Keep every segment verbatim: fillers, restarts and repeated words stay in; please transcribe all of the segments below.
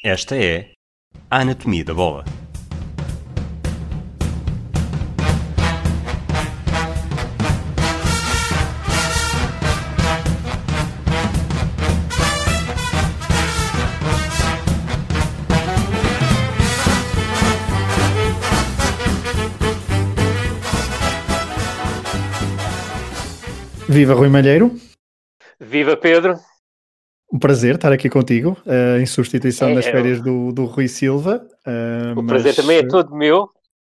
Esta é a Anatomia da Bola. Viva Rui Malheiro. Viva Pedro. Um prazer estar aqui contigo, uh, em substituição é, das férias eu... do, do Rui Silva. Uh, o mas... prazer também é todo meu.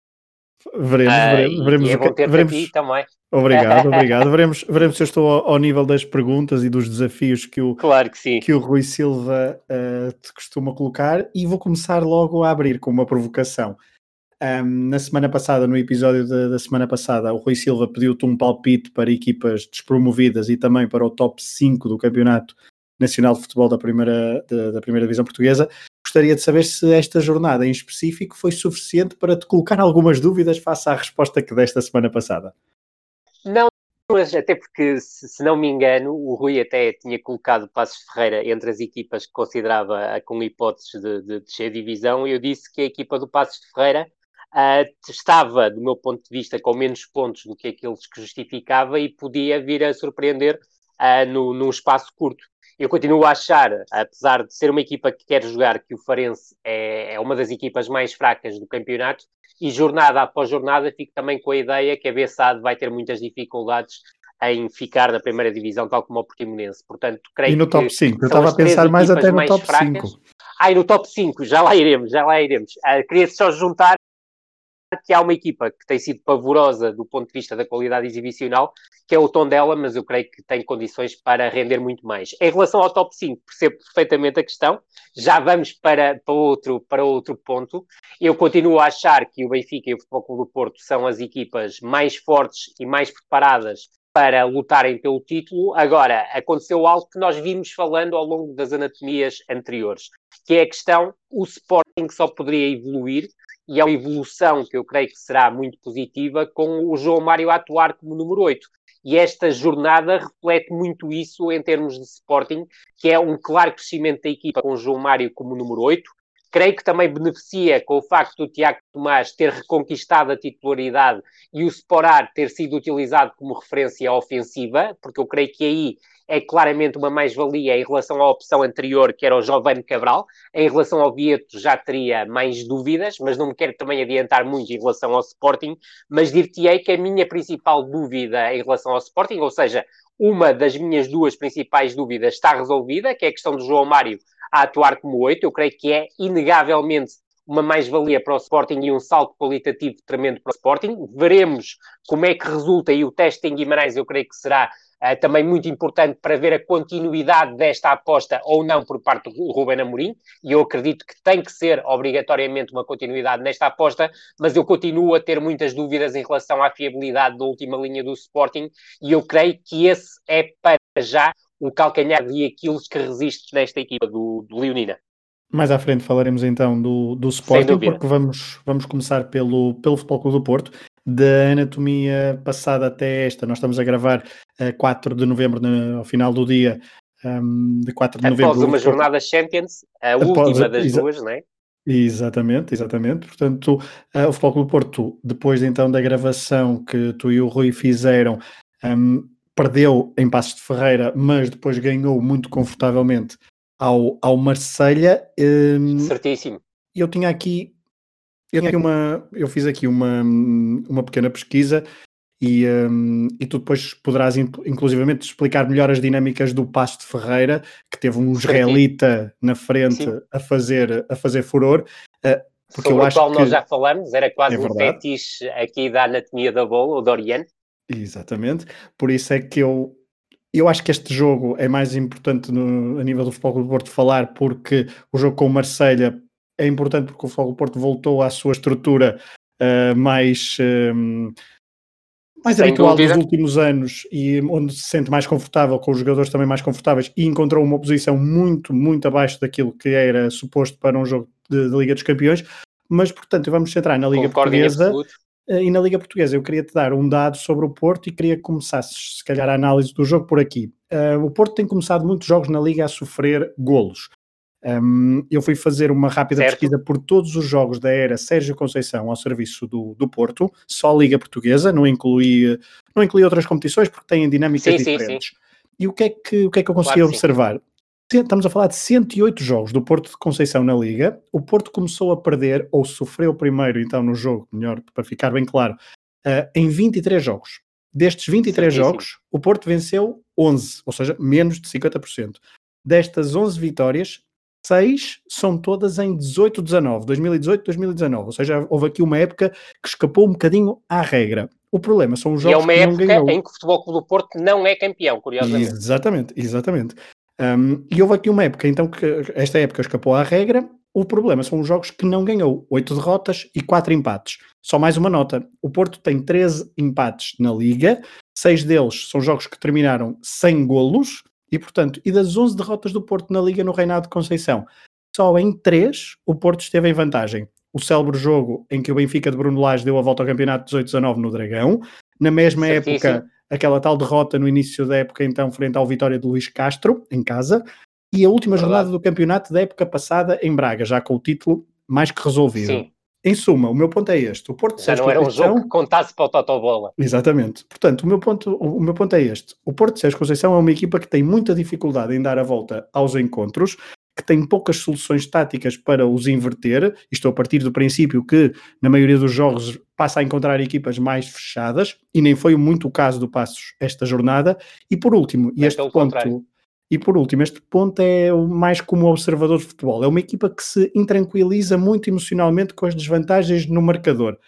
Veremos, uh, veremos. E, veremos e é o que... bom ter-te veremos... a ti também. Obrigado, obrigado. veremos, veremos se eu estou ao, ao nível das perguntas e dos desafios que o, claro que sim. que o Rui Silva uh, te costuma colocar. E vou começar logo a abrir com uma provocação. Um, na semana passada, no episódio da, da semana passada, o Rui Silva pediu-te um palpite para equipas despromovidas e também para o top cinco do Campeonato Nacional de Futebol da primeira, da, da primeira Divisão Portuguesa. Gostaria de saber se esta jornada em específico foi suficiente para te colocar algumas dúvidas face à resposta que deste a semana passada. Não, mas até porque, se, se não me engano, o Rui até tinha colocado o Passos Ferreira entre as equipas que considerava com hipóteses de, de descer divisão, e eu disse que a equipa do Passos Ferreira Uh, estava, do meu ponto de vista, com menos pontos do que aqueles que justificava e podia vir a surpreender uh, no, num espaço curto. Eu continuo a achar, apesar de ser uma equipa que quer jogar, que o Farense é, é uma das equipas mais fracas do campeonato, e jornada após jornada fico também com a ideia que a Bessade vai ter muitas dificuldades em ficar na primeira divisão, tal como o Portimonense. Portanto, creio e no que top cinco? Eu são estava as a pensar mais até no mais top fracas. cinco. Ah, e no top cinco, já lá iremos, já lá iremos. Uh, queria só juntar que há uma equipa que tem sido pavorosa do ponto de vista da qualidade exibicional, que é o Tondela, mas eu creio que tem condições para render muito mais. Em relação ao top cinco, percebo perfeitamente a questão, já vamos para, para, outro, para outro ponto. Eu continuo a achar que o Benfica e o Futebol Clube do Porto são as equipas mais fortes e mais preparadas para lutarem pelo título. Agora, aconteceu algo que nós vimos falando ao longo das anatomias anteriores, que é a questão, o Sporting só poderia evoluir, e é uma evolução que eu creio que será muito positiva, com o João Mário a atuar como número oito. E esta jornada reflete muito isso em termos de Sporting, que é um claro crescimento da equipa com o João Mário como número oito. Creio que também beneficia com o facto do Tiago Tomás ter reconquistado a titularidade e o Sporar ter sido utilizado como referência ofensiva, porque eu creio que aí é claramente uma mais-valia em relação à opção anterior, que era o Giovane Cabral. Em relação ao Vieto já teria mais dúvidas, mas não me quero também adiantar muito em relação ao Sporting, mas dir-te-ei que a minha principal dúvida em relação ao Sporting, ou seja, uma das minhas duas principais dúvidas está resolvida, que é a questão do João Mário a atuar como oito. Eu creio que é inegavelmente uma mais-valia para o Sporting e um salto qualitativo tremendo para o Sporting. Veremos como é que resulta, e o teste em Guimarães eu creio que será Uh, também muito importante para ver a continuidade desta aposta ou não por parte do Ruben Amorim, e eu acredito que tem que ser obrigatoriamente uma continuidade nesta aposta, mas eu continuo a ter muitas dúvidas em relação à fiabilidade da última linha do Sporting, e eu creio que esse é para já o calcanhar de Aquiles que resiste nesta equipa do, do Leonina. Mais à frente falaremos então do, do Sporting, porque vamos, vamos começar pelo, pelo Futebol Clube do Porto. Da anatomia passada até esta, nós estamos a gravar a quatro de novembro, no, ao final do dia, um, de quatro de novembro. Após uma jornada Champions, a Após, última das exa- duas, não é? Exatamente, exatamente. Portanto, uh, o Futebol Clube do Porto, depois então da gravação que tu e o Rui fizeram, um, perdeu em Passos de Ferreira, mas depois ganhou muito confortavelmente ao, ao Marselha. Um, Certíssimo. Eu tinha aqui Eu, tinha aqui uma, eu fiz aqui uma, uma pequena pesquisa e, um, e tu depois poderás inclusivamente explicar melhor as dinâmicas do Passo de Ferreira, que teve um israelita na frente a fazer, a fazer furor. Uh, porque Sobre eu o acho qual que nós já falamos, era quase é um fetiche aqui da anatomia da bola, o Dorian. Exatamente, por isso é que eu Eu acho que este jogo é mais importante no, a nível do Futebol Clube do Porto falar, porque o jogo com o Marselha é importante porque o Futebol Clube do Porto voltou à sua estrutura uh, mais, um, mais habitual dúvida. Dos últimos anos, e onde se sente mais confortável, com os jogadores também mais confortáveis, e encontrou uma posição muito, muito abaixo daquilo que era suposto para um jogo de, de Liga dos Campeões. Mas, portanto, vamos centrar na Liga Concordo Portuguesa. E na Liga Portuguesa eu queria-te dar um dado sobre o Porto e queria que começasses, se calhar, a análise do jogo por aqui. Uh, o Porto tem começado muitos jogos na Liga a sofrer golos. Um, eu fui fazer uma rápida certo. pesquisa por todos os jogos da era Sérgio Conceição ao serviço do, do Porto, só Liga Portuguesa, não inclui, não inclui outras competições porque têm dinâmicas sim, diferentes. Sim, sim. E o que, é que, o que é que eu consegui claro observar? Estamos a falar de cento e oito jogos do Porto de Conceição na Liga. O Porto começou a perder, ou sofreu primeiro então no jogo, melhor para ficar bem claro, uh, em vinte e três jogos. Destes vinte e três Certíssimo. jogos, o Porto venceu onze, ou seja, menos de cinquenta por cento. Destas onze vitórias, seis são todas em dezoito dezanove, dois mil e dezoito, dois mil e dezanove, ou seja, houve aqui uma época que escapou um bocadinho à regra. O problema são os jogos que que não ganhou. E é uma época em que o Futebol Clube do Porto não é campeão, curiosamente. Exatamente, exatamente. Um, e houve aqui uma época, então, que esta época escapou à regra. O problema são os jogos que não ganhou, oito derrotas e quatro empates. Só mais uma nota, o Porto tem treze empates na Liga, seis deles são jogos que terminaram sem golos, e portanto, e das onze derrotas do Porto na Liga no Reinado de Conceição, só em três o Porto esteve em vantagem. O célebre jogo em que o Benfica de Bruno Lage deu a volta ao campeonato dezoito dezanove no Dragão, na mesma Certíssimo. época, aquela tal derrota no início da época, então, frente ao Vitória de Luís Castro, em casa, e a última Verdade. jornada do campeonato da época passada em Braga, já com o título mais que resolvido. Sim. Em suma, o meu ponto é este. O Porto de Já Sérgio não era um Conceição... jogo que contasse para o Totobola. Exatamente. Portanto, o meu, ponto, o meu ponto é este. O Porto de Sérgio Conceição é uma equipa que tem muita dificuldade em dar a volta aos encontros, que tem poucas soluções táticas para os inverter. Estou a partir do princípio que, na maioria dos jogos, passa a encontrar equipas mais fechadas, e nem foi muito o caso do Passos esta jornada. E por último, e Bem, este pelo ponto... contrário. E por último, este ponto é o mais como observador de futebol. É uma equipa que se intranquiliza muito emocionalmente com as desvantagens no marcador.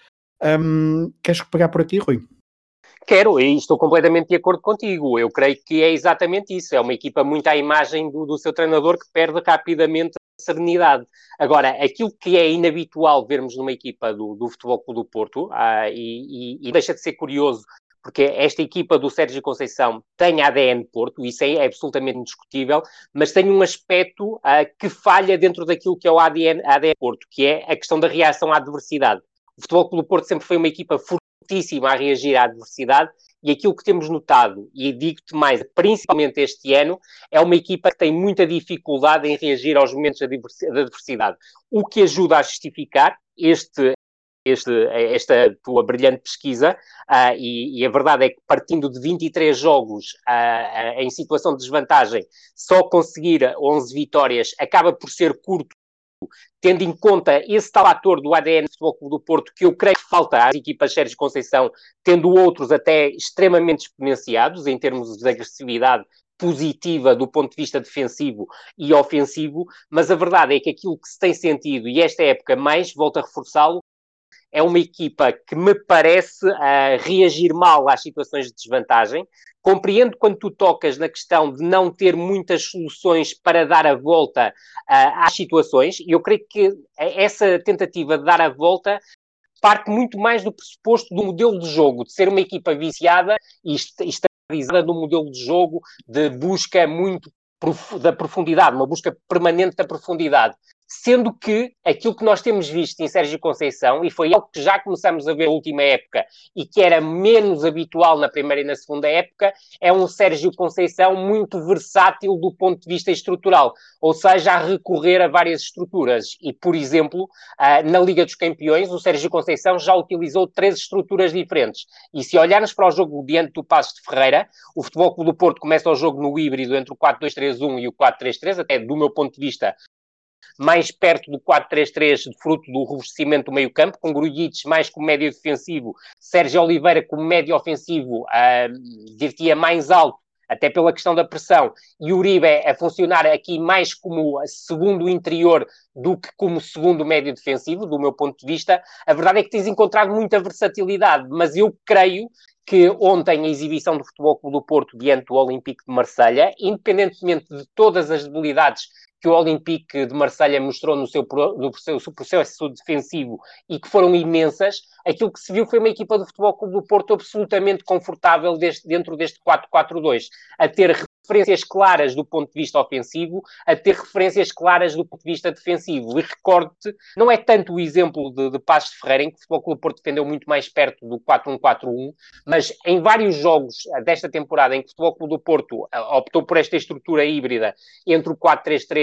Um, queres pegar por aqui, Rui? Quero, e estou completamente de acordo contigo. Eu creio que é exatamente isso. É uma equipa muito à imagem do, do seu treinador, que perde rapidamente a serenidade. Agora, aquilo que é inabitual vermos numa equipa do, do Futebol Clube do Porto, ah, e, e, e deixa de ser curioso, porque esta equipa do Sérgio Conceição tem A D N Porto, isso é absolutamente indiscutível, mas tem um aspecto uh, que falha dentro daquilo que é o A D N, A D N Porto, que é a questão da reação à adversidade. O Futebol Clube do Porto sempre foi uma equipa fortíssima a reagir à adversidade, e aquilo que temos notado, e digo-te mais, principalmente este ano, é uma equipa que tem muita dificuldade em reagir aos momentos de adversidade, o que ajuda a justificar este... Este, esta tua brilhante pesquisa, uh, e, e a verdade é que, partindo de vinte e três jogos uh, uh, em situação de desvantagem, só conseguir onze vitórias acaba por ser curto, tendo em conta esse tal ator do A D N do Futebol Clube do Porto, que eu creio que falta às equipas Sérgio Conceição, tendo outros até extremamente exponenciados em termos de agressividade positiva do ponto de vista defensivo e ofensivo, mas a verdade é que aquilo que se tem sentido, e esta época mais, volto a reforçá-lo, é uma equipa que me parece uh, reagir mal às situações de desvantagem. Compreendo quando tu tocas na questão de não ter muitas soluções para dar a volta uh, às situações, e eu creio que essa tentativa de dar a volta parte muito mais do pressuposto do modelo de jogo, de ser uma equipa viciada e estabilizada no modelo de jogo, de busca muito prof- da profundidade, uma busca permanente da profundidade. Sendo que aquilo que nós temos visto em Sérgio Conceição, e foi algo que já começamos a ver na última época e que era menos habitual na primeira e na segunda época, é um Sérgio Conceição muito versátil do ponto de vista estrutural, ou seja, a recorrer a várias estruturas. E, por exemplo, na Liga dos Campeões, o Sérgio Conceição já utilizou três estruturas diferentes. E se olharmos para o jogo diante do Passos de Ferreira, o Futebol Clube do Porto começa o jogo no híbrido entre o quatro dois três um e o quatro três três, até do meu ponto de vista, mais perto do quatro três três, fruto do revestimento do meio-campo, com Grujic mais como médio defensivo, Sérgio Oliveira como médio ofensivo, uh, diria mais alto, até pela questão da pressão, e Uribe a funcionar aqui mais como segundo interior do que como segundo médio defensivo, do meu ponto de vista. A verdade é que tens encontrado muita versatilidade, mas eu creio que ontem a exibição do Futebol Clube do Porto diante do Olympique de Marselha, independentemente de todas as debilidades que o Olympique de Marselha mostrou no seu, no seu processo defensivo e que foram imensas, aquilo que se viu foi uma equipa do Futebol Clube do Porto absolutamente confortável deste, dentro deste quatro quatro dois, a ter referências claras do ponto de vista ofensivo, a ter referências claras do ponto de vista defensivo. E recordo-te, não é tanto o exemplo de, de Passos de Ferreira, em que o Futebol Clube do Porto defendeu muito mais perto do quatro um quatro um, mas em vários jogos desta temporada em que o Futebol Clube do Porto optou por esta estrutura híbrida entre o quatro três três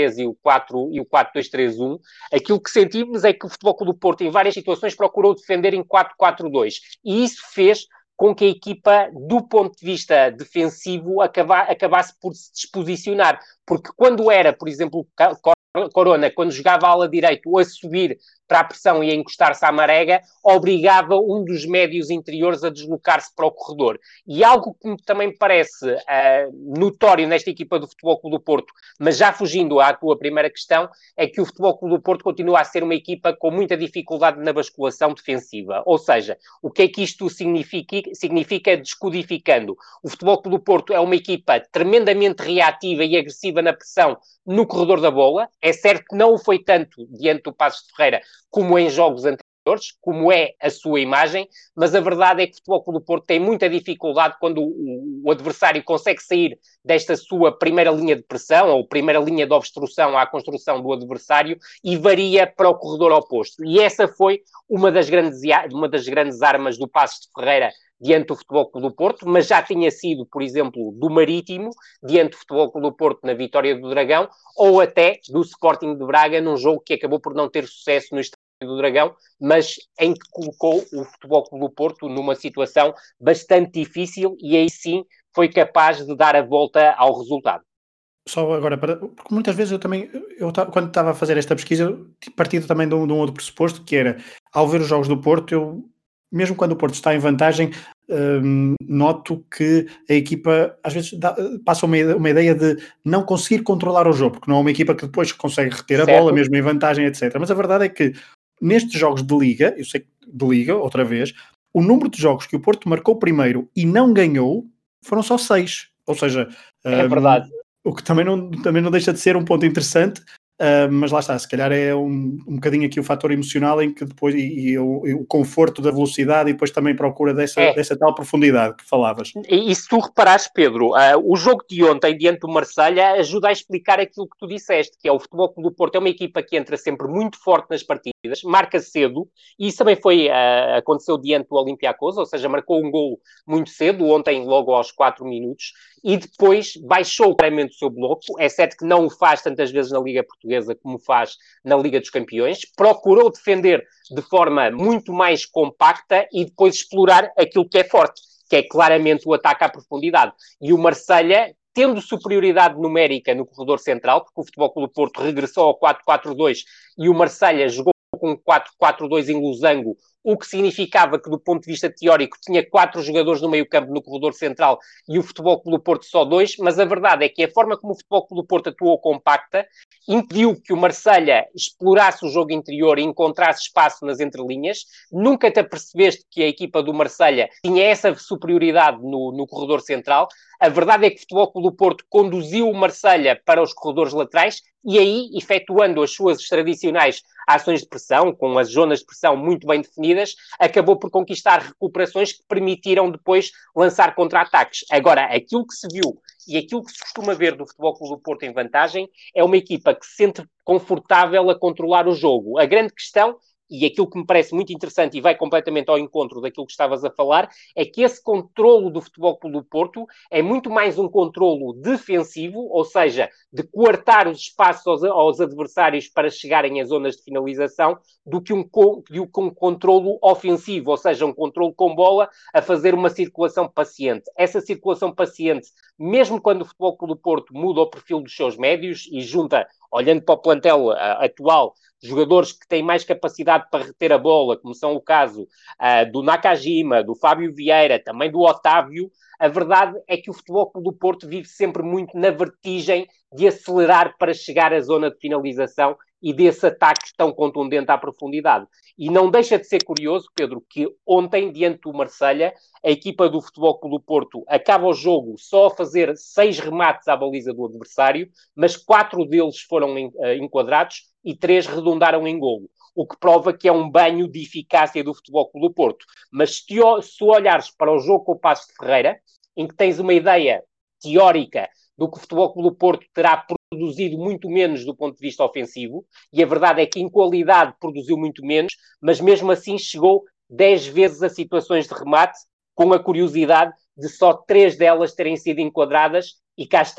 três e o quatro dois três um, aquilo que sentimos é que o Futebol Clube do Porto, em várias situações, procurou defender em quatro quatro dois. E isso fez com que a equipa, do ponto de vista defensivo, acaba, acabasse por se desposicionar. Porque quando era, por exemplo, Corona, quando jogava a ala direito, a subir para a pressão e a encostar-se à marega, obrigava um dos médios interiores a deslocar-se para o corredor. E algo que também me parece uh, notório nesta equipa do Futebol Clube do Porto, mas já fugindo à tua primeira questão, é que o Futebol Clube do Porto continua a ser uma equipa com muita dificuldade na basculação defensiva. Ou seja, o que é que isto significa? Significa descodificando. O Futebol Clube do Porto é uma equipa tremendamente reativa e agressiva na pressão no corredor da bola. É certo que não o foi tanto diante do Passos de Ferreira como em jogos anteriores, como é a sua imagem, mas a verdade é que o Futebol Clube do Porto tem muita dificuldade quando o, o adversário consegue sair desta sua primeira linha de pressão, ou primeira linha de obstrução à construção do adversário, e varia para o corredor oposto. E essa foi uma das grandes, uma das grandes armas do Passos de Ferreira diante do Futebol Clube do Porto, mas já tinha sido, por exemplo, do Marítimo, diante do Futebol Clube do Porto na vitória do Dragão, ou até do Sporting de Braga, num jogo que acabou por não ter sucesso no Estádio do Dragão, mas em que colocou o Futebol Clube do Porto numa situação bastante difícil e aí sim foi capaz de dar a volta ao resultado. Só agora, para, porque muitas vezes eu também, eu, quando estava a fazer esta pesquisa, eu partido também de um, de um outro pressuposto, que era, ao ver os jogos do Porto, eu, mesmo quando o Porto está em vantagem, hum, noto que a equipa às vezes dá, passa uma, uma ideia de não conseguir controlar o jogo, porque não é uma equipa que depois consegue reter a certo. bola, mesmo em vantagem, etcétera. Mas a verdade é que nestes jogos de Liga, eu sei que de Liga, outra vez, o número de jogos que o Porto marcou primeiro e não ganhou foram só seis. Ou seja, é um, verdade. O que também não, também não deixa de ser um ponto interessante, uh, mas lá está, se calhar é um, um bocadinho aqui o fator emocional em que depois, e, e, o, e o conforto da velocidade e depois também procura dessa, é. dessa tal profundidade que falavas. E, e se tu reparares, Pedro, uh, o jogo de ontem diante do Marselha ajuda a explicar aquilo que tu disseste, que é o Futebol Clube do Porto é uma equipa que entra sempre muito forte nas partidas, marca cedo, e isso também foi, uh, aconteceu diante do Olympiacos, ou seja, marcou um golo muito cedo, ontem logo aos quatro minutos, e depois baixou claramente o seu bloco. É certo que não o faz tantas vezes na Liga Portuguesa como faz na Liga dos Campeões, procurou defender de forma muito mais compacta e depois explorar aquilo que é forte, que é claramente o ataque à profundidade. E o Marselha, tendo superioridade numérica no corredor central, porque o Futebol Clube do Porto regressou ao quatro quatro dois e o Marselha jogou com quatro quatro dois em losango, o que significava que, do ponto de vista teórico, tinha quatro jogadores no meio-campo no corredor central e o Futebol Clube do Porto só dois, mas a verdade é que a forma como o Futebol Clube do Porto atuou compacta impediu que o Marselha explorasse o jogo interior e encontrasse espaço nas entrelinhas. Nunca te apercebeste que a equipa do Marselha tinha essa superioridade no, no corredor central. A verdade é que o Futebol Clube do Porto conduziu o Marselha para os corredores laterais e aí, efetuando as suas tradicionais ações de pressão, com as zonas de pressão muito bem definidas, acabou por conquistar recuperações que permitiram depois lançar contra-ataques. Agora, aquilo que se viu e aquilo que se costuma ver do Futebol Clube do Porto em vantagem é uma equipa que se sente confortável a controlar o jogo. A grande questão, e aquilo que me parece muito interessante e vai completamente ao encontro daquilo que estavas a falar, é que esse controlo do Futebol Clube do Porto é muito mais um controlo defensivo, ou seja, de coartar os espaços aos, aos adversários para chegarem às zonas de finalização, do que um, do que um controlo ofensivo, ou seja, um controlo com bola a fazer uma circulação paciente. Essa circulação paciente, mesmo quando o Futebol Clube do Porto muda o perfil dos seus médios e junta, olhando para o plantel uh, atual, jogadores que têm mais capacidade para reter a bola, como são o caso uh, do Nakajima, do Fábio Vieira, também do Otávio, a verdade é que o Futebol Clube do Porto vive sempre muito na vertigem de acelerar para chegar à zona de finalização e desse ataque tão contundente à profundidade. E não deixa de ser curioso, Pedro, que ontem, diante do Marselha, a equipa do Futebol Clube do Porto acaba o jogo só a fazer seis remates à baliza do adversário, mas quatro deles foram enquadrados e três redundaram em golo, o que prova que é um banho de eficácia do Futebol Clube do Porto. Mas se, se olhares para o jogo com o Passos de Ferreira, em que tens uma ideia teórica do que o Futebol Clube do Porto terá produzido muito menos do ponto de vista ofensivo, e a verdade é que em qualidade produziu muito menos, mas mesmo assim chegou dez vezes a situações de remate, com a curiosidade de só três delas terem sido enquadradas, e cá está,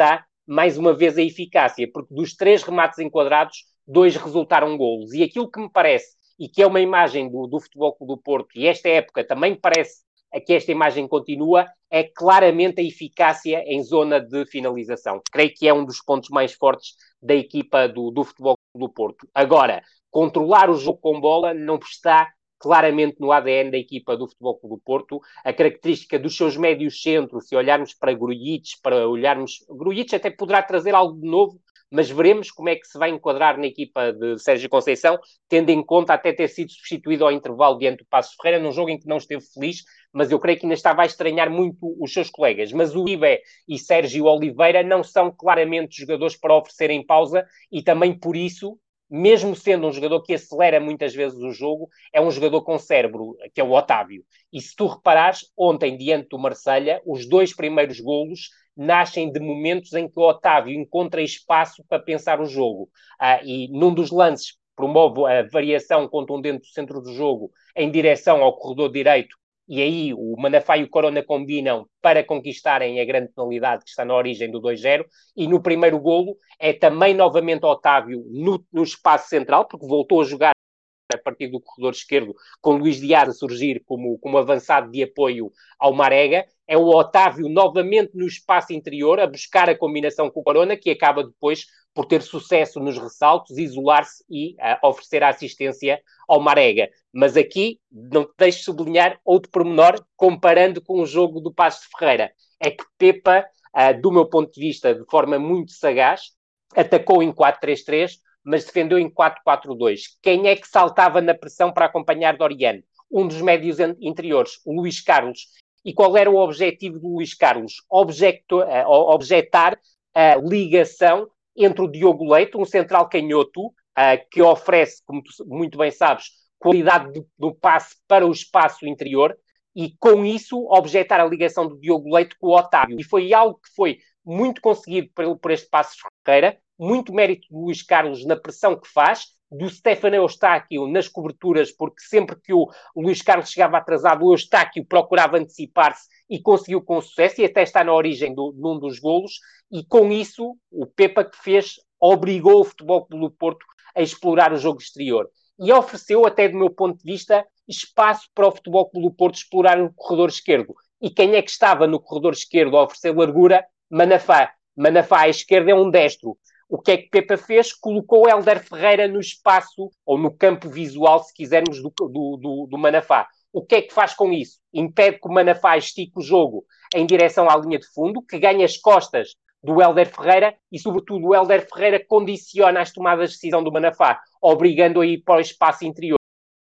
mais uma vez a eficácia, porque dos três remates enquadrados, dois resultaram golos. E aquilo que me parece, e que é uma imagem do, do Futebol Clube do Porto, e esta época também parece que esta imagem continua, é claramente a eficácia em zona de finalização. Creio que é um dos pontos mais fortes da equipa do, do Futebol Clube do Porto. Agora, controlar o jogo com bola não está claramente no A D N da equipa do Futebol Clube do Porto. A característica dos seus médios centros, se olharmos para Grujic, para olharmos... Grujic até poderá trazer algo de novo, mas veremos como é que se vai enquadrar na equipa de Sérgio Conceição, tendo em conta até ter sido substituído ao intervalo diante do Passos Ferreira, num jogo em que não esteve feliz, mas eu creio que ainda estava a estranhar muito os seus colegas. Mas o Uribe e Sérgio Oliveira não são claramente jogadores para oferecerem pausa, e também por isso, mesmo sendo um jogador que acelera muitas vezes o jogo, é um jogador com cérebro, que é o Otávio. E se tu reparares, ontem, diante do Marselha, os dois primeiros golos nascem de momentos em que o Otávio encontra espaço para pensar o jogo. Ah, e num dos lances promove a variação contundente do centro do jogo em direção ao corredor direito, e aí o Manafá e o Corona combinam para conquistarem a grande penalidade que está na origem do dois zero, e no primeiro golo é também novamente Otávio no, no espaço central, porque voltou a jogar a partir do corredor esquerdo, com Luís Dias a surgir como, como avançado de apoio ao Marega. É o Otávio novamente no espaço interior, a buscar a combinação com o Corona, que acaba depois por ter sucesso nos ressaltos, isolar-se e uh, oferecer a assistência ao Marega. Mas aqui, não te deixes sublinhar outro pormenor, comparando com o jogo do Passos de Ferreira. É que Pepa, uh, do meu ponto de vista, de forma muito sagaz, atacou em quatro três três, mas defendeu em quatro quatro dois. Quem é que saltava na pressão para acompanhar Doriane? Um dos médios interiores, o Luís Carlos. E qual era o objetivo do Luís Carlos? Objecto, uh, objetar a ligação entre o Diogo Leite, um central canhoto, uh, que oferece, como tu muito bem sabes, qualidade do, do passe para o espaço interior, e com isso objetar a ligação do Diogo Leite com o Otávio. E foi algo que foi muito conseguido por, por este Passos Ferreira, muito mérito do Luís Carlos na pressão que faz, do Stefano Eustáquio nas coberturas, porque sempre que o Luís Carlos chegava atrasado, o Eustáquio procurava antecipar-se e conseguiu com sucesso, e até está na origem do, de um dos golos, e com isso o Pepa que fez, obrigou o Futebol Clube do Porto a explorar o jogo exterior. E ofereceu, até do meu ponto de vista, espaço para o Futebol Clube do Porto explorar o corredor esquerdo. E quem é que estava no corredor esquerdo a oferecer largura? Manafá. Manafá à esquerda é um destro. O que é que Pepa fez? Colocou o Hélder Ferreira no espaço, ou no campo visual, se quisermos, do, do, do, do Manafá. O que é que faz com isso? Impede que o Manafá estique o jogo em direção à linha de fundo, que ganha as costas do Hélder Ferreira, e sobretudo o Hélder Ferreira condiciona as tomadas de decisão do Manafá, obrigando a ir para o espaço interior.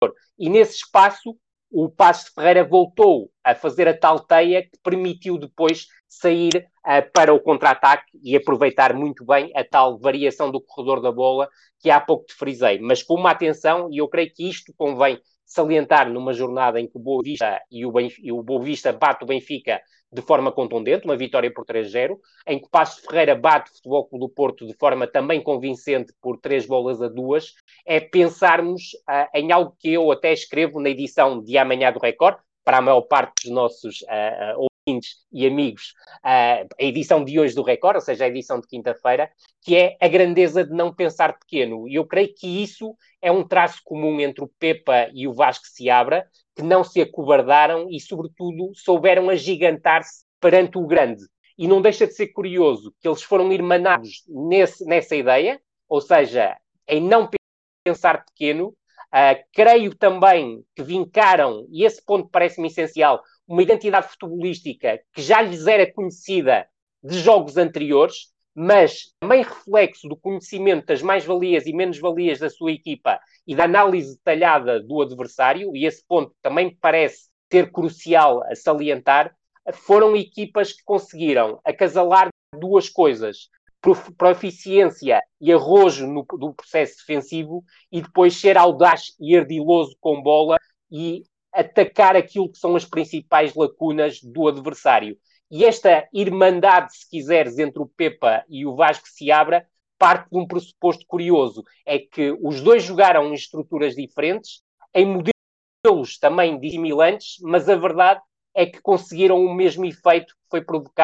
E nesse espaço, o Passos de Ferreira voltou a fazer a tal teia que permitiu depois sair uh, para o contra-ataque e aproveitar muito bem a tal variação do corredor da bola que há pouco te frisei. Mas com uma atenção, e eu creio que isto convém salientar numa jornada em que o Boa Vista e o, Benf- e o Boa Vista bate o Benfica de forma contundente, uma vitória por três zero, em que o Passos de Ferreira bate o Futebol Clube do Porto de forma também convincente por três bolas a duas, é pensarmos uh, em algo que eu até escrevo na edição de amanhã do Record, para a maior parte dos nossos uh, ouvintes e amigos, uh, a edição de hoje do Record, ou seja, a edição de quinta-feira, que é a grandeza de não pensar pequeno. E eu creio que isso é um traço comum entre o Pepa e o Vasco Seabra, que não se acobardaram e, sobretudo, souberam agigantar-se perante o grande. E não deixa de ser curioso que eles foram irmanados nesse, nessa ideia, ou seja, em não pensar pequeno. Uh, creio também que vincaram, e esse ponto parece-me essencial, uma identidade futebolística que já lhes era conhecida de jogos anteriores, mas também reflexo do conhecimento das mais-valias e menos-valias da sua equipa e da análise detalhada do adversário, e esse ponto também me parece ser crucial a salientar. Foram equipas que conseguiram acasalar duas coisas: proficiência e arrojo no, do processo defensivo, e depois ser audaz e ardiloso com bola e atacar aquilo que são as principais lacunas do adversário. E esta irmandade, se quiseres, entre o Pepa e o Vasco Seabra parte de um pressuposto curioso: é que os dois jogaram em estruturas diferentes, em modelos também dissimilantes, mas a verdade é que conseguiram o mesmo efeito, que foi provocar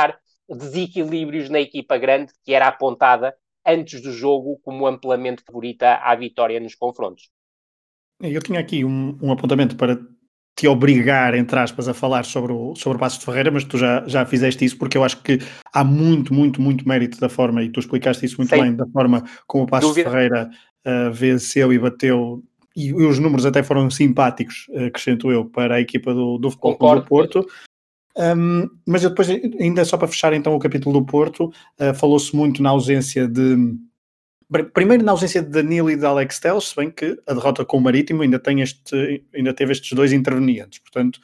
desequilíbrios na equipa grande, que era apontada antes do jogo como amplamente favorita à vitória nos confrontos. Eu tinha aqui um, um apontamento para te obrigar, entre aspas, a falar sobre o, sobre o Passos de Ferreira, mas tu já, já fizeste isso, porque eu acho que há muito, muito, muito mérito da forma, e tu explicaste isso muito Sem bem, da forma como o Passos de dúvida. Ferreira uh, venceu e bateu, e, e os números até foram simpáticos, uh, acrescento eu, para a equipa do, do Futebol Clube do Porto. Um, mas eu depois, ainda só para fechar então o capítulo do Porto, uh, falou-se muito na ausência de... Primeiro na ausência de Danilo e de Alex Telles, se bem que a derrota com o Marítimo ainda, tem este, ainda teve estes dois intervenientes, portanto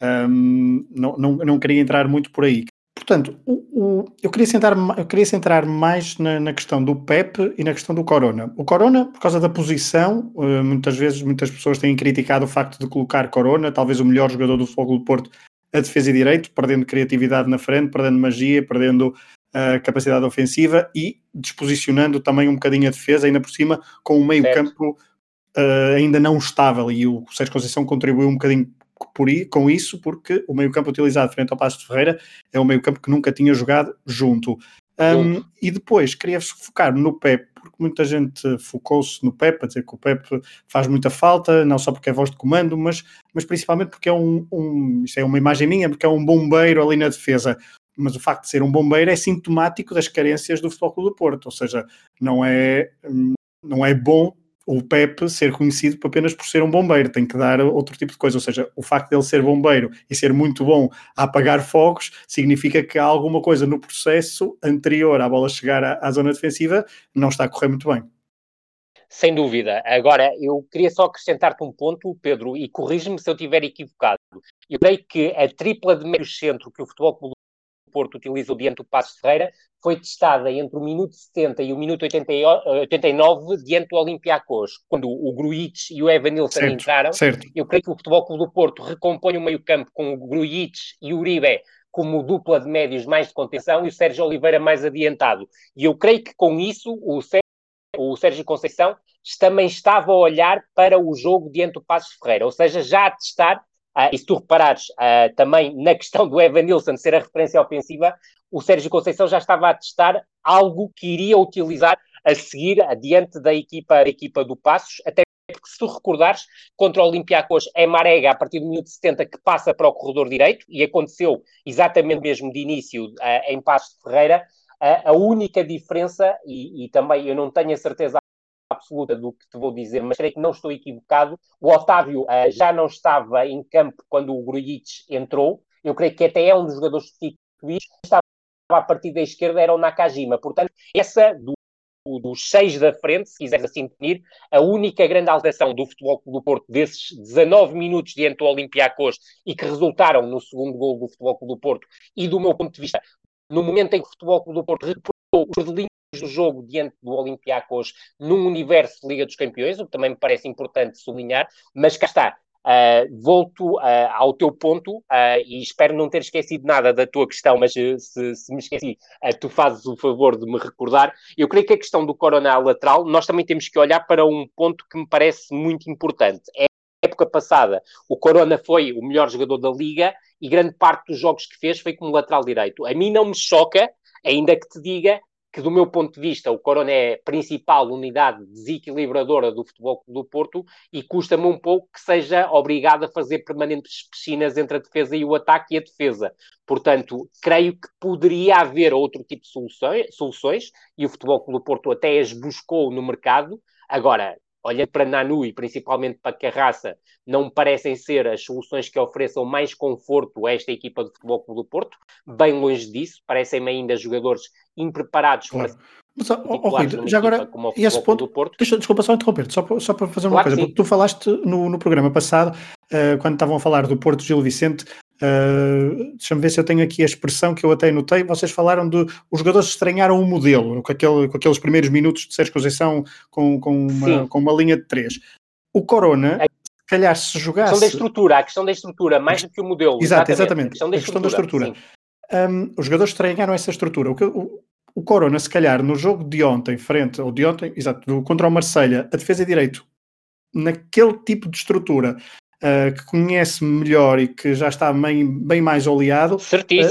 um, não, não, não queria entrar muito por aí. Portanto, o, o, eu, queria centrar, eu queria centrar mais na, na questão do Pepe e na questão do Corona. O Corona, por causa da posição, uh, muitas vezes muitas pessoas têm criticado o facto de colocar Corona, talvez o melhor jogador do Futebol do Porto, a defesa e direito, perdendo criatividade na frente, perdendo magia, perdendo a capacidade ofensiva e disposicionando também um bocadinho a defesa, ainda por cima, com um meio certo. campo uh, ainda não estável, e o Sérgio Conceição contribuiu um bocadinho por aí, com isso, porque o meio campo utilizado frente ao Passos de Ferreira é um meio campo que nunca tinha jogado junto. Um, e depois queria focar no Pepe, porque muita gente focou-se no Pepe, a dizer que o Pepe faz muita falta, não só porque é voz de comando, mas, mas principalmente porque é um, um, isso é uma imagem minha, porque é um bombeiro ali na defesa. Mas o facto de ser um bombeiro é sintomático das carências do Futebol Clube do Porto, ou seja, não é, não é bom o Pepe ser conhecido apenas por ser um bombeiro, tem que dar outro tipo de coisa, ou seja, o facto de ele ser bombeiro e ser muito bom a apagar fogos, significa que há alguma coisa no processo anterior à bola chegar à, à zona defensiva não está a correr muito bem. Sem dúvida. Agora, eu queria só acrescentar-te um ponto, Pedro, e corrige-me se eu estiver equivocado. Eu creio que a tripla de meio centro que o Futebol Clube do Porto utilizou diante do Passos de Ferreira foi testada entre o minuto setenta e o minuto oitenta e nove diante do Olympiacos. Quando o Grujic e o Evanilson certo, entraram, certo. Eu creio que o Futebol Clube do Porto recompõe o meio-campo com o Grujic e o Uribe como dupla de médios mais de contenção e o Sérgio Oliveira mais adiantado. E eu creio que com isso o Sérgio, o Sérgio Conceição também estava a olhar para o jogo diante do Passos de Ferreira, ou seja, já a testar. Uh, e se tu reparares uh, também na questão do Evanilson ser a referência ofensiva, o Sérgio Conceição já estava a testar algo que iria utilizar a seguir adiante da equipa, da equipa do Passos, até porque se tu recordares, contra o Olympiacos é Marega a partir do minuto setenta que passa para o corredor direito, e aconteceu exatamente mesmo de início uh, em Passos de Ferreira. Uh, a única diferença, e, e também eu não tenho a certeza absoluta do que te vou dizer, mas creio que não estou equivocado, o Otávio uh, já não estava em campo quando o Grujic entrou, eu creio que até é um dos jogadores substituídos, estava a partir da esquerda, era o Nakajima, portanto, essa do, dos seis da frente, se quiseres assim definir, a única grande alteração do Futebol Clube do Porto desses dezanove minutos diante do Olympiacos e que resultaram no segundo gol do Futebol Clube do Porto, e do meu ponto de vista, no momento em que o Futebol Clube do Porto recuperou os ordelinhos do jogo diante do Olympiacos num universo de Liga dos Campeões, o que também me parece importante sublinhar, mas cá está, uh, volto uh, ao teu ponto uh, e espero não ter esquecido nada da tua questão, mas uh, se, se me esqueci, uh, tu fazes o favor de me recordar. Eu creio que a questão do Corona lateral, nós também temos que olhar para um ponto que me parece muito importante. É na época passada, o Corona foi o melhor jogador da Liga e grande parte dos jogos que fez foi como lateral direito. A mim não me choca, ainda que te diga que, do meu ponto de vista, o Corona é a principal unidade desequilibradora do Futebol do Porto e custa-me um pouco que seja obrigado a fazer permanentes piscinas entre a defesa e o ataque e a defesa. Portanto, creio que poderia haver outro tipo de soluções, soluções e o Futebol do Porto até as buscou no mercado. Agora, olhando para Nanu e principalmente para Carraça, não me parecem ser as soluções que ofereçam mais conforto a esta equipa do Futebol Clube do Porto. Bem longe disso, parecem-me ainda jogadores impreparados claro. para Mas, oh, oh, Rui, já agora, como o esse ponto, do Porto. Deixa, desculpa só interromper-te, só, só para fazer uma claro coisa, porque tu falaste no, no programa passado, uh, quando estavam a falar do Porto Gil Vicente, uh, deixa-me ver se eu tenho aqui a expressão que eu até anotei, vocês falaram de os jogadores estranharam o modelo, com, aquele, com aqueles primeiros minutos de Sérgio Conceição com, com, uma, com uma linha de três. O Corona, é. se calhar se jogasse... A questão da estrutura, a questão da estrutura, mais do que o modelo. Exato, exatamente, a questão da a questão estrutura. Da estrutura. Um, os jogadores estranharam essa estrutura. O que o, O Corona, se calhar, no jogo de ontem, frente, ou de ontem, exato, do, contra o Marselha, a defesa direito, naquele tipo de estrutura, uh, que conhece melhor e que já está bem, bem mais oleado, certíssimo.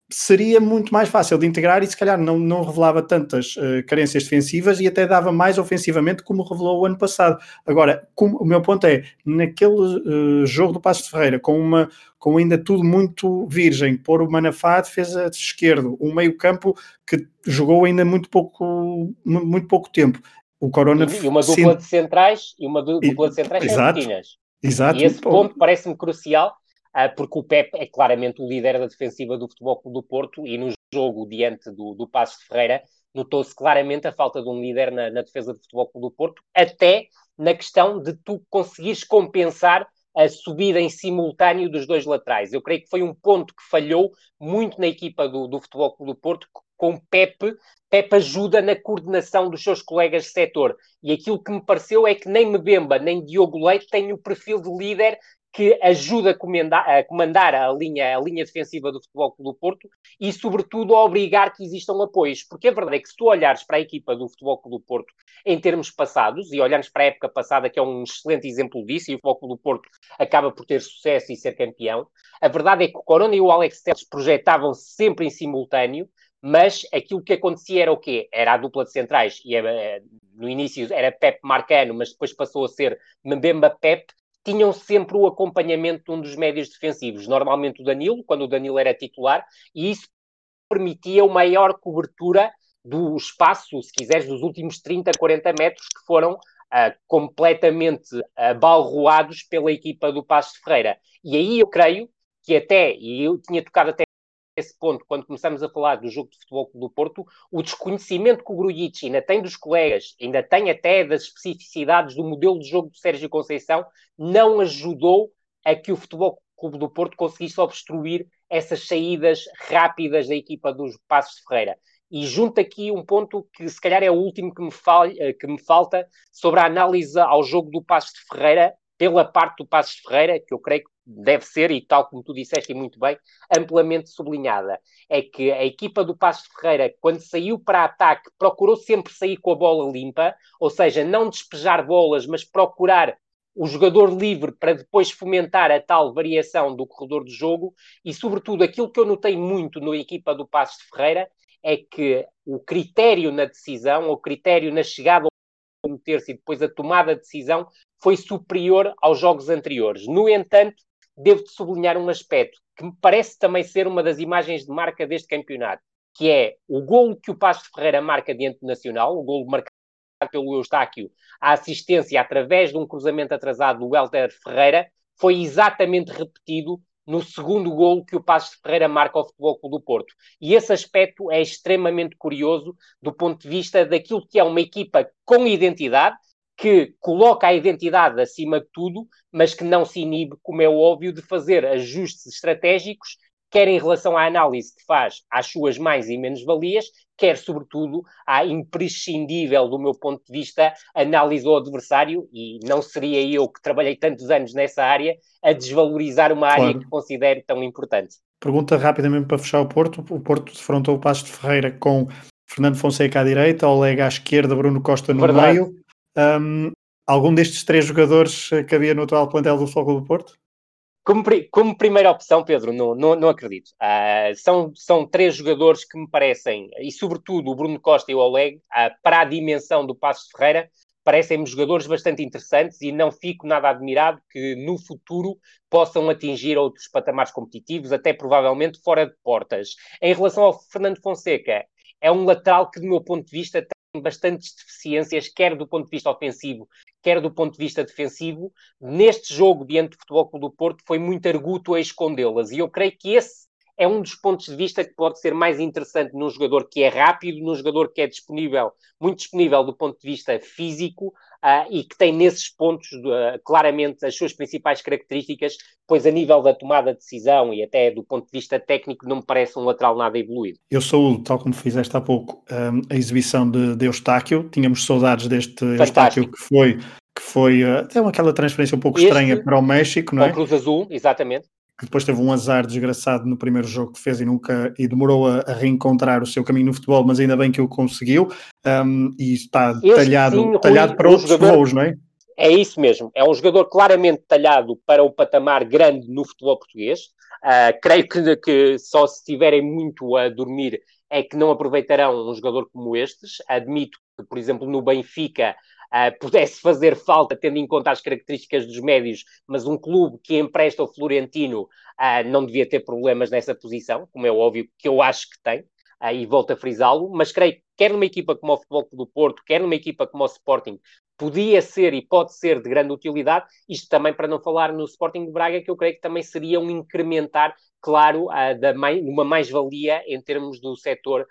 seria muito mais fácil de integrar e se calhar não, não revelava tantas uh, carências defensivas e até dava mais ofensivamente como revelou o ano passado. Agora, como, o meu ponto é, naquele uh, jogo do Paços de Ferreira, com, uma, com ainda tudo muito virgem, pôr o Manafá defesa de esquerdo, um meio campo que jogou ainda muito pouco, muito pouco tempo. O Corona e uma dupla sent... de centrais e uma dupla de centrais sem rotinas. Exato. E esse ponto parece-me crucial, porque o Pep é claramente o líder da defensiva do Futebol Clube do Porto e no jogo diante do, do Paços de Ferreira notou-se claramente a falta de um líder na, na defesa do Futebol Clube do Porto, até na questão de tu conseguires compensar a subida em simultâneo dos dois laterais. Eu creio que foi um ponto que falhou muito na equipa do, do Futebol Clube do Porto, com Pep. Pep ajuda na coordenação dos seus colegas de setor. E aquilo que me pareceu é que nem Mbemba, nem Diogo Leite têm o perfil de líder que ajuda a comandar, a comandar a, linha, a linha defensiva do Futebol Clube do Porto e, sobretudo, a obrigar que existam apoios. Porque a verdade é que se tu olhares para a equipa do Futebol Clube do Porto em termos passados, e olharmos para a época passada, que é um excelente exemplo disso, e o Futebol Clube do Porto acaba por ter sucesso e ser campeão, a verdade é que o Corona e o Alex Telles projetavam-se sempre em simultâneo, mas aquilo que acontecia era o quê? Era a dupla de centrais, e era, no início era Pep Marcano, mas depois passou a ser Mbemba-Pep, tinham sempre o acompanhamento de um dos médios defensivos, normalmente o Danilo, quando o Danilo era titular, e isso permitia uma maior cobertura do espaço, se quiseres, dos últimos trinta, quarenta metros que foram uh, completamente abalroados pela equipa do Paços de Ferreira. E aí eu creio que até, e eu tinha tocado até esse ponto, quando começamos a falar do jogo de futebol do Porto, o desconhecimento que o Grujic ainda tem dos colegas, ainda tem até das especificidades do modelo de jogo do Sérgio Conceição, não ajudou a que o Futebol Clube do Porto conseguisse obstruir essas saídas rápidas da equipa dos Paços de Ferreira. E junto aqui um ponto que se calhar é o último que me, fal- que me falta sobre a análise ao jogo do Paços de Ferreira, pela parte do Paços de Ferreira, que eu creio que deve ser, e tal como tu disseste e muito bem, amplamente sublinhada. É que a equipa do Paços de Ferreira, quando saiu para ataque, procurou sempre sair com a bola limpa, ou seja, não despejar bolas, mas procurar o jogador livre para depois fomentar a tal variação do corredor de jogo, e sobretudo aquilo que eu notei muito na equipa do Paços de Ferreira é que o critério na decisão, o critério na chegada ao terço e depois a tomada de decisão foi superior aos jogos anteriores. No entanto, devo-te sublinhar um aspecto que me parece também ser uma das imagens de marca deste campeonato, que é o golo que o Paços de Ferreira marca diante do Nacional, o golo marcado pelo Eustáquio, a assistência através de um cruzamento atrasado do Hélder Ferreira, foi exatamente repetido no segundo golo que o Paços de Ferreira marca ao Futebol Clube do Porto. E esse aspecto é extremamente curioso do ponto de vista daquilo que é uma equipa com identidade, que coloca a identidade acima de tudo, mas que não se inibe, como é óbvio, de fazer ajustes estratégicos, quer em relação à análise que faz às suas mais e menos-valias, quer, sobretudo, à imprescindível, do meu ponto de vista, análise ao adversário, e não seria eu, que trabalhei tantos anos nessa área, a desvalorizar uma área Claro. que considero tão importante. Pergunta rapidamente para fechar o Porto. O Porto defrontou o Paços de Ferreira com Fernando Fonseca à direita, Olega à esquerda, Bruno Costa no Verdade. meio. Um, algum destes três jogadores que havia no atual plantel do Futebol Clube do Porto? Como, como primeira opção, Pedro, não, não, não acredito. Uh, são, são três jogadores que me parecem, e sobretudo o Bruno Costa e o Oleg, uh, para a dimensão do Paços de Ferreira, parecem-me jogadores bastante interessantes e não fico nada admirado que no futuro possam atingir outros patamares competitivos, até provavelmente fora de portas. Em relação ao Fernando Fonseca, é um lateral que, do meu ponto de vista, tem bastantes deficiências, quer do ponto de vista ofensivo, quer do ponto de vista defensivo. Neste jogo, diante do Futebol Clube do Porto, foi muito arguto a escondê-las. E eu creio que esse é um dos pontos de vista que pode ser mais interessante num jogador que é rápido, num jogador que é disponível, muito disponível do ponto de vista físico, uh, e que tem nesses pontos uh, claramente as suas principais características, pois a nível da tomada de decisão e até do ponto de vista técnico não me parece um lateral nada evoluído. Eu sou, tal como fizeste há pouco, um, a exibição de, de Eustáquio. Tínhamos saudades deste Fantástico. Eustáquio que foi, que foi uh, até aquela transferência um pouco este, estranha para o México, não é? Ao Cruz Azul, exatamente. Que depois teve um azar desgraçado no primeiro jogo que fez e nunca e demorou a, a reencontrar o seu caminho no futebol, mas ainda bem que o conseguiu, um, e está este, talhado, sim, talhado Rui, para um outros jogador... voos, não é? É isso mesmo, é um jogador claramente talhado para o patamar grande no futebol português. Uh, creio que, que só se estiverem muito a dormir é que não aproveitarão um jogador como estes. Admito que, por exemplo, no Benfica uh, pudesse fazer falta, tendo em conta as características dos médios, mas um clube que empresta o Florentino uh, não devia ter problemas nessa posição, como é óbvio que eu acho que tem, uh, e volto a frisá-lo, mas creio que quer numa equipa como o Futebol Clube do Porto, quer numa equipa como o Sporting, podia ser e pode ser de grande utilidade, isto também para não falar no Sporting de Braga, que eu creio que também seria um incrementar, claro, uh, da mai, uma mais-valia em termos do setor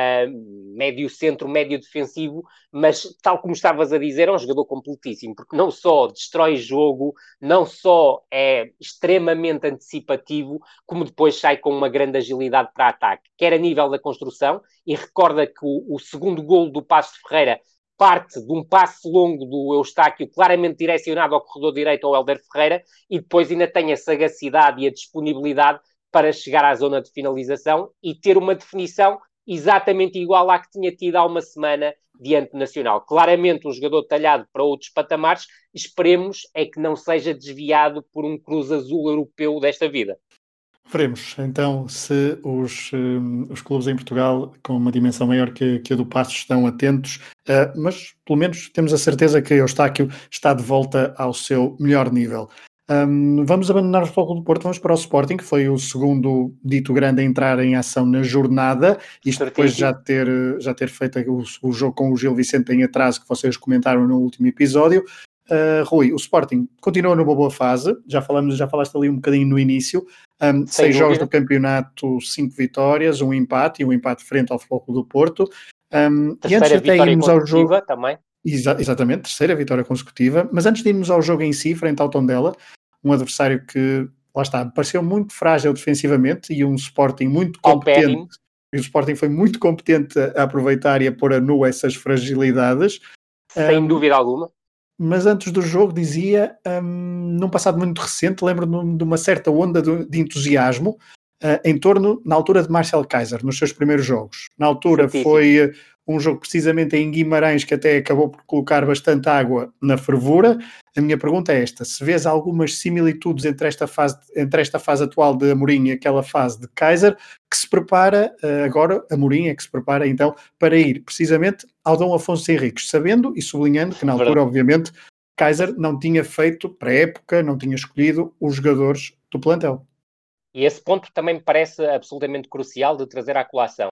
uh, médio-centro, médio-defensivo, mas tal como estavas a dizer, é um jogador completíssimo, porque não só destrói jogo, não só é extremamente antecipativo, como depois sai com uma grande agilidade para ataque, quer a nível da construção, e recorda que o, o segundo golo do Paço de Ferreira parte de um passe longo do Eustáquio, claramente direcionado ao corredor direito ao Hélder Ferreira, e depois ainda tem a sagacidade e a disponibilidade para chegar à zona de finalização e ter uma definição exatamente igual à que tinha tido há uma semana diante do Nacional. Claramente um jogador talhado para outros patamares, esperemos é que não seja desviado por um Cruz Azul europeu desta vida. Veremos, então, se os, um, os clubes em Portugal, com uma dimensão maior que, que a do Paços, estão atentos, uh, mas, pelo menos, temos a certeza que Eustáquio está de volta ao seu melhor nível. Um, vamos abandonar o Futebol Clube do Porto, vamos para o Sporting, que foi o segundo dito grande a entrar em ação na jornada, isto Certíssimo. Depois de já ter, já ter feito o, o jogo com o Gil Vicente em atraso, que vocês comentaram no último episódio. Uh, Rui, o Sporting continua numa boa fase, já, falamos, já falaste ali um bocadinho no início, um, seis dúvida. Jogos do campeonato, cinco vitórias, um empate e um empate frente ao Futebol Clube do Porto. Um, e antes de até irmos ao jogo, também. Exa- exatamente, terceira vitória consecutiva, mas antes de irmos ao jogo em si, frente ao Tondela, um adversário que, lá está, pareceu muito frágil defensivamente e um Sporting muito competente, e o Sporting foi muito competente a aproveitar e a pôr a nu essas fragilidades. Sem um, dúvida alguma. Mas antes do jogo dizia, um, num passado muito recente, lembro-me de uma certa onda de, de entusiasmo uh, em torno, na altura de Marcel Keizer, nos seus primeiros jogos. Na altura Certíssimo. Foi uh, um jogo precisamente em Guimarães que até acabou por colocar bastante água na fervura. A minha pergunta é esta: se vês algumas similitudes entre esta fase, entre esta fase atual de Amorim e aquela fase de Keizer, que se prepara uh, agora, Amorim é que se prepara então para ir precisamente ao Dom Afonso Henriques, sabendo e sublinhando que na altura, Verdade. Obviamente, Keizer não tinha feito, para a época, não tinha escolhido os jogadores do plantel. E esse ponto também me parece absolutamente crucial de trazer à colação.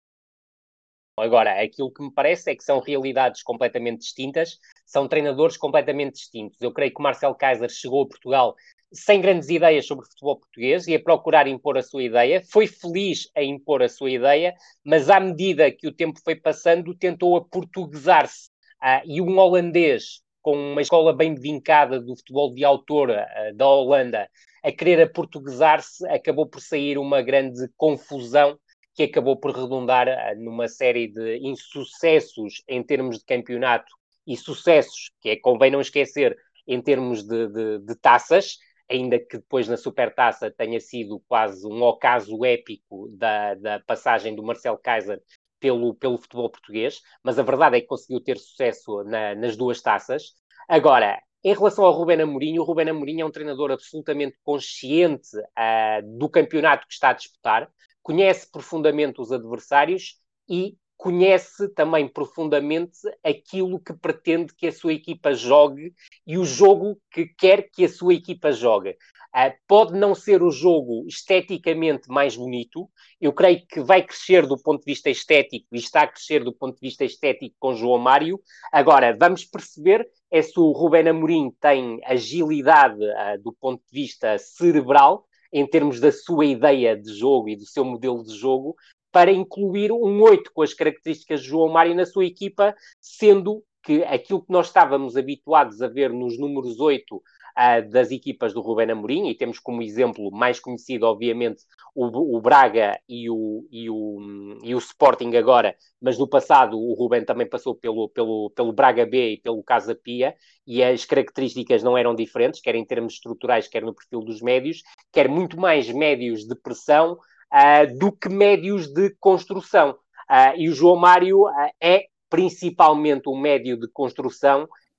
Agora, aquilo que me parece é que são realidades completamente distintas, são treinadores completamente distintos. Eu creio que o Marcel Keizer chegou a Portugal sem grandes ideias sobre o futebol português e a procurar impor a sua ideia. Foi feliz a impor a sua ideia, mas à medida que o tempo foi passando, tentou aportuguesar-se. Ah, e um holandês com uma escola bem vincada do futebol de autor ah, da Holanda, a querer aportuguesar-se, acabou por sair uma grande confusão que acabou por redundar uh, numa série de insucessos em termos de campeonato e sucessos, que é, convém não esquecer, em termos de, de, de taças, ainda que depois na Supertaça tenha sido quase um ocaso épico da, da passagem do Marcel Keizer pelo, pelo futebol português, mas a verdade é que conseguiu ter sucesso na, nas duas taças. Agora, em relação ao Ruben Amorim, o Ruben Amorim é um treinador absolutamente consciente uh, do campeonato que está a disputar, conhece profundamente os adversários e conhece também profundamente aquilo que pretende que a sua equipa jogue e o jogo que quer que a sua equipa jogue. Uh, pode não ser o jogo esteticamente mais bonito, eu creio que vai crescer do ponto de vista estético e está a crescer do ponto de vista estético com João Mário. Agora, vamos perceber é se o Ruben Amorim tem agilidade uh, do ponto de vista cerebral, em termos da sua ideia de jogo e do seu modelo de jogo, para incluir um oito com as características de João Mário na sua equipa, sendo que aquilo que nós estávamos habituados a ver nos números oito uh, das equipas do Ruben Amorim, e temos como exemplo mais conhecido, obviamente, o, o Braga e o, e, o, e o Sporting agora, mas no passado o Ruben também passou pelo, pelo, pelo Braga B e pelo Casa Pia, e as características não eram diferentes, quer em termos estruturais, quer no perfil dos médios, quer muito mais médios de pressão uh, do que médios de construção. Uh, e o João Mário uh, é principalmente um médio de construção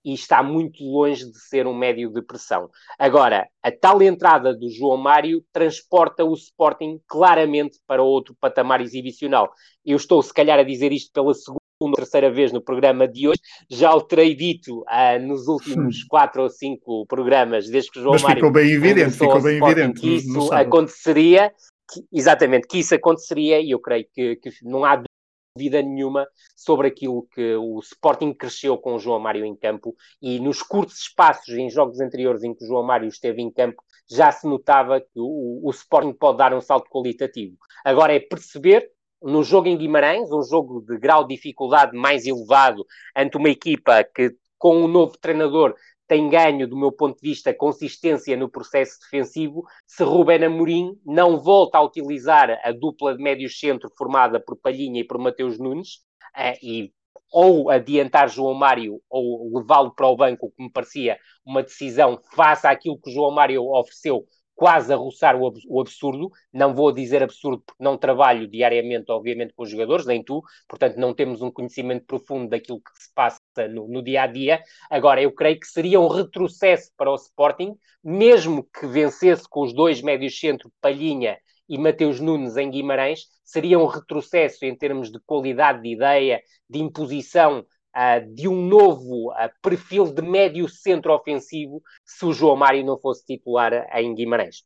e está muito longe de ser um médio de pressão. Agora, a tal entrada do João Mário transporta o Sporting claramente para outro patamar exibicional. Eu estou, se calhar, a dizer isto pela segunda ou terceira vez no programa de hoje, já o terei dito uh, nos últimos hum. quatro ou cinco programas, desde que o João Mas Mário ficou bem evidente, ficou bem Sporting, evidente que isso no, no aconteceria, que, exatamente, que isso aconteceria, e eu creio que, que não há dúvida nenhuma sobre aquilo que o Sporting cresceu com o João Mário em campo, e nos curtos espaços em jogos anteriores em que o João Mário esteve em campo, já se notava que o, o Sporting pode dar um salto qualitativo. Agora é perceber, no jogo em Guimarães, um jogo de grau de dificuldade mais elevado, ante uma equipa que, com um novo treinador, tem ganho, do meu ponto de vista, consistência no processo defensivo, se Rubén Amorim não volta a utilizar a dupla de médios centro formada por Palhinha e por Mateus Nunes, eh, e ou adiantar João Mário ou levá-lo para o banco, que me parecia uma decisão face àquilo que o João Mário ofereceu, quase a roçar o, o absurdo. Não vou dizer absurdo porque não trabalho diariamente, obviamente, com os jogadores, nem tu, portanto não temos um conhecimento profundo daquilo que se passa no, no dia-a-dia. Agora, eu creio que seria um retrocesso para o Sporting, mesmo que vencesse com os dois médios centro, Palhinha e Mateus Nunes em Guimarães, seria um retrocesso em termos de qualidade de ideia, de imposição, Uh, de um novo uh, perfil de médio centro ofensivo, se o João Mário não fosse titular em Guimarães.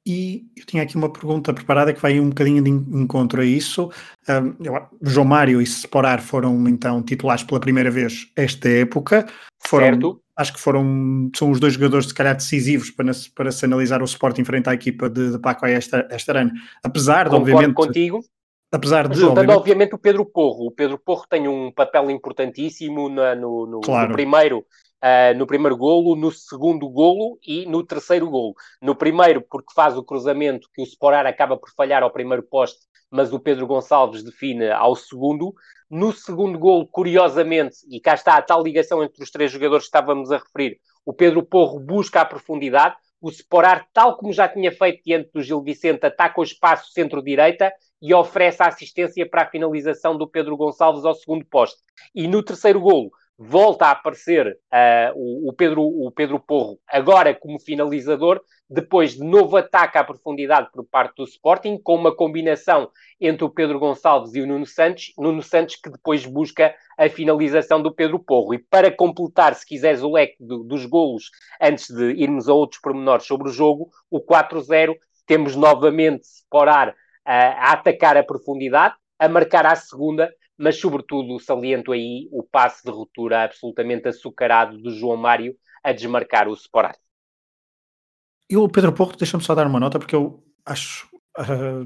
E eu tinha aqui uma pergunta preparada que vai um bocadinho de encontro a isso. Um, eu, João Mário e Sporar foram então titulares pela primeira vez esta época. Foram, certo. Acho que foram, são os dois jogadores se calhar decisivos para, para se analisar o Sporting frente à equipa de, de Paco esta, esta ano. Apesar de, Concordo obviamente... contigo. Apesar de, Juntando, obviamente... obviamente, o Pedro Porro. O Pedro Porro tem um papel importantíssimo na, no, no, claro. no, primeiro, uh, no primeiro golo, no segundo golo e no terceiro golo. No primeiro, porque faz o cruzamento que o Sporar acaba por falhar ao primeiro poste, mas o Pedro Gonçalves define ao segundo. No segundo golo, curiosamente, e cá está a tal ligação entre os três jogadores que estávamos a referir, o Pedro Porro busca a profundidade, o Sporar, tal como já tinha feito diante do Gil Vicente, ataca o espaço centro-direita e oferece a assistência para a finalização do Pedro Gonçalves ao segundo poste. E no terceiro golo volta a aparecer uh, o, o, Pedro, o Pedro Porro, agora como finalizador, depois de novo ataque à profundidade por parte do Sporting, com uma combinação entre o Pedro Gonçalves e o Nuno Santos, Nuno Santos que depois busca a finalização do Pedro Porro. E para completar, se quiseres, o leque do, dos golos, antes de irmos a outros pormenores sobre o jogo, o quatro zero, temos novamente Sporar a atacar a profundidade, a marcar à segunda, mas sobretudo saliento aí o passe de ruptura absolutamente açucarado do João Mário a desmarcar o Sporar. E o Pedro Porro, deixa-me só dar uma nota, porque eu acho, uh,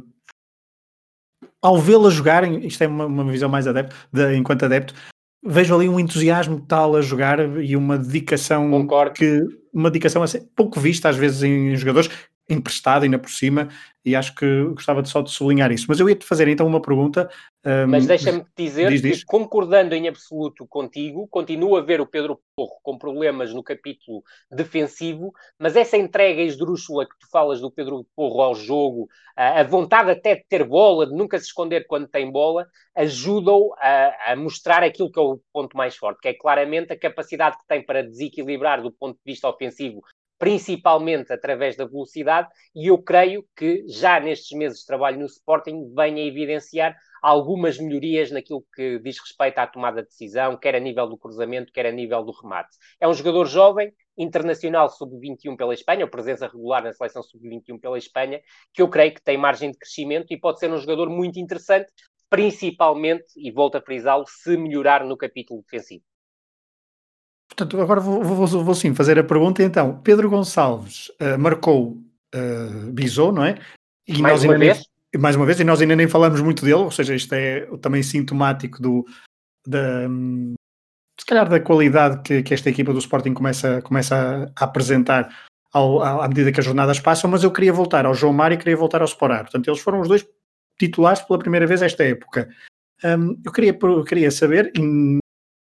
ao vê-lo a jogar, isto é uma, uma visão mais adepto, de, enquanto adepto, vejo ali um entusiasmo tal a jogar e uma dedicação, Concordo. que uma dedicação assim, pouco vista às vezes em jogadores, emprestado ainda por cima, e acho que gostava de só de sublinhar isso. Mas eu ia-te fazer então uma pergunta. Um, Mas deixa-me dizer diz, que, diz. concordando em absoluto contigo, continuo a ver o Pedro Porro com problemas no capítulo defensivo, mas essa entrega esdrúxula que tu falas do Pedro Porro ao jogo, a vontade até de ter bola, de nunca se esconder quando tem bola, ajudam a, a mostrar aquilo que é o ponto mais forte, que é claramente a capacidade que tem para desequilibrar do ponto de vista ofensivo, principalmente através da velocidade, e eu creio que já nestes meses de trabalho no Sporting vem a evidenciar algumas melhorias naquilo que diz respeito à tomada de decisão, quer a nível do cruzamento, quer a nível do remate. É um jogador jovem, internacional sub vinte e um pela Espanha, ou presença regular na seleção sub vinte e um pela Espanha, que eu creio que tem margem de crescimento e pode ser um jogador muito interessante, principalmente, e volto a frisá-lo, se melhorar no capítulo defensivo. Portanto, agora vou, vou, vou, vou sim fazer a pergunta. Então, Pedro Gonçalves uh, marcou uh, Bisou, não é? E mais uma vez? Nem, mais uma vez, e nós ainda nem falamos muito dele, ou seja, isto é também sintomático do, da, um, se calhar da qualidade que, que esta equipa do Sporting começa, começa a, a apresentar ao, à medida que as jornadas passam, mas eu queria voltar ao João Mário e queria voltar ao Sporar. Portanto, eles foram os dois titulares pela primeira vez esta época. Um, eu, queria, eu queria saber... Em,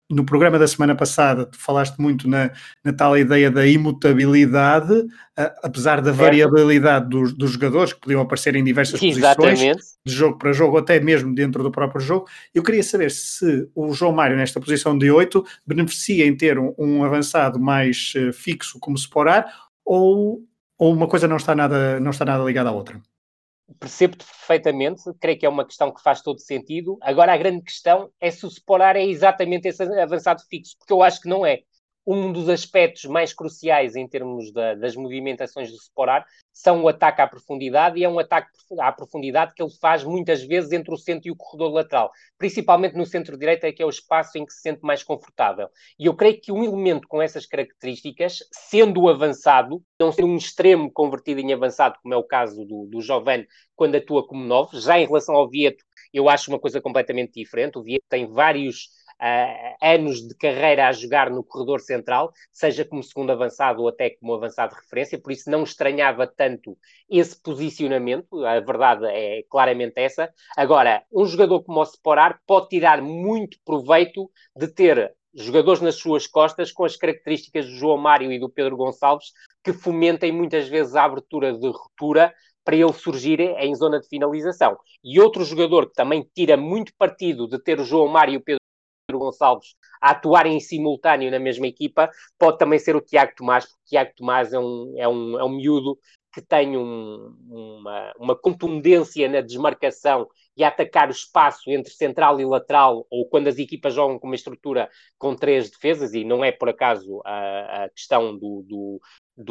no programa da semana passada, tu falaste muito na, na tal ideia da imutabilidade, uh, apesar da certo. variabilidade dos, dos jogadores, que podiam aparecer em diversas Exatamente. posições, de jogo para jogo, até mesmo dentro do próprio jogo. Eu queria saber se o João Mário, nesta posição de oito, beneficia em ter um, um avançado mais uh, fixo como Sporar, ou, ou uma coisa não está nada, não está nada ligada à outra. Percebo-te perfeitamente, creio que é uma questão que faz todo sentido. Agora, a grande questão é se o Sporar é exatamente esse avançado fixo, porque eu acho que não é. Um dos aspectos mais cruciais em termos da, das movimentações do Sporar são o ataque à profundidade, e é um ataque à profundidade que ele faz muitas vezes entre o centro e o corredor lateral, principalmente no centro-direita, que é o espaço em que se sente mais confortável. E eu creio que um elemento com essas características, sendo avançado, não ser um extremo convertido em avançado, como é o caso do, do Jovane, quando atua como nove, já em relação ao Vieto, eu acho uma coisa completamente diferente. O Vieto tem vários Uh, anos de carreira a jogar no corredor central, seja como segundo avançado ou até como avançado de referência, por isso não estranhava tanto esse posicionamento, a verdade é claramente essa. Agora, um jogador como o Sporar pode tirar muito proveito de ter jogadores nas suas costas com as características do João Mário e do Pedro Gonçalves, que fomentem muitas vezes a abertura de ruptura para ele surgir em zona de finalização. E outro jogador que também tira muito partido de ter o João Mário e o Pedro Gonçalves a atuarem em simultâneo na mesma equipa, pode também ser o Tiago Tomás, porque o Tiago Tomás é um, é um, é um miúdo que tem um, uma, uma contundência na desmarcação e a atacar o espaço entre central e lateral, ou quando as equipas jogam com uma estrutura com três defesas, e não é por acaso a, a questão do, do,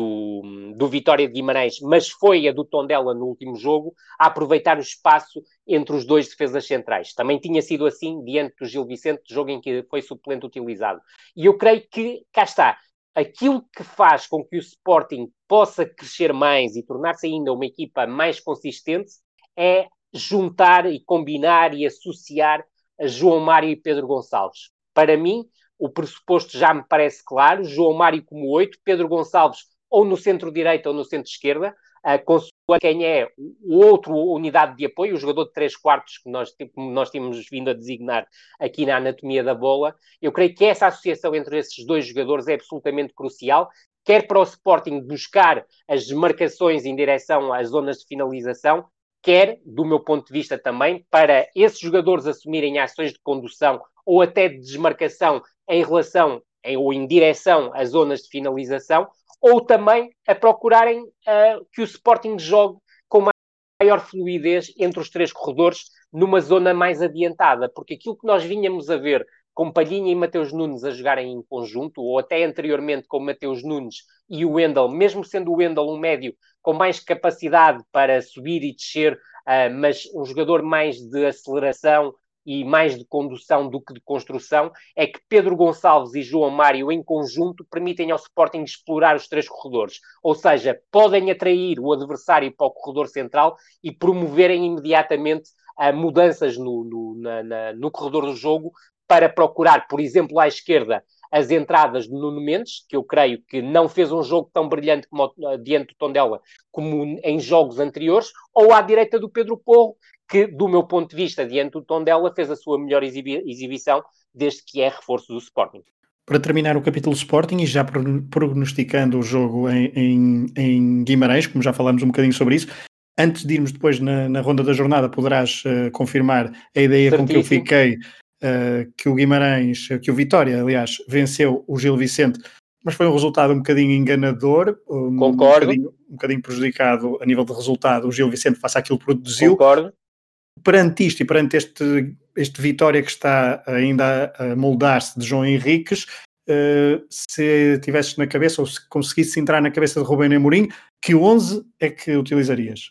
do, do Vitória de Guimarães, mas foi a do Tondela no último jogo, a aproveitar o espaço entre os dois defesas centrais. Também tinha sido assim diante do Gil Vicente, jogo em que foi suplente utilizado. E eu creio que, cá está, aquilo que faz com que o Sporting possa crescer mais e tornar-se ainda uma equipa mais consistente é juntar e combinar e associar a João Mário e Pedro Gonçalves. Para mim, o pressuposto já me parece claro, João Mário como oito, Pedro Gonçalves ou no centro-direita ou no centro-esquerda, uh, consoante quem é o outro unidade de apoio, o jogador de três quartos que nós, como nós tínhamos vindo a designar aqui na anatomia da bola. Eu creio que essa associação entre esses dois jogadores é absolutamente crucial, quer para o Sporting buscar as desmarcações em direção às zonas de finalização, quer, do meu ponto de vista também, para esses jogadores assumirem ações de condução ou até de desmarcação em relação em, ou em direção às zonas de finalização, ou também a procurarem uh, que o Sporting jogue com maior fluidez entre os três corredores numa zona mais adiantada, porque aquilo que nós vinhamos a ver com Palhinha e Mateus Nunes a jogarem em conjunto, ou até anteriormente com Mateus Nunes e o Wendel, mesmo sendo o Wendel um médio com mais capacidade para subir e descer, uh, mas um jogador mais de aceleração e mais de condução do que de construção, é que Pedro Gonçalves e João Mário em conjunto permitem ao Sporting explorar os três corredores, ou seja, podem atrair o adversário para o corredor central e promoverem imediatamente uh, mudanças no, no, na, na, no corredor do jogo para procurar, por exemplo, à esquerda, as entradas de Nuno Mendes, que eu creio que não fez um jogo tão brilhante como diante do Tondela como em jogos anteriores, ou à direita do Pedro Porro, que, do meu ponto de vista, diante do Tondela, fez a sua melhor exibi- exibição desde que é reforço do Sporting. Para terminar o capítulo Sporting, e já prognosticando o jogo em, em, em Guimarães, como já falámos um bocadinho sobre isso, antes de irmos depois na, na ronda da jornada, poderás uh, confirmar a ideia Certíssimo. Com que eu fiquei, uh, que o Guimarães, que o Vitória, aliás, venceu o Gil Vicente, mas foi um resultado um bocadinho enganador, um, Concordo. Um bocadinho, um bocadinho prejudicado a nível de resultado, o Gil Vicente face àquilo que produziu. Concordo. Perante isto e perante este, este Vitória que está ainda a moldar-se de João Henriques, uh, se tivesses na cabeça, ou se conseguisse entrar na cabeça de Rubén Amorim, que onze é que utilizarias?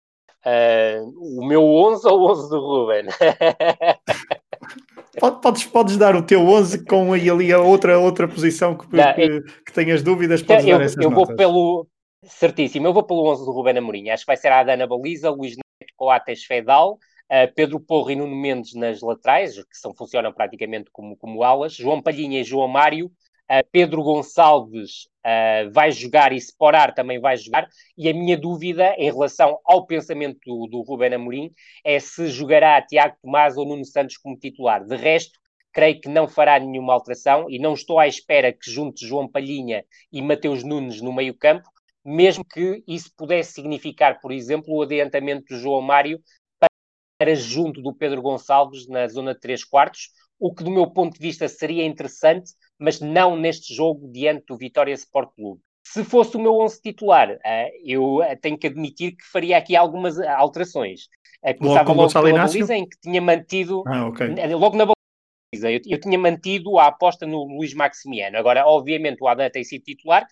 Uh, o meu onze ou o onze do Rubén? Podes, podes dar o teu onze com aí ali a outra, outra posição que, Não, que, eu, que tenhas dúvidas, podes eu, dar essas eu notas. Vou pelo, certíssimo, eu vou pelo onze do Rubén Amorim. Acho que vai ser a Adana Baliza, Luís Neto, Coates, Fedal, uh, Pedro Porro e Nuno Mendes nas laterais, que são, funcionam praticamente como, como alas, João Palhinha e João Mário, uh, Pedro Gonçalves uh, vai jogar e Sporar também vai jogar, e a minha dúvida em relação ao pensamento do, do Rubén Amorim é se jogará Tiago Tomás ou Nuno Santos como titular. De resto, creio que não fará nenhuma alteração e não estou à espera que junte João Palhinha e Mateus Nunes no meio campo, mesmo que isso pudesse significar, por exemplo, o adiantamento do João Mário para junto do Pedro Gonçalves na zona de três quartos, o que do meu ponto de vista seria interessante, mas não neste jogo diante do Vitória Sport Clube. Se fosse o meu onze titular, eu tenho que admitir que faria aqui algumas alterações. Começava logo, logo pela baliza, em que tinha mantido, ah, okay. logo na baliza, eu, eu tinha mantido a aposta no Luís Maximiano. Agora, obviamente, o Adam tem sido titular,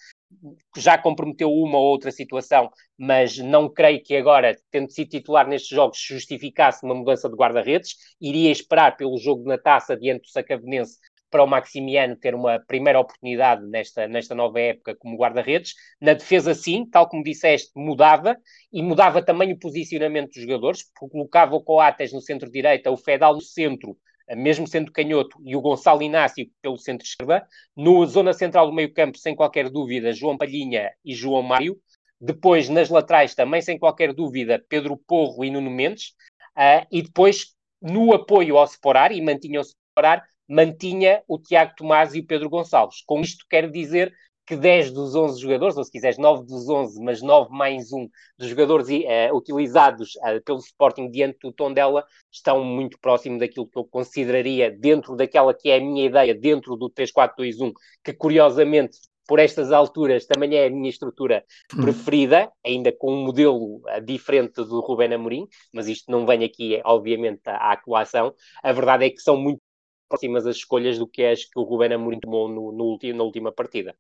já comprometeu uma ou outra situação, mas não creio que agora, tendo sido titular nestes jogos, justificasse uma mudança de guarda-redes. Iria esperar pelo jogo na Taça diante do Sacavenense para o Maximiano ter uma primeira oportunidade nesta, nesta nova época como guarda-redes. Na defesa, sim, tal como disseste, mudava, e mudava também o posicionamento dos jogadores, porque colocava o Coates no centro-direita, o Fedal no centro, mesmo sendo canhoto, e o Gonçalo Inácio pelo centro-esquerda. No zona central do meio-campo, sem qualquer dúvida, João Palhinha e João Mário. Depois, nas laterais, também sem qualquer dúvida, Pedro Porro e Nuno Mendes. Uh, e depois, no apoio ao Sporar, e mantinha o Sporar, mantinha o Tiago Tomás e o Pedro Gonçalves. Com isto quero dizer que dez dos onze jogadores, ou se quiseres nove dos onze, mas nove mais um dos jogadores uh, utilizados uh, pelo Sporting diante do Tondela, estão muito próximo daquilo que eu consideraria dentro daquela que é a minha ideia, dentro do três quatro dois um, que curiosamente, por estas alturas, também é a minha estrutura preferida, ainda com um modelo uh, diferente do Rubén Amorim, mas isto não vem aqui, obviamente, à, à colação. A verdade é que são muito próximas as escolhas do que as que o Rubén Amorim tomou no, no ulti, na última partida.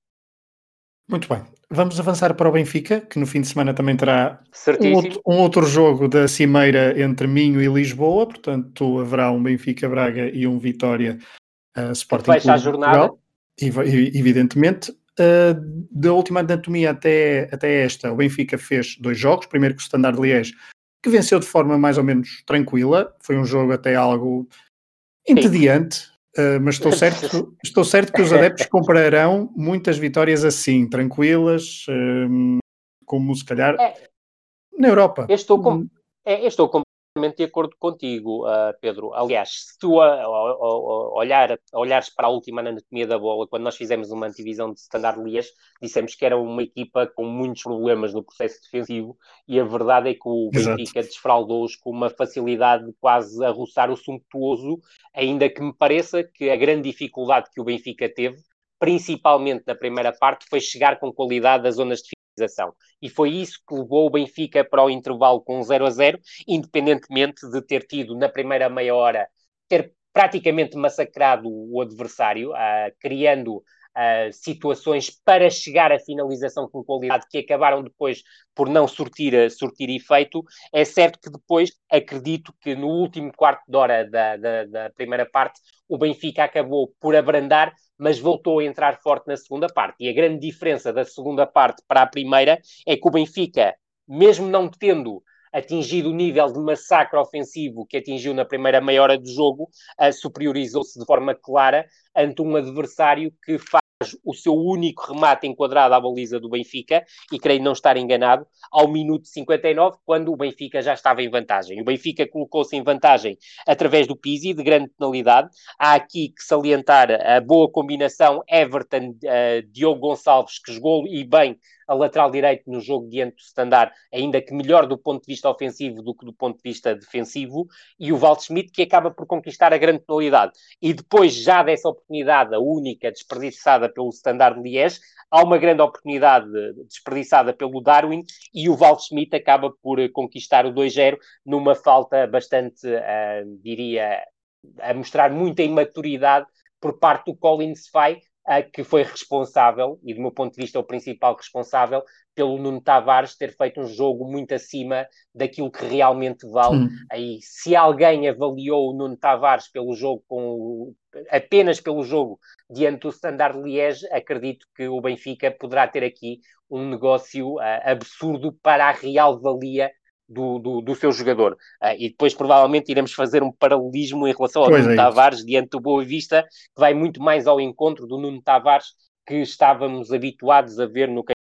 Muito bem. Vamos avançar para o Benfica, que no fim de semana também terá um outro, um outro jogo da cimeira entre Minho e Lisboa, portanto haverá um Benfica-Braga e um Vitória uh, Sporting Clube fecha a jornada. E, evidentemente, uh, da última anatomia até, até esta, o Benfica fez dois jogos, primeiro com o Standard Liège, que venceu de forma mais ou menos tranquila, foi um jogo até algo entediante, uh, mas estou certo, estou certo que os adeptos compararão muitas vitórias assim, tranquilas, uh, como se calhar é, na Europa. Eu estou, com, é, eu estou completamente de acordo contigo, uh, Pedro. Aliás, se tu a, a, a, olhar, a olhares para a última anatomia da bola, quando nós fizemos uma antivisão de Standard Liège, dissemos que era uma equipa com muitos problemas no processo defensivo, e a verdade é que o Benfica desfraldou-os com uma facilidade quase a roçar o sumptuoso, ainda que me pareça que a grande dificuldade que o Benfica teve, principalmente na primeira parte, foi chegar com qualidade às zonas de finalização. E foi isso que levou o Benfica para o intervalo com zero a zero, independentemente de ter tido na primeira meia hora, ter praticamente massacrado o adversário, uh, criando uh, situações para chegar à finalização com qualidade, que acabaram depois por não surtir, surtir efeito. É certo que depois, acredito que no último quarto de hora da, da, da primeira parte, o Benfica acabou por abrandar, mas voltou a entrar forte na segunda parte. E a grande diferença da segunda parte para a primeira é que o Benfica, mesmo não tendo atingido o nível de massacre ofensivo que atingiu na primeira meia hora do jogo, uh, superiorizou-se de forma clara ante um adversário que faz o seu único remate enquadrado à baliza do Benfica, e creio não estar enganado, ao minuto cinquenta e nove, quando o Benfica já estava em vantagem. O Benfica colocou-se em vantagem através do Pizzi, de grande penalidade. Há aqui que salientar a boa combinação Everton-Diogo uh, Gonçalves, que jogou e bem a lateral direito no jogo diante do Standard, ainda que melhor do ponto de vista ofensivo do que do ponto de vista defensivo, e o Waldschmidt, que acaba por conquistar a grande penalidade. E depois, já dessa oportunidade, a única desperdiçada pelo Standard Liège, há uma grande oportunidade desperdiçada pelo Darwin, e o Waldschmidt acaba por conquistar o dois zero numa falta bastante, uh, diria, a mostrar muita imaturidade por parte do Colin Sfai, que foi responsável, e do meu ponto de vista o principal responsável, pelo Nuno Tavares ter feito um jogo muito acima daquilo que realmente vale. Hum. Aí, se alguém avaliou o Nuno Tavares pelo jogo com, apenas pelo jogo diante do Standard Liège, acredito que o Benfica poderá ter aqui um negócio uh, absurdo para a real valia Do, do, do seu jogador. Uh, e depois provavelmente iremos fazer um paralelismo em relação ao pois Nuno é Tavares diante do Boa Vista, que vai muito mais ao encontro do Nuno Tavares que estávamos habituados a ver no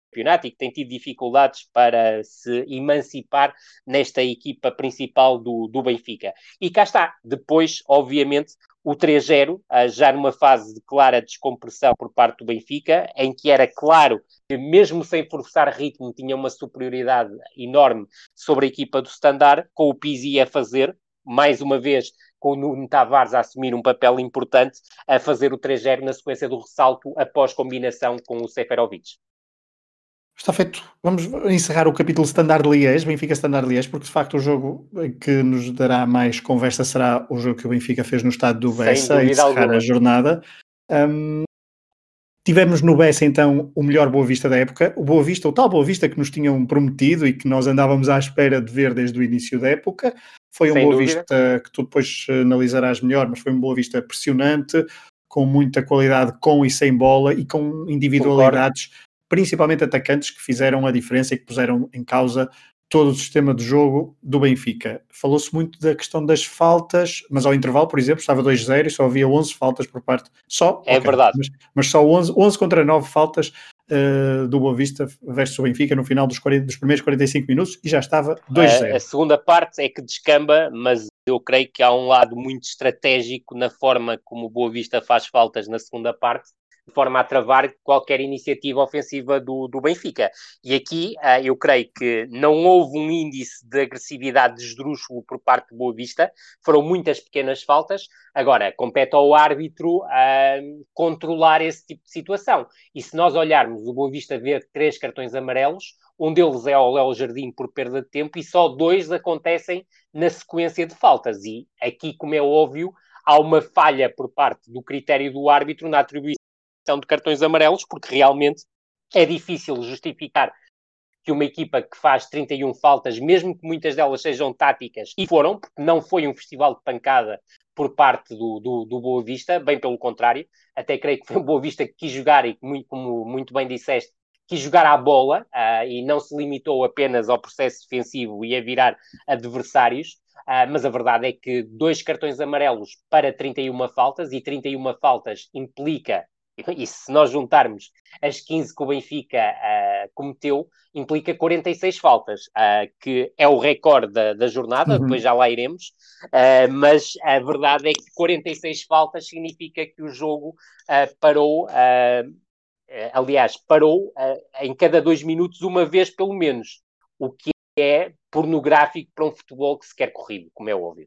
campeonato e que tem tido dificuldades para se emancipar nesta equipa principal do, do Benfica. E cá está, depois, obviamente, o três zero, já numa fase de clara descompressão por parte do Benfica, em que era claro que mesmo sem forçar ritmo tinha uma superioridade enorme sobre a equipa do Standard, com o Pizzi a fazer, mais uma vez com o Nuno Tavares a assumir um papel importante, a fazer o três zero na sequência do ressalto após combinação com o Seferovic. Está feito. Vamos encerrar o capítulo Standard Liège, Benfica Standard Liège, porque de facto o jogo que nos dará mais conversa será o jogo que o Benfica fez no estádio do Bessa, a encerrar alguma. a jornada. Um, tivemos no Bessa então o melhor Boa Vista da época, o Boa Vista, o tal Boa Vista que nos tinham prometido e que nós andávamos à espera de ver desde o início da época. Foi um Sem Boa dúvida. Vista que tu depois analisarás melhor, mas foi um Boa Vista pressionante, com muita qualidade, com e sem bola e com individualidades. Concordo. Principalmente atacantes que fizeram a diferença e que puseram em causa todo o sistema de jogo do Benfica. Falou-se muito da questão das faltas, mas ao intervalo, por exemplo, estava dois zero e só havia onze faltas por parte... Só? É okay, verdade. Mas, mas só onze, onze contra nove faltas uh, do Boa Vista versus o Benfica no final dos, quarenta, dos primeiros quarenta e cinco minutos e já estava dois zero. A, a segunda parte é que descamba, mas eu creio que há um lado muito estratégico na forma como o Boa Vista faz faltas na segunda parte, de forma a travar qualquer iniciativa ofensiva do, do Benfica. E aqui uh, eu creio que não houve um índice de agressividade de esdrúxulo por parte do Boa Vista, foram muitas pequenas faltas. Agora, compete ao árbitro uh, controlar esse tipo de situação. E se nós olharmos, o Boa Vista vê três cartões amarelos, um deles é ao Léo Jardim por perda de tempo e só dois acontecem na sequência de faltas. E aqui, como é óbvio, há uma falha por parte do critério do árbitro na atribuição de cartões amarelos, porque realmente é difícil justificar que uma equipa que faz trinta e uma faltas, mesmo que muitas delas sejam táticas, e foram, porque não foi um festival de pancada por parte do, do, do Boa Vista, bem pelo contrário, até creio que foi o Boa Vista que quis jogar e, muito, como muito bem disseste, quis jogar à bola uh, e não se limitou apenas ao processo defensivo e a virar adversários. Uh, mas a verdade é que dois cartões amarelos para trinta e uma faltas, e trinta e uma faltas implica, e se nós juntarmos as quinze que o Benfica uh, cometeu, implica quarenta e seis faltas, uh, que é o recorde da, da jornada, uhum. Depois já lá iremos, uh, mas a verdade é que quarenta e seis faltas significa que o jogo uh, parou, uh, uh, aliás, parou uh, em cada dois minutos uma vez pelo menos, o que é pornográfico para um futebol que se quer corrido, como é óbvio.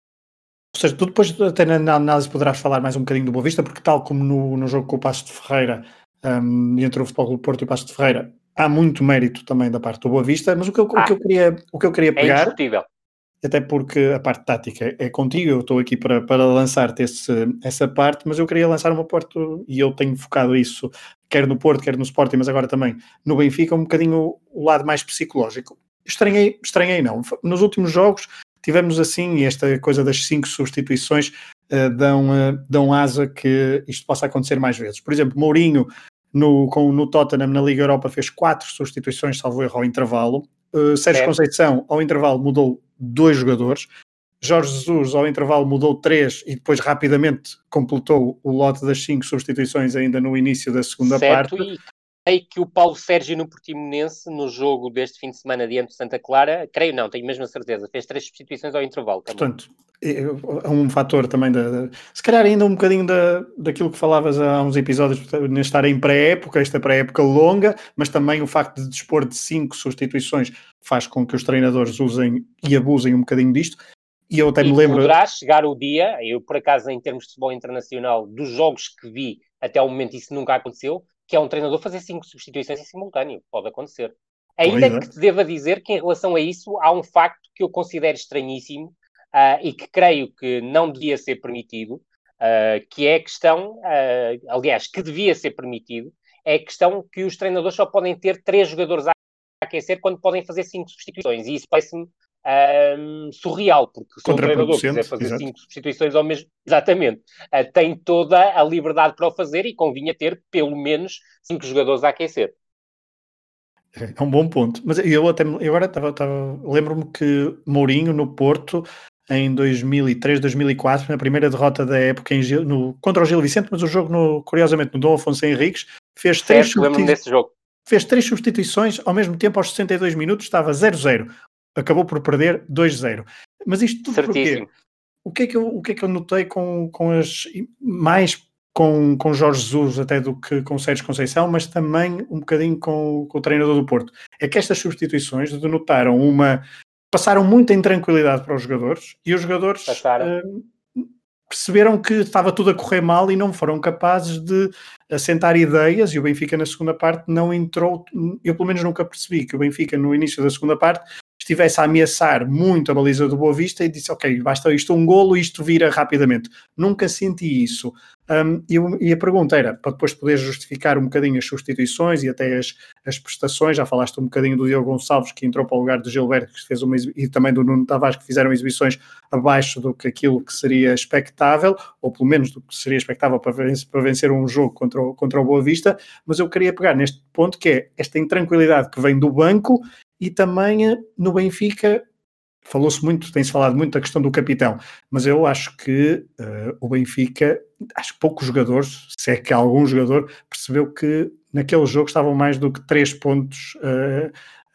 Ou seja, tu depois até na análise poderás falar mais um bocadinho do Boa Vista, porque tal como no, no jogo com o Paços de Ferreira, um, entre o Futebol Clube do Porto e o Paços de Ferreira, há muito mérito também da parte do Boa Vista, mas o que eu, ah, o que eu, queria, o que eu queria pegar... É indiscutível. Até porque a parte tática é contigo, eu estou aqui para, para lançar-te esse, essa parte, mas eu queria lançar uma parte, e eu tenho focado isso, quer no Porto, quer no Sporting, mas agora também no Benfica, um bocadinho o lado mais psicológico. Estranhei, estranhei não. Nos últimos jogos tivemos assim, esta coisa das cinco substituições uh, dão, uh, dão asa que isto possa acontecer mais vezes. Por exemplo, Mourinho no, com, no Tottenham na Liga Europa fez quatro substituições, salvo erro, ao intervalo. Uh, Sérgio é. Conceição, ao intervalo, mudou dois jogadores. Jorge Jesus, ao intervalo, mudou três e depois rapidamente completou o lote das cinco substituições ainda no início da segunda certo, parte. E creio que o Paulo Sérgio no Portimonense, no jogo deste fim de semana diante de Santa Clara, creio não, tenho mesmo a certeza, fez três substituições ao intervalo também. Portanto, é um fator também, da, da, se calhar ainda um bocadinho da, daquilo que falavas há uns episódios, de estar em pré-época, esta pré-época longa, mas também o facto de dispor de cinco substituições faz com que os treinadores usem e abusem um bocadinho disto. E eu até e me lembro... poderá chegar o dia, eu por acaso em termos de futebol internacional, dos jogos que vi até ao momento isso nunca aconteceu, que é um treinador fazer cinco substituições em simultâneo. Pode acontecer. Ainda é. que te deva dizer que em relação a isso há um facto que eu considero estranhíssimo uh, e que creio que não devia ser permitido, uh, que é a questão, uh, aliás, que devia ser permitido, é a questão que os treinadores só podem ter três jogadores a aquecer quando podem fazer cinco substituições. E isso parece-me Um, surreal, porque se um treinador quiser fazer exato. cinco substituições ao mesmo exatamente, uh, tem toda a liberdade para o fazer e convinha ter pelo menos cinco jogadores a aquecer. É um bom ponto, mas eu até eu agora estava, estava lembro-me que Mourinho no Porto em dois mil e três, dois mil e quatro, na primeira derrota da época em, no, contra o Gil Vicente, mas o jogo no, curiosamente no Dom Afonso Henriques fez certo, três lembro-me desse jogo. fez três substituições, ao mesmo tempo aos sessenta e dois minutos estava zero zero, acabou por perder dois zero. Mas isto tudo Certíssimo. porquê? O que é que eu, o que é que eu notei com, com as, mais com, com Jorge Jesus até do que com Sérgio Conceição, mas também um bocadinho com, com o treinador do Porto, é que estas substituições denotaram uma, passaram muita intranquilidade para os jogadores, e os jogadores uh, perceberam que estava tudo a correr mal e não foram capazes de assentar ideias, e o Benfica na segunda parte não entrou, eu pelo menos nunca percebi que o Benfica no início da segunda parte estivesse a ameaçar muito a baliza do Boa Vista e disse, ok, basta isto um golo e isto vira rapidamente. Nunca senti isso. Um, e, e a pergunta era, para depois poder justificar um bocadinho as substituições e até as, as prestações, já falaste um bocadinho do Diogo Gonçalves, que entrou para o lugar de Gilberto, que fez uma, e também do Nuno Tavares, que fizeram exibições abaixo do que aquilo que seria expectável, ou pelo menos do que seria expectável para vencer, para vencer um jogo contra o, contra o Boa Vista, mas eu queria pegar neste ponto, que é esta intranquilidade que vem do banco. E também no Benfica, falou-se muito, tem-se falado muito da questão do capitão, mas eu acho que uh, o Benfica, acho que poucos jogadores, se é que algum jogador, percebeu que naquele jogo estavam mais do que três pontos uh,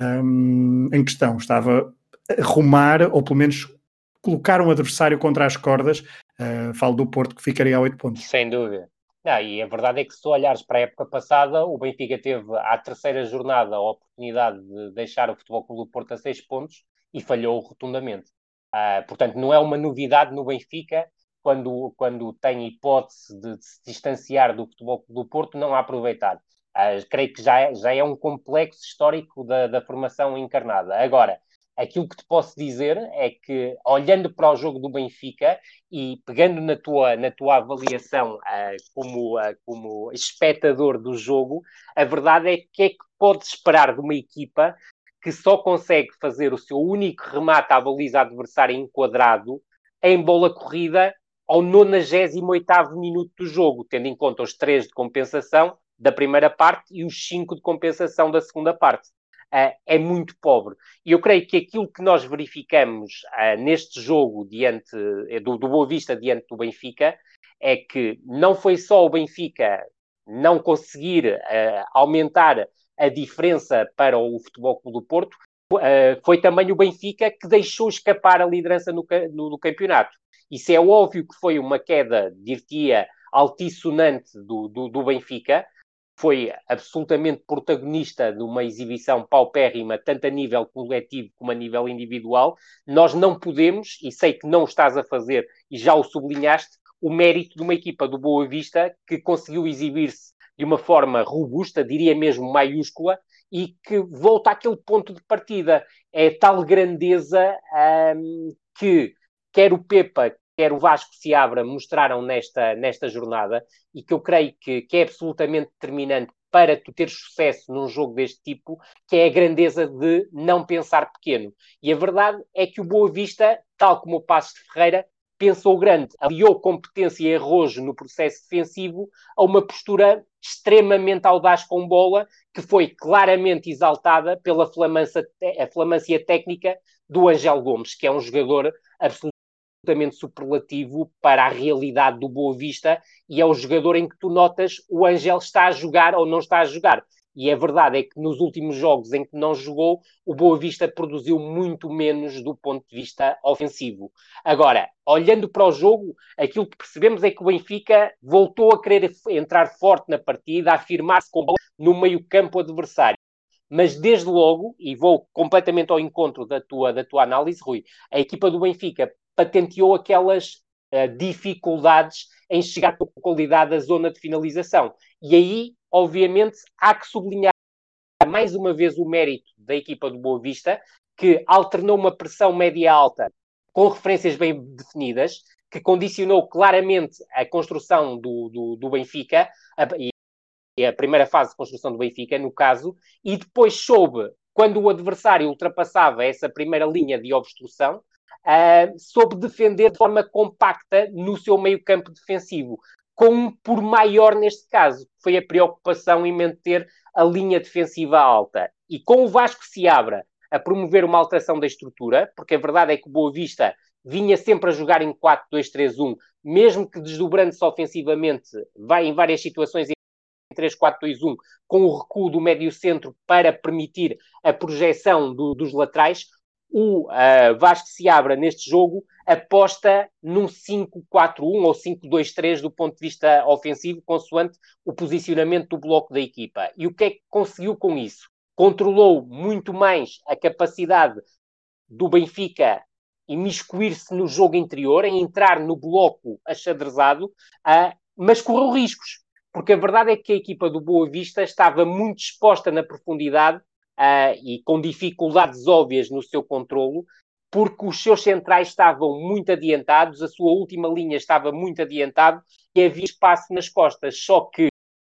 um, em questão. Estava a arrumar, ou pelo menos colocar um adversário contra as cordas, uh, falo do Porto, que ficaria a oito pontos. Sem dúvida. Não, e a verdade é que se tu olhares para a época passada, o Benfica teve à terceira jornada a oportunidade de deixar o Futebol Clube do Porto a seis pontos e falhou rotundamente. Uh, portanto, não é uma novidade no Benfica, quando, quando tem hipótese de, de se distanciar do Futebol Clube do Porto, não a aproveitar. Uh, creio que já é, já é um complexo histórico da, da formação encarnada. Agora, aquilo que te posso dizer é que, olhando para o jogo do Benfica e pegando na tua, na tua avaliação uh, como, uh, como espectador do jogo, a verdade é que é que podes esperar de uma equipa que só consegue fazer o seu único remate à baliza adversária enquadrado em bola corrida ao nonagésimo oitavo minuto do jogo, tendo em conta os três de compensação da primeira parte e os cinco de compensação da segunda parte. Uh, é muito pobre. E eu creio que aquilo que nós verificamos uh, neste jogo diante do, do Boa Vista diante do Benfica é que não foi só o Benfica não conseguir uh, aumentar a diferença para o Futebol Clube do Porto, uh, foi também o Benfica que deixou escapar a liderança no, no, no campeonato. Isso é óbvio que foi uma queda, diria, altissonante do, do, do Benfica. Foi absolutamente protagonista de uma exibição paupérrima, tanto a nível coletivo como a nível individual. Nós não podemos, e sei que não estás a fazer, e já o sublinhaste, o mérito de uma equipa do Boa Vista que conseguiu exibir-se de uma forma robusta, diria mesmo maiúscula, e que volta àquele ponto de partida. É tal grandeza hum, que quer o Pepa, quer o Vasco Seabra mostraram nesta, nesta jornada, e que eu creio que, que é absolutamente determinante para tu ter sucesso num jogo deste tipo, que é a grandeza de não pensar pequeno. E a verdade é que o Boa Vista, tal como o Passos de Ferreira, pensou grande, aliou competência e arrojo no processo defensivo a uma postura extremamente audaz com bola, que foi claramente exaltada pela flamância, a flamância técnica do Angel Gomes, que é um jogador absolutamente absolutamente superlativo para a realidade do Boa Vista, e é o jogador em que tu notas o Angel está a jogar ou não está a jogar. E a verdade é que nos últimos jogos em que não jogou, o Boa Vista produziu muito menos do ponto de vista ofensivo. Agora, olhando para o jogo, aquilo que percebemos é que o Benfica voltou a querer entrar forte na partida, a afirmar-se com bola no meio-campo adversário. Mas desde logo, e vou completamente ao encontro da tua, da tua análise, Rui, a equipa do Benfica patenteou aquelas uh, dificuldades em chegar com qualidade à zona de finalização. E aí, obviamente, há que sublinhar mais uma vez o mérito da equipa do Boa Vista, que alternou uma pressão média-alta com referências bem definidas, que condicionou claramente a construção do, do, do Benfica, a, e a primeira fase de construção do Benfica, no caso, e depois soube, quando o adversário ultrapassava essa primeira linha de obstrução, Uh, soube defender de forma compacta no seu meio campo defensivo, com por maior neste caso, foi a preocupação em manter a linha defensiva alta. E com o Vasco Seabra a promover uma alteração da estrutura, porque a verdade é que o Boa Vista vinha sempre a jogar em quatro dois três um, mesmo que desdobrando-se ofensivamente, vai em várias situações três quatro dois um, com o recuo do médio-centro para permitir a projeção do, dos laterais, o uh, Vasco Seabra, neste jogo, aposta num cinco quatro um ou cinco dois três do ponto de vista ofensivo, consoante o posicionamento do bloco da equipa. E o que é que conseguiu com isso? Controlou muito mais a capacidade do Benfica imiscuir-se no jogo interior, em entrar no bloco achadrezado, uh, mas correu riscos, porque a verdade é que a equipa do Boa Vista estava muito exposta na profundidade uh, e com dificuldades óbvias no seu controlo, porque os seus centrais estavam muito adiantados, a sua última linha estava muito adiantada e havia espaço nas costas, só que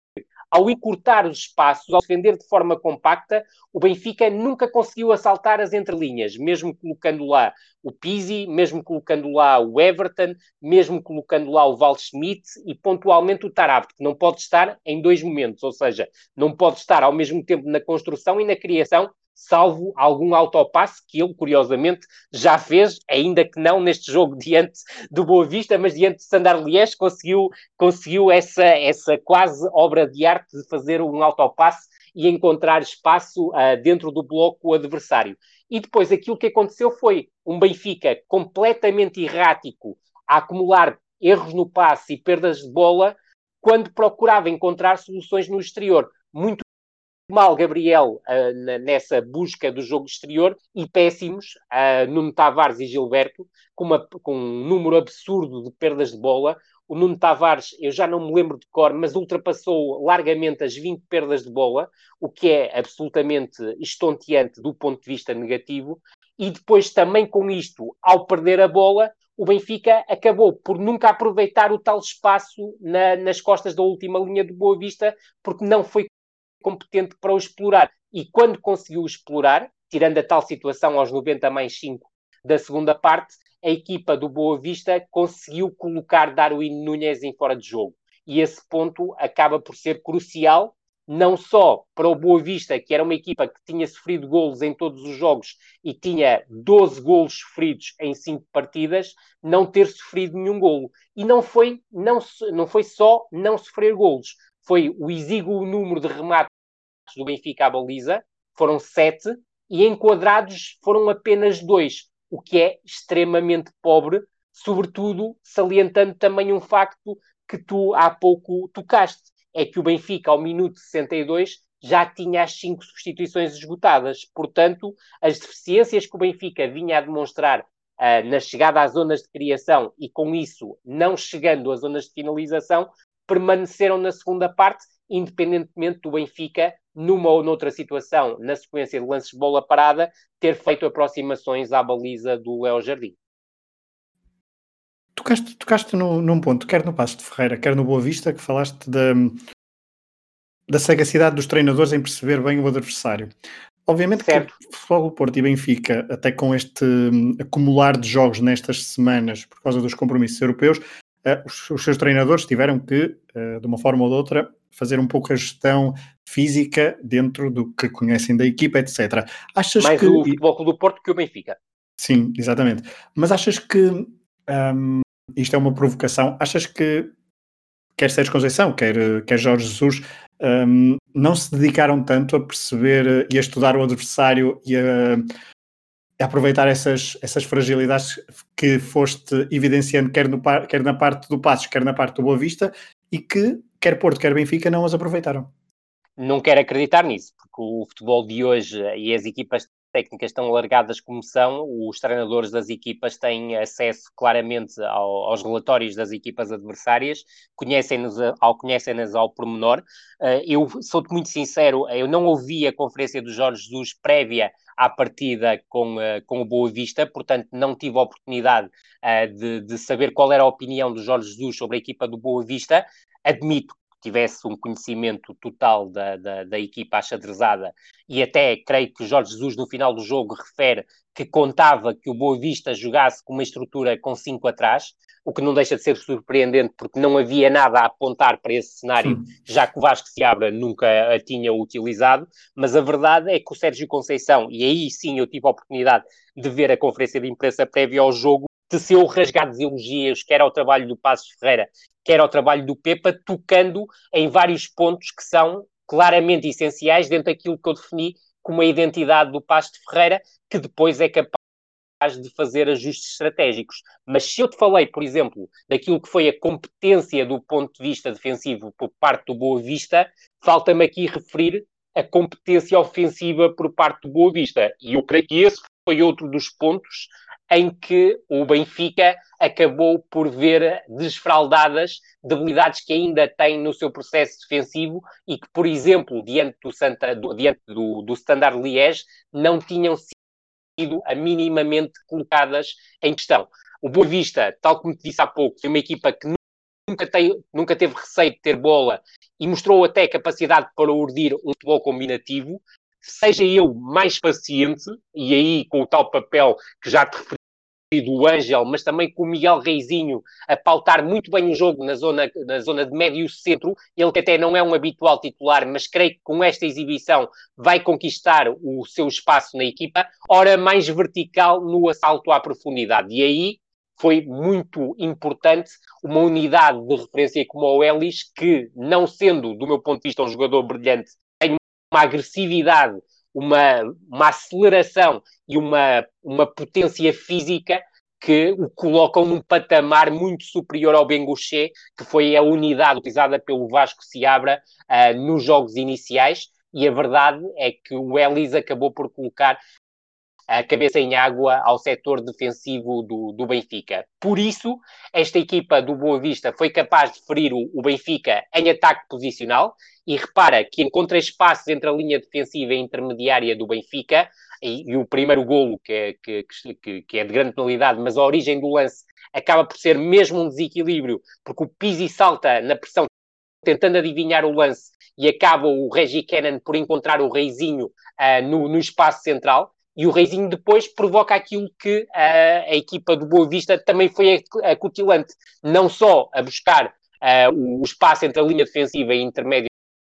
ao encurtar os espaços, ao defender de forma compacta, o Benfica nunca conseguiu assaltar as entrelinhas, mesmo colocando lá o Pizzi, mesmo colocando lá o Everton, mesmo colocando lá o Waldschmidt e pontualmente o Taarabt, que não pode estar em dois momentos, ou seja, não pode estar ao mesmo tempo na construção e na criação, salvo algum autopasse que ele, curiosamente, já fez, ainda que não neste jogo diante do Boa Vista, mas diante de Standard Liège conseguiu, conseguiu essa, essa quase obra de arte de fazer um autopasse e encontrar espaço uh, dentro do bloco adversário. E depois aquilo que aconteceu foi um Benfica completamente errático a acumular erros no passe e perdas de bola quando procurava encontrar soluções no exterior. Muito mal Gabriel uh, nessa busca do jogo exterior e péssimos uh, Nuno Tavares e Gilberto com, uma, com um número absurdo de perdas de bola. O Nuno Tavares, eu já não me lembro de cor, mas ultrapassou largamente as vinte perdas de bola, o que é absolutamente estonteante do ponto de vista negativo. E depois também com isto, ao perder a bola, o Benfica acabou por nunca aproveitar o tal espaço na, nas costas da última linha do Boa Vista, porque não foi competente para o explorar. E quando conseguiu explorar, tirando a tal situação aos noventa mais cinco da segunda parte, a equipa do Boa Vista conseguiu colocar Darwin Núñez em fora de jogo. E esse ponto acaba por ser crucial, não só para o Boa Vista, que era uma equipa que tinha sofrido golos em todos os jogos e tinha doze golos sofridos em cinco partidas, não ter sofrido nenhum golo. E não foi, não, não foi só não sofrer golos, foi o exíguo número de remates do Benfica à baliza, foram sete, e enquadrados foram apenas dois, o que é extremamente pobre, sobretudo salientando também um facto que tu há pouco tocaste, é que o Benfica ao minuto sessenta e dois já tinha as cinco substituições esgotadas, portanto as deficiências que o Benfica vinha a demonstrar uh, na chegada às zonas de criação e com isso não chegando às zonas de finalização, permaneceram na segunda parte, independentemente do Benfica, numa ou noutra situação, na sequência de lances de bola parada, ter feito aproximações à baliza do Léo Jardim. Tocaste, tocaste no, num ponto, quer no Paços de Ferreira, quer no Boa Vista, que falaste da, da sagacidade dos treinadores em perceber bem o adversário. Obviamente certo. Que Futebol do Porto e Benfica, até com este um, acumular de jogos nestas semanas, por causa dos compromissos europeus, Uh, os, os seus treinadores tiveram que, uh, de uma forma ou de outra, fazer um pouco a gestão física dentro do que conhecem da equipa, etcétera. Achas Mais que... o Futebol Clube do Porto que o Benfica. Sim, exatamente. Mas achas que, um, isto é uma provocação, achas que quer Sérgio Conceição, quer, quer Jorge Jesus, um, não se dedicaram tanto a perceber e a estudar o adversário e a... aproveitar essas, essas fragilidades que foste evidenciando quer, no, quer na parte do Passos, quer na parte do Boa Vista, e que quer Porto, quer Benfica não as aproveitaram? Não quero acreditar nisso, porque o futebol de hoje e as equipas técnicas tão alargadas como são, os treinadores das equipas têm acesso claramente ao, aos relatórios das equipas adversárias, conhecem-nos ao, conhecem-nas ao pormenor. Eu sou-te muito sincero, eu não ouvi a conferência do Jorge Jesus prévia à partida com, uh, com o Boa Vista, portanto não tive a oportunidade uh, de, de saber qual era a opinião do Jorge Jesus sobre a equipa do Boa Vista. Admito que tivesse um conhecimento total da, da, da equipa achadrezada e até creio que o Jorge Jesus no final do jogo refere que contava que o Boa Vista jogasse com uma estrutura com cinco atrás, o que não deixa de ser surpreendente porque não havia nada a apontar para esse cenário, hum. já que o Vasco Seabra nunca a tinha utilizado, mas a verdade é que o Sérgio Conceição, e aí sim eu tive a oportunidade de ver a conferência de imprensa prévia ao jogo, teceu rasgados elogios, quer ao trabalho do Paços Ferreira, que era o trabalho do Pepa, tocando em vários pontos que são claramente essenciais dentro daquilo que eu defini como a identidade do Paços de Ferreira, que depois é capaz de fazer ajustes estratégicos. Mas se eu te falei, por exemplo, daquilo que foi a competência do ponto de vista defensivo por parte do Boa Vista, falta-me aqui referir a competência ofensiva por parte do Boa Vista. E eu creio que esse foi outro dos pontos em que o Benfica acabou por ver desfraldadas debilidades que ainda tem no seu processo defensivo e que, por exemplo, diante do, Santa, do, diante do, do Standard Liège, não tinham sido minimamente colocadas em questão. O Boa Vista, tal como te disse há pouco, é uma equipa que nunca, tem, nunca teve receio de ter bola e mostrou até capacidade para urdir um futebol combinativo. Seja eu mais paciente, e aí com o tal papel que já te referi do Ângel, mas também com o Miguel Reizinho a pautar muito bem o jogo na zona, na zona de médio centro, ele que até não é um habitual titular, mas creio que com esta exibição vai conquistar o seu espaço na equipa, ora mais vertical no assalto à profundidade. E aí foi muito importante uma unidade de referência como o Ellis, que, não sendo, do meu ponto de vista, um jogador brilhante, tem uma agressividade, uma, uma aceleração e uma, uma potência física que o colocam num patamar muito superior ao Bengoche, que foi a unidade utilizada pelo Vasco Seabra uh, nos jogos iniciais, e a verdade é que o Ellis acabou por colocar a cabeça em água ao setor defensivo do, do Benfica. Por isso, esta equipa do Boa Vista foi capaz de ferir o, o Benfica em ataque posicional, e repara que encontra espaços entre a linha defensiva e intermediária do Benfica, e, e o primeiro golo, que é, que, que, que é de grande penalidade, mas a origem do lance acaba por ser mesmo um desequilíbrio, porque o Pizzi salta na pressão, tentando adivinhar o lance, e acaba o Reggie Cannon por encontrar o Reizinho uh, no, no espaço central, e o Reizinho depois provoca aquilo que uh, a equipa do Boa Vista também foi acutilante, não só a buscar uh, o espaço entre a linha defensiva e intermédia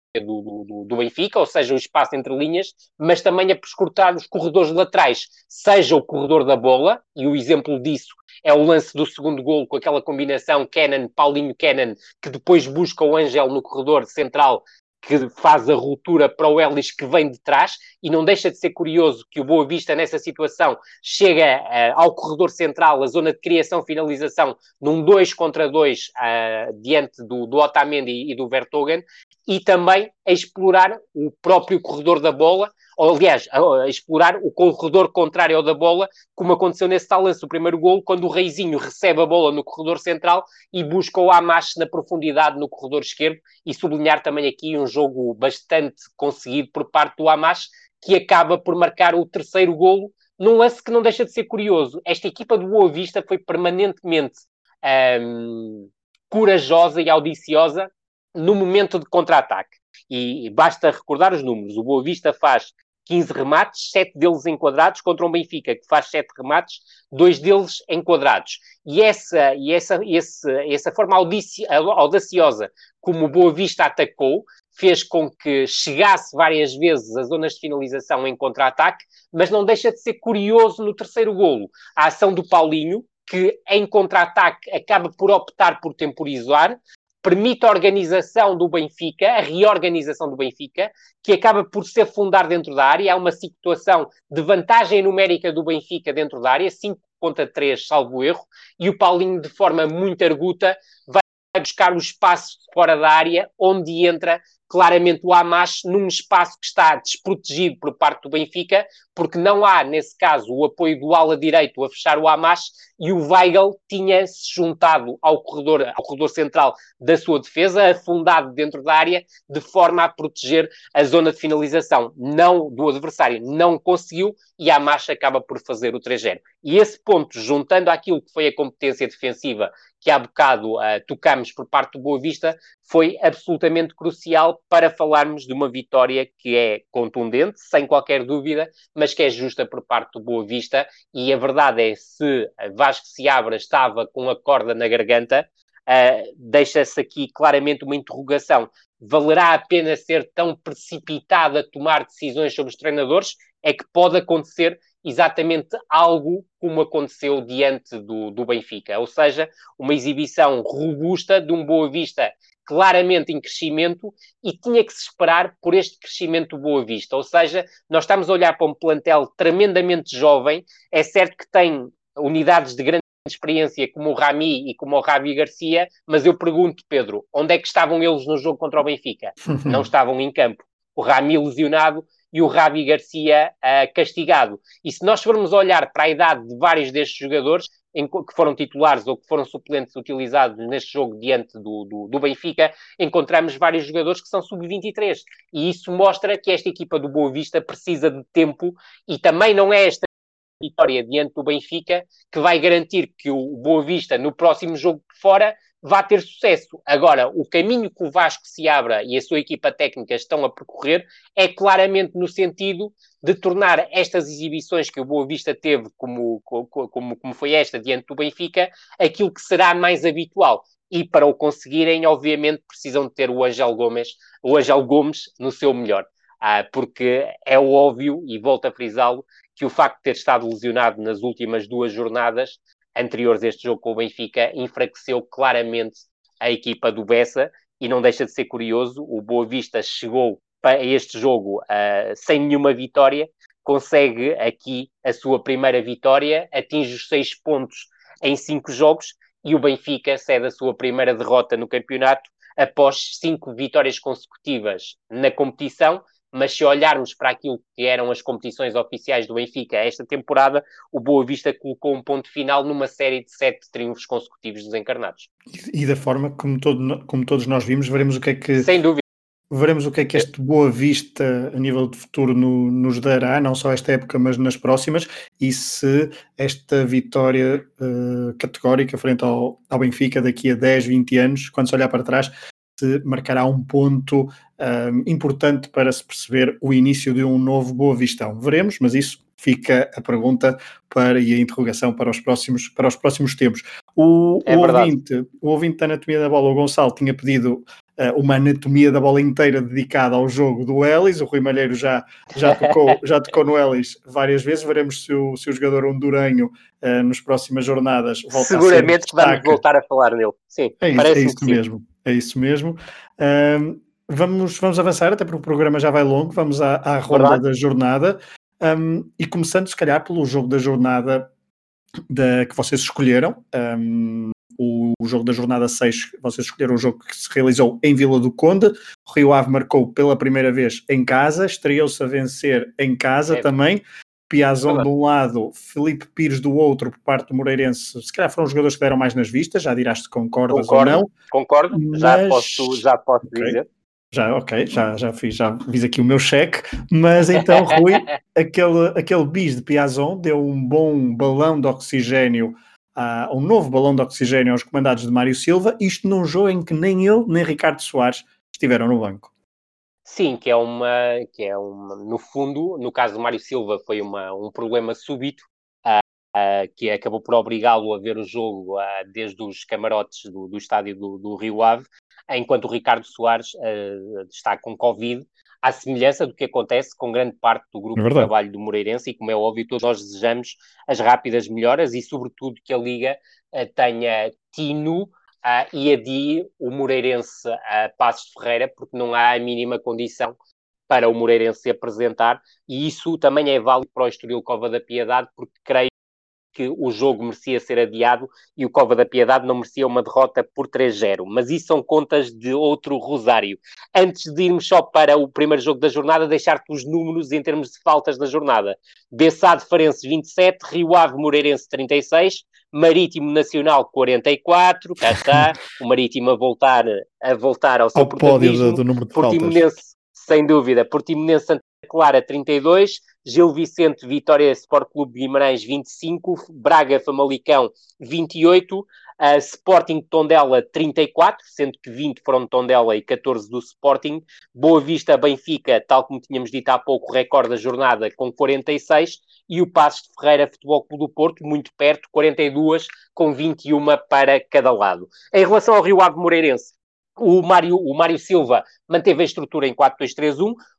do, do, do Benfica, ou seja, o espaço entre linhas, mas também a prescrutar os corredores laterais, seja o corredor da bola, e o exemplo disso é o lance do segundo golo com aquela combinação Cannon, Paulinho Cannon, que depois busca o Ângel no corredor central, que faz a ruptura para o Ellis que vem de trás, e não deixa de ser curioso que o Boa Vista nessa situação chega uh, ao corredor central, a zona de criação-finalização, num dois contra dois uh, diante do, do Otamendi e, e do Vertonghen, e também a explorar o próprio corredor da bola, ou aliás, a, a explorar o corredor contrário ao da bola, como aconteceu nesse tal lance do primeiro golo, quando o Reizinho recebe a bola no corredor central e busca o Amache na profundidade no corredor esquerdo, e sublinhar também aqui um jogo bastante conseguido por parte do Amache, que acaba por marcar o terceiro golo, num lance que não deixa de ser curioso. Esta equipa do Boa Vista foi permanentemente hum, corajosa e audiciosa no momento de contra-ataque. E basta recordar os números. O Boa Vista faz quinze remates, sete deles enquadrados, contra um Benfica que faz sete remates, dois deles enquadrados. E essa, e essa, esse, essa forma audici- audaciosa como o Boa Vista atacou fez com que chegasse várias vezes às zonas de finalização em contra-ataque, mas não deixa de ser curioso no terceiro golo a ação do Paulinho, que em contra-ataque acaba por optar por temporizar, permite a organização do Benfica, a reorganização do Benfica, que acaba por se afundar dentro da área. Há uma situação de vantagem numérica do Benfica dentro da área, cinco contra três, salvo erro, e o Paulinho, de forma muito arguta, vai buscar o espaço fora da área, onde entra claramente o Amache num espaço que está desprotegido por parte do Benfica, porque não há, nesse caso, o apoio do ala direito a fechar o Amache, e o Weigl tinha-se juntado ao corredor, ao corredor central da sua defesa, afundado dentro da área, de forma a proteger a zona de finalização, não do adversário. Não conseguiu, e a Amache acaba por fazer o três zero. E esse ponto, juntando àquilo que foi a competência defensiva que há bocado uh, tocamos por parte do Boa Vista, foi absolutamente crucial para falarmos de uma vitória que é contundente, sem qualquer dúvida, mas que é justa por parte do Boa Vista. E a verdade é, se Vasco Seabra estava com a corda na garganta, uh, deixa-se aqui claramente uma interrogação. Valerá a pena ser tão precipitado a tomar decisões sobre os treinadores? É que pode acontecer exatamente algo como aconteceu diante do, do Benfica, ou seja, uma exibição robusta de um Boa Vista claramente em crescimento, e tinha que se esperar por este crescimento do Boa Vista, ou seja, nós estamos a olhar para um plantel tremendamente jovem, é certo que tem unidades de grande experiência como o Rami e como o Ravi Garcia, mas eu pergunto, Pedro, onde é que estavam eles no jogo contra o Benfica? Não estavam em campo. O Rami lesionado e o Ravi Garcia uh, castigado. E se nós formos olhar para a idade de vários destes jogadores, em, que foram titulares ou que foram suplentes utilizados neste jogo diante do, do, do Benfica, encontramos vários jogadores que são sub vinte e três. E isso mostra que esta equipa do Boa Vista precisa de tempo, e também não é esta vitória diante do Benfica que vai garantir que o Boa Vista, no próximo jogo de fora, vá ter sucesso. Agora, o caminho que o Vasco se abra e a sua equipa técnica estão a percorrer é claramente no sentido de tornar estas exibições que o Boa Vista teve, como, como, como foi esta diante do Benfica, aquilo que será mais habitual. E para o conseguirem, obviamente, precisam de ter o Ângelo Gomes, o Ângelo Gomes no seu melhor. Ah, porque é óbvio, e volto a frisá-lo, que o facto de ter estado lesionado nas últimas duas jornadas anteriores a este jogo com o Benfica enfraqueceu claramente a equipa do Bessa, e não deixa de ser curioso, o Boa Vista chegou para este jogo uh, sem nenhuma vitória, consegue aqui a sua primeira vitória, atinge os seis pontos em cinco jogos, e o Benfica cede a sua primeira derrota no campeonato após cinco vitórias consecutivas na competição. Mas se olharmos para aquilo que eram as competições oficiais do Benfica esta temporada, o Boa Vista colocou um ponto final numa série de sete triunfos consecutivos dos encarnados. E, e da forma como, todo, como todos nós vimos, veremos o que é que... Sem dúvida. Veremos o que é que este Boa Vista, a nível de futuro, no, nos dará, não só esta época, mas nas próximas, e se esta vitória uh, categórica frente ao, ao Benfica daqui a dez, vinte anos, quando se olhar para trás, se marcará um ponto um, importante para se perceber o início de um novo Boa Vistão. Veremos, mas isso fica a pergunta para, e a interrogação para os próximos, para os próximos tempos. O, é o, ouvinte, o ouvinte da Anatomia da Bola, o Gonçalo, tinha pedido uh, uma Anatomia da Bola inteira dedicada ao jogo do Elis. O Rui Malheiro já, já, tocou, já tocou no Elis várias vezes. Veremos se o, se o jogador hondurenho uh, nas próximas jornadas volta Seguramente a ser que vamos voltar a falar nele. Sim, é isso, é isso mesmo. É isso mesmo. Um, vamos, vamos avançar, até porque o programa já vai longo. Vamos à, à ronda Verdade. da jornada. Um, e começando, se calhar, pelo jogo da jornada da, que vocês escolheram. Um, o, o jogo da jornada seis, vocês escolheram o jogo que se realizou em Vila do Conde. O Rio Ave marcou pela primeira vez em casa. Estreou-se a vencer em casa é. também. Piazon de um lado, Filipe Pires do outro, por parte do Moreirense. Se calhar foram os jogadores que deram mais nas vistas, já dirás se concordas concordo, ou não. Concordo, mas... já posso, já posso okay. dizer. Já, ok, já, já fiz, já fiz aqui o meu cheque, mas então, Rui, aquele, aquele bis de Piazon deu um bom balão de oxigênio, uh, um novo balão de oxigênio aos comandados de Mário Silva, isto num jogo em que nem ele, nem Ricardo Soares estiveram no banco. Sim, que é uma, que é uma, no fundo, no caso do Mário Silva, foi uma, um problema súbito, uh, uh, que acabou por obrigá-lo a ver o jogo uh, desde os camarotes do, do estádio do, do Rio Ave, enquanto o Ricardo Soares uh, está com Covid, à semelhança do que acontece com grande parte do grupo é de trabalho do Moreirense, e como é óbvio, todos nós desejamos as rápidas melhoras e, sobretudo, que a Liga uh, tenha tino Uh, e adie o Moreirense a Passos de Ferreira, porque não há a mínima condição para o Moreirense se apresentar, e isso também é válido para o Estoril Cova da Piedade, porque creio que o jogo merecia ser adiado e o Cova da Piedade não merecia uma derrota por três a zero, mas isso são contas de outro rosário. Antes de irmos só para o primeiro jogo da jornada, deixar-te os números em termos de faltas da jornada. Bessade Farense vinte e sete, Rio Ave Moreirense trinta e seis, Marítimo Nacional quarenta e quatro, cá está, o Marítimo a voltar, a voltar ao seu ao pódio do, do número de Portimonense, faltas. Sem dúvida, Portimonense Santa Clara trinta e dois, Gil Vicente Vitória Sport Clube Guimarães vinte e cinco, Braga Famalicão vinte e oito, uh, Sporting Tondela trinta e quatro, sendo que vinte foram de Tondela e catorze do Sporting, Boa Vista Benfica, tal como tínhamos dito há pouco, recorde da jornada com quarenta e seis, e o Passos de Ferreira Futebol Clube do Porto, muito perto, quarenta e dois, com vinte e um para cada lado. Em relação ao Rio Ave Moreirense, o Mário, o Mário Silva manteve a estrutura em quatro dois três um,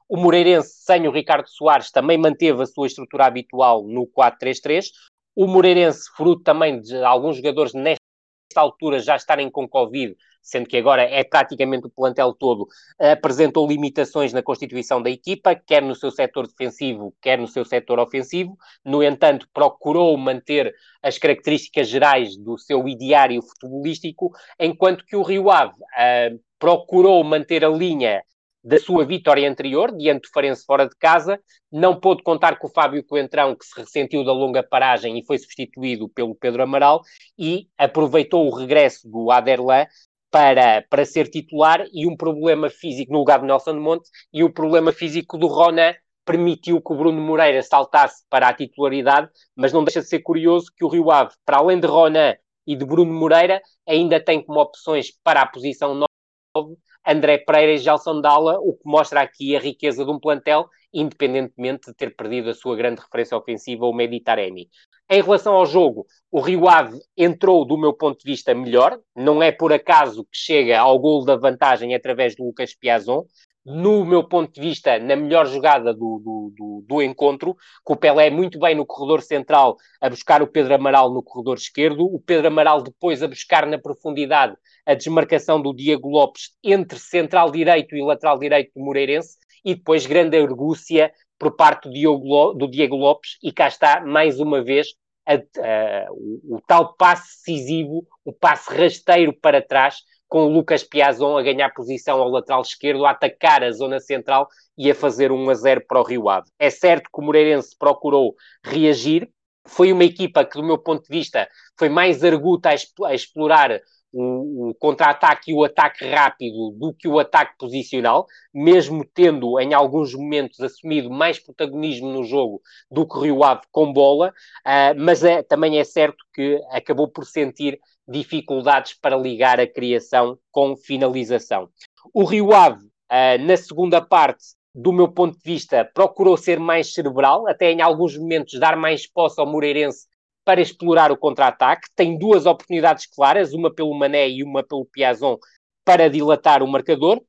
O Moreirense, sem o Ricardo Soares, também manteve a sua estrutura habitual no quatro três três. O Moreirense, fruto também de alguns jogadores nesta altura já estarem com Covid, sendo que agora é praticamente o plantel todo, apresentou limitações na constituição da equipa, quer no seu setor defensivo, quer no seu setor ofensivo. No entanto, procurou manter as características gerais do seu ideário futebolístico, enquanto que o Rio Ave uh, procurou manter a linha da sua vitória anterior, diante do Farense fora de casa. Não pôde contar com o Fábio Coentrão, que se ressentiu da longa paragem e foi substituído pelo Pedro Amaral, e aproveitou o regresso do Aderlan para, para ser titular, e um problema físico no lugar de Nelson Monte, e o problema físico do Ronan permitiu que o Bruno Moreira saltasse para a titularidade, mas não deixa de ser curioso que o Rio Ave, para além de Ronan e de Bruno Moreira, ainda tem como opções para a posição nove André Pereira e Gelson Dalla, o que mostra aqui a riqueza de um plantel, independentemente de ter perdido a sua grande referência ofensiva, o Mehdi Taremi. Em relação ao jogo, o Rio Ave entrou, do meu ponto de vista, melhor. Não é por acaso que chega ao golo da vantagem através de Lucas Piazon. No meu ponto de vista, na melhor jogada do, do, do, do encontro, com o Pelé muito bem no corredor central, a buscar o Pedro Amaral no corredor esquerdo, o Pedro Amaral depois a buscar na profundidade a desmarcação do Diego Lopes entre central direito e lateral direito do Moreirense, e depois grande argúcia por parte do Diego, do Diego Lopes, e cá está, mais uma vez, a, a, o, o tal passe decisivo, o passe rasteiro para trás, com o Lucas Piazon a ganhar posição ao lateral esquerdo, a atacar a zona central e a fazer um a zero para o Rio Ave. É certo que o Moreirense procurou reagir, foi uma equipa que, do meu ponto de vista, foi mais arguta a explorar o, o contra-ataque e o ataque rápido do que o ataque posicional, mesmo tendo em alguns momentos assumido mais protagonismo no jogo do que o Rio Ave com bola, uh, mas é, também é certo que acabou por sentir dificuldades para ligar a criação com finalização. O Rio Ave, uh, na segunda parte, do meu ponto de vista, procurou ser mais cerebral, até em alguns momentos dar mais posse ao Moreirense para explorar o contra-ataque. Tem duas oportunidades claras, uma pelo Mané e uma pelo Piazon, para dilatar o marcador.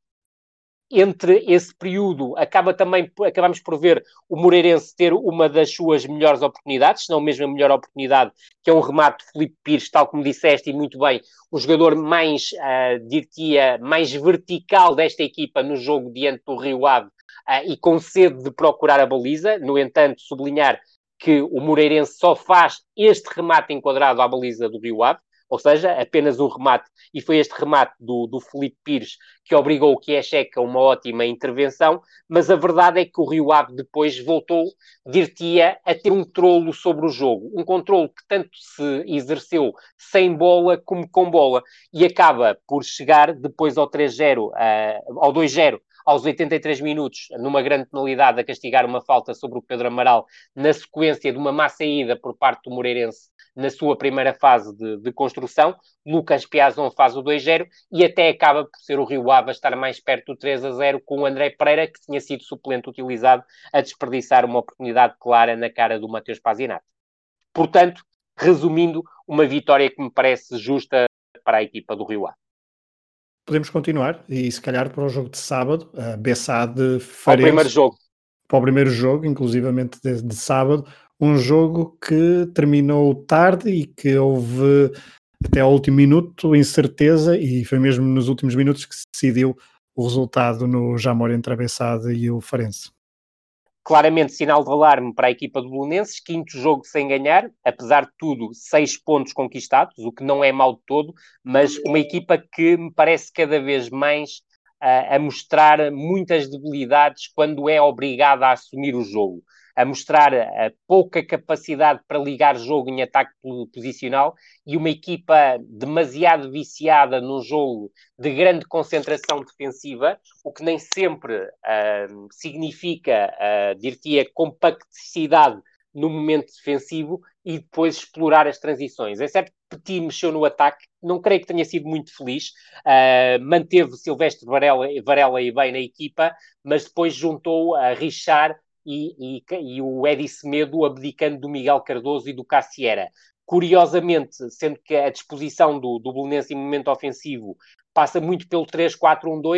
Entre esse período, acaba também, acabamos por ver o Moreirense ter uma das suas melhores oportunidades, se não mesmo a melhor oportunidade, que é um remate de Filipe Pires, tal como disseste, e muito bem, o jogador mais, uh, diria, mais vertical desta equipa no jogo diante do Rio Ave, uh, e com sede de procurar a baliza. No entanto, sublinhar que o Moreirense só faz este remate enquadrado à baliza do Rio Ave, ou seja, apenas um remate, e foi este remate do, do Filipe Pires que obrigou o Kieszek a uma ótima intervenção, mas a verdade é que o Rio Ave depois voltou, dir-te-ia, a ter um controlo sobre o jogo, um controlo que tanto se exerceu sem bola como com bola, e acaba por chegar depois ao três zero, uh, ao dois zero, aos oitenta e três minutos, numa grande penalidade, a castigar uma falta sobre o Pedro Amaral, na sequência de uma má saída por parte do Moreirense na sua primeira fase de, de construção. Lucas Piazon faz o dois zero e até acaba por ser o Rio Ave a estar mais perto do três a zero, com o André Pereira, que tinha sido suplente utilizado, a desperdiçar uma oportunidade clara na cara do Mateus Pazinato. Portanto, resumindo, uma vitória que me parece justa para a equipa do Rio Ave. Podemos continuar e se calhar para o jogo de sábado, a Bessade Farense. Para o primeiro jogo. Para o primeiro jogo, inclusivamente de, de sábado, um jogo que terminou tarde e que houve até ao último minuto incerteza, e foi mesmo nos últimos minutos que se decidiu o resultado no Jamor entre a Bessade e o Farense. Claramente sinal de alarme para a equipa do Belenenses, quinto jogo sem ganhar, apesar de tudo, seis pontos conquistados, o que não é mau de todo, mas uma equipa que me parece cada vez mais uh, a mostrar muitas debilidades quando é obrigada a assumir o jogo, a mostrar a pouca capacidade para ligar jogo em ataque posicional, e uma equipa demasiado viciada num jogo de grande concentração defensiva, o que nem sempre uh, significa, uh, dir-te-ia, compacticidade no momento defensivo, e depois explorar as transições. É certo que Petit mexeu no ataque, não creio que tenha sido muito feliz, uh, manteve Silvestre Varela, Varela e bem na equipa, mas depois juntou a Richard E, e, e o Edi Semedo, abdicando do Miguel Cardoso e do Cassiera. Curiosamente, sendo que a disposição do, do Belenenses em momento ofensivo passa muito pelo três quatro um dois,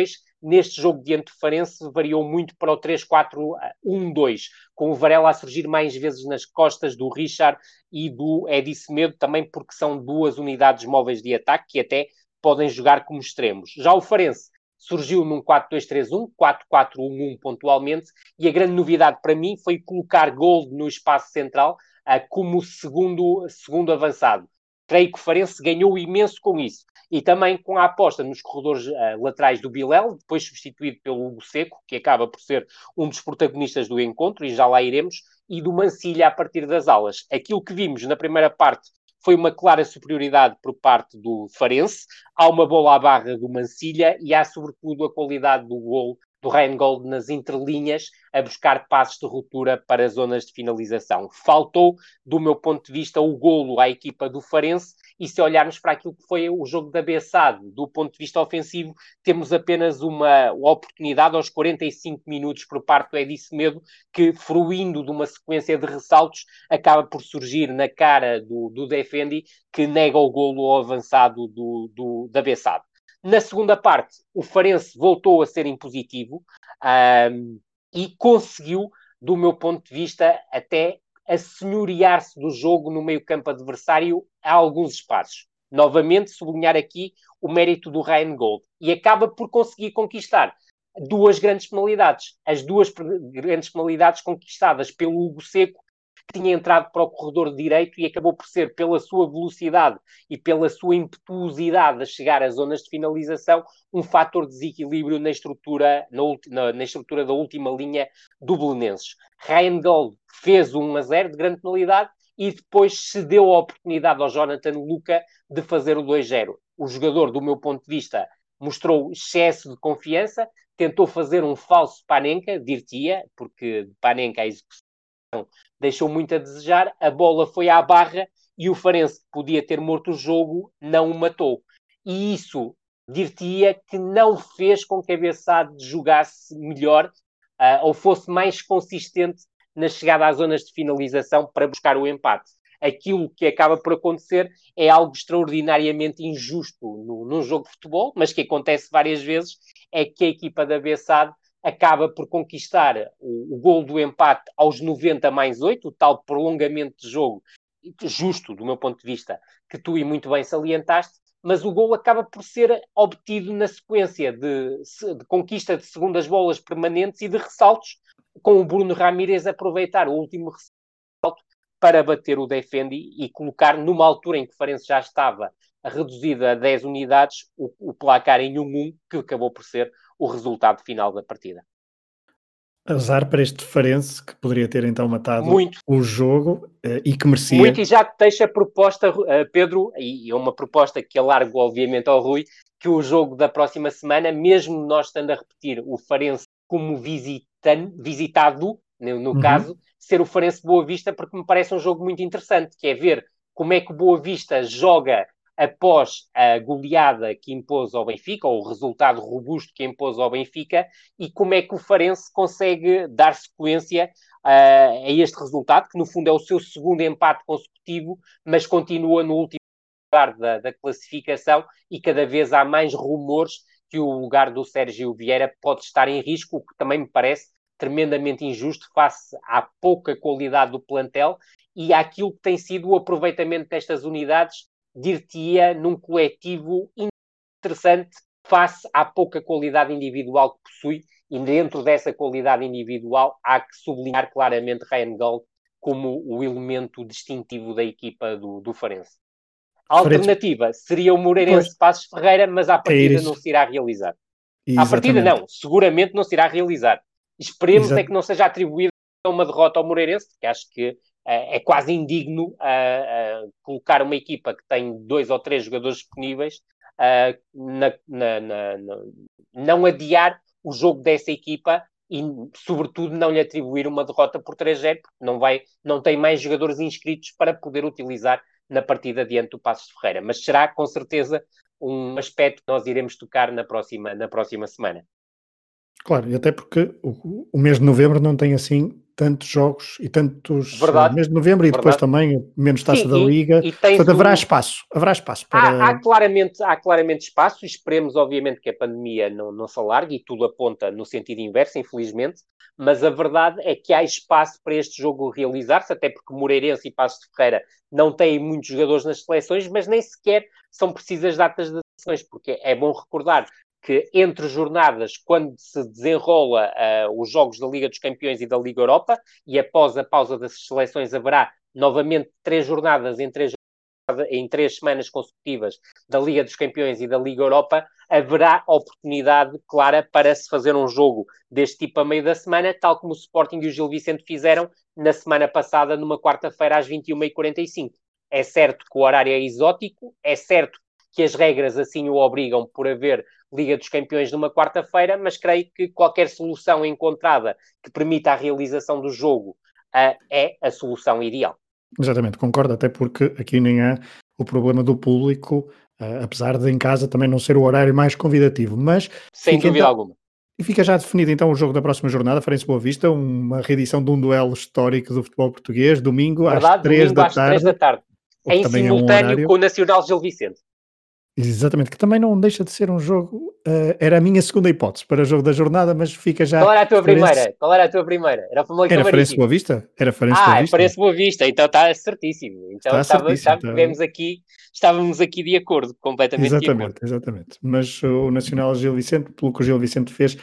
neste jogo diante do Farense variou muito para o três quatro um dois, com o Varela a surgir mais vezes nas costas do Richard e do Edi Semedo, também porque são duas unidades móveis de ataque que até podem jogar como extremos. Já o Farense surgiu num quatro dois três um, quatro quatro um um pontualmente, e a grande novidade para mim foi colocar Gold no espaço central uh, como segundo, segundo avançado. Creio que o Farense ganhou imenso com isso. E também com a aposta nos corredores uh, laterais do Bilel, depois substituído pelo Hugo Seco, que acaba por ser um dos protagonistas do encontro, e já lá iremos, e do Mancilha a partir das alas. Aquilo que vimos na primeira parte foi uma clara superioridade por parte do Farense, há uma bola à barra do Mancilha e há sobretudo a qualidade do gol do Ryan Gold nas entrelinhas, a buscar passos de ruptura para zonas de finalização. Faltou, do meu ponto de vista, o golo à equipa do Farense, e se olharmos para aquilo que foi o jogo da Bessade, do ponto de vista ofensivo, temos apenas uma oportunidade aos quarenta e cinco minutos por parte do Edi Semedo, que, fruindo de uma sequência de ressaltos, acaba por surgir na cara do, do Defendi, que nega o golo ao avançado do, do, da Bessade. Na segunda parte, o Farense voltou a ser impositivo um, e conseguiu, do meu ponto de vista, até assenhorear-se do jogo no meio-campo adversário a alguns espaços. Novamente, sublinhar aqui o mérito do Ryan Gold. E acaba por conseguir conquistar duas grandes penalidades. As duas grandes penalidades conquistadas pelo Hugo Seco, que tinha entrado para o corredor direito e acabou por ser, pela sua velocidade e pela sua impetuosidade a chegar às zonas de finalização, um fator de desequilíbrio na estrutura, na, na, na estrutura da última linha do Belenenses. Ryan Gold fez um a zero de grande penalidade e depois cedeu a oportunidade ao Jonathan Luca de fazer o dois a zero. O jogador, do meu ponto de vista, mostrou excesso de confiança, tentou fazer um falso Panenka, dir-te-ia, porque Panenka a execução deixou muito a desejar, a bola foi à barra e o Farense, que podia ter morto o jogo, não o matou. E isso, dir-te-ia, que não fez com que a Bessade jogasse melhor uh, ou fosse mais consistente na chegada às zonas de finalização para buscar o empate. Aquilo que acaba por acontecer é algo extraordinariamente injusto no, num jogo de futebol, mas que acontece várias vezes, é que a equipa da Bessade acaba por conquistar o, o gol do empate aos noventa mais oito, o tal prolongamento de jogo justo, do meu ponto de vista, que tu e muito bem salientaste, mas o gol acaba por ser obtido na sequência de, de conquista de segundas bolas permanentes e de ressaltos, com o Bruno Ramírez aproveitar o último ressalto para bater o Defendi e colocar, numa altura em que o Farense já estava reduzido a dez unidades, o, o placar em um a um, que acabou por ser o resultado final da partida. Azar para este Farense, que poderia ter então matado muito. o jogo uh, e que merecia. Muito, e já te deixo a proposta, uh, Pedro, e é uma proposta que alargo obviamente ao Rui, que o jogo da próxima semana, mesmo nós estando a repetir o Farense como visitan, visitado, no, no uhum. caso, ser o Farense Boa Vista, porque me parece um jogo muito interessante, que é ver como é que o Boa Vista joga após a goleada que impôs ao Benfica, ou o resultado robusto que impôs ao Benfica, e como é que o Farense consegue dar sequência uh, a este resultado, que no fundo é o seu segundo empate consecutivo, mas continua no último lugar da, da classificação, e cada vez há mais rumores que o lugar do Sérgio Vieira pode estar em risco, o que também me parece tremendamente injusto face à pouca qualidade do plantel e àquilo que tem sido o aproveitamento destas unidades, dir-te-ia, num coletivo interessante face à pouca qualidade individual que possui, e dentro dessa qualidade individual há que sublinhar claramente Ryan Gold como o elemento distintivo da equipa do, do Farense. A alternativa seria o Moreirense Passos Ferreira, mas à partida é não se irá realizar. Exatamente. À partida não, seguramente não se irá realizar. Esperemos Exato. é que não seja atribuída uma derrota ao Moreirense, porque acho que é quase indigno uh, uh, colocar uma equipa que tem dois ou três jogadores disponíveis, uh, na, na, na, na, não adiar o jogo dessa equipa e, sobretudo, não lhe atribuir uma derrota por três a zero, porque não, vai, não tem mais jogadores inscritos para poder utilizar na partida diante do Passos de Ferreira. Mas será, com certeza, um aspecto que nós iremos tocar na próxima, na próxima semana. Claro, e até porque o, o mês de novembro não tem assim tantos jogos e tantos Verdade, mês de novembro e depois verdade. também menos taça Sim, da e, Liga. e tens Portanto, haverá o- espaço, haverá espaço Há, para. há claramente, há claramente espaço, e esperemos, obviamente, que a pandemia não, não se alargue, e tudo aponta no sentido inverso, infelizmente, mas a verdade é que há espaço para este jogo realizar-se, até porque Moreirense e Paços de Ferreira não têm muitos jogadores nas seleções, mas nem sequer são precisas datas das seleções, porque é bom recordar que entre jornadas, quando se desenrola uh, os jogos da Liga dos Campeões e da Liga Europa, e após a pausa das seleções haverá novamente três jornadas em três em três semanas consecutivas da Liga dos Campeões e da Liga Europa, haverá oportunidade clara para se fazer um jogo deste tipo a meio da semana, tal como o Sporting e o Gil Vicente fizeram na semana passada, numa quarta-feira, às vinte e uma e quarenta e cinco. É certo que o horário é exótico, é certo que as regras assim o obrigam por haver Liga dos Campeões numa quarta-feira, mas creio que qualquer solução encontrada que permita a realização do jogo uh, é a solução ideal. Exatamente, concordo, até porque aqui nem há o problema do público, uh, apesar de em casa também não ser o horário mais convidativo, mas Sem fica dúvida então, alguma. e fica já definido então o jogo da próxima jornada, Farense Boa Vista, uma reedição de um duelo histórico do futebol português, domingo às Verdade, três domingo da às três da tarde, tarde, o que em também é um simultâneo horário. com o Nacional Gil Vicente. Exatamente, que também não deixa de ser um jogo, uh, era a minha segunda hipótese para o jogo da jornada, mas fica já Qual era a tua Farense, primeira? Qual era a tua primeira? Era o Famalicão era Farense Marítimo. Boa Vista? Era Farense Boa Ah, Vista? parece Boa Vista, então está certíssimo. Então Está estava, certíssimo, estava, está... tivemos aqui, estávamos aqui de acordo, completamente de acordo. Exatamente, exatamente. Mas o Nacional Gil Vicente, pelo que o Gil Vicente fez,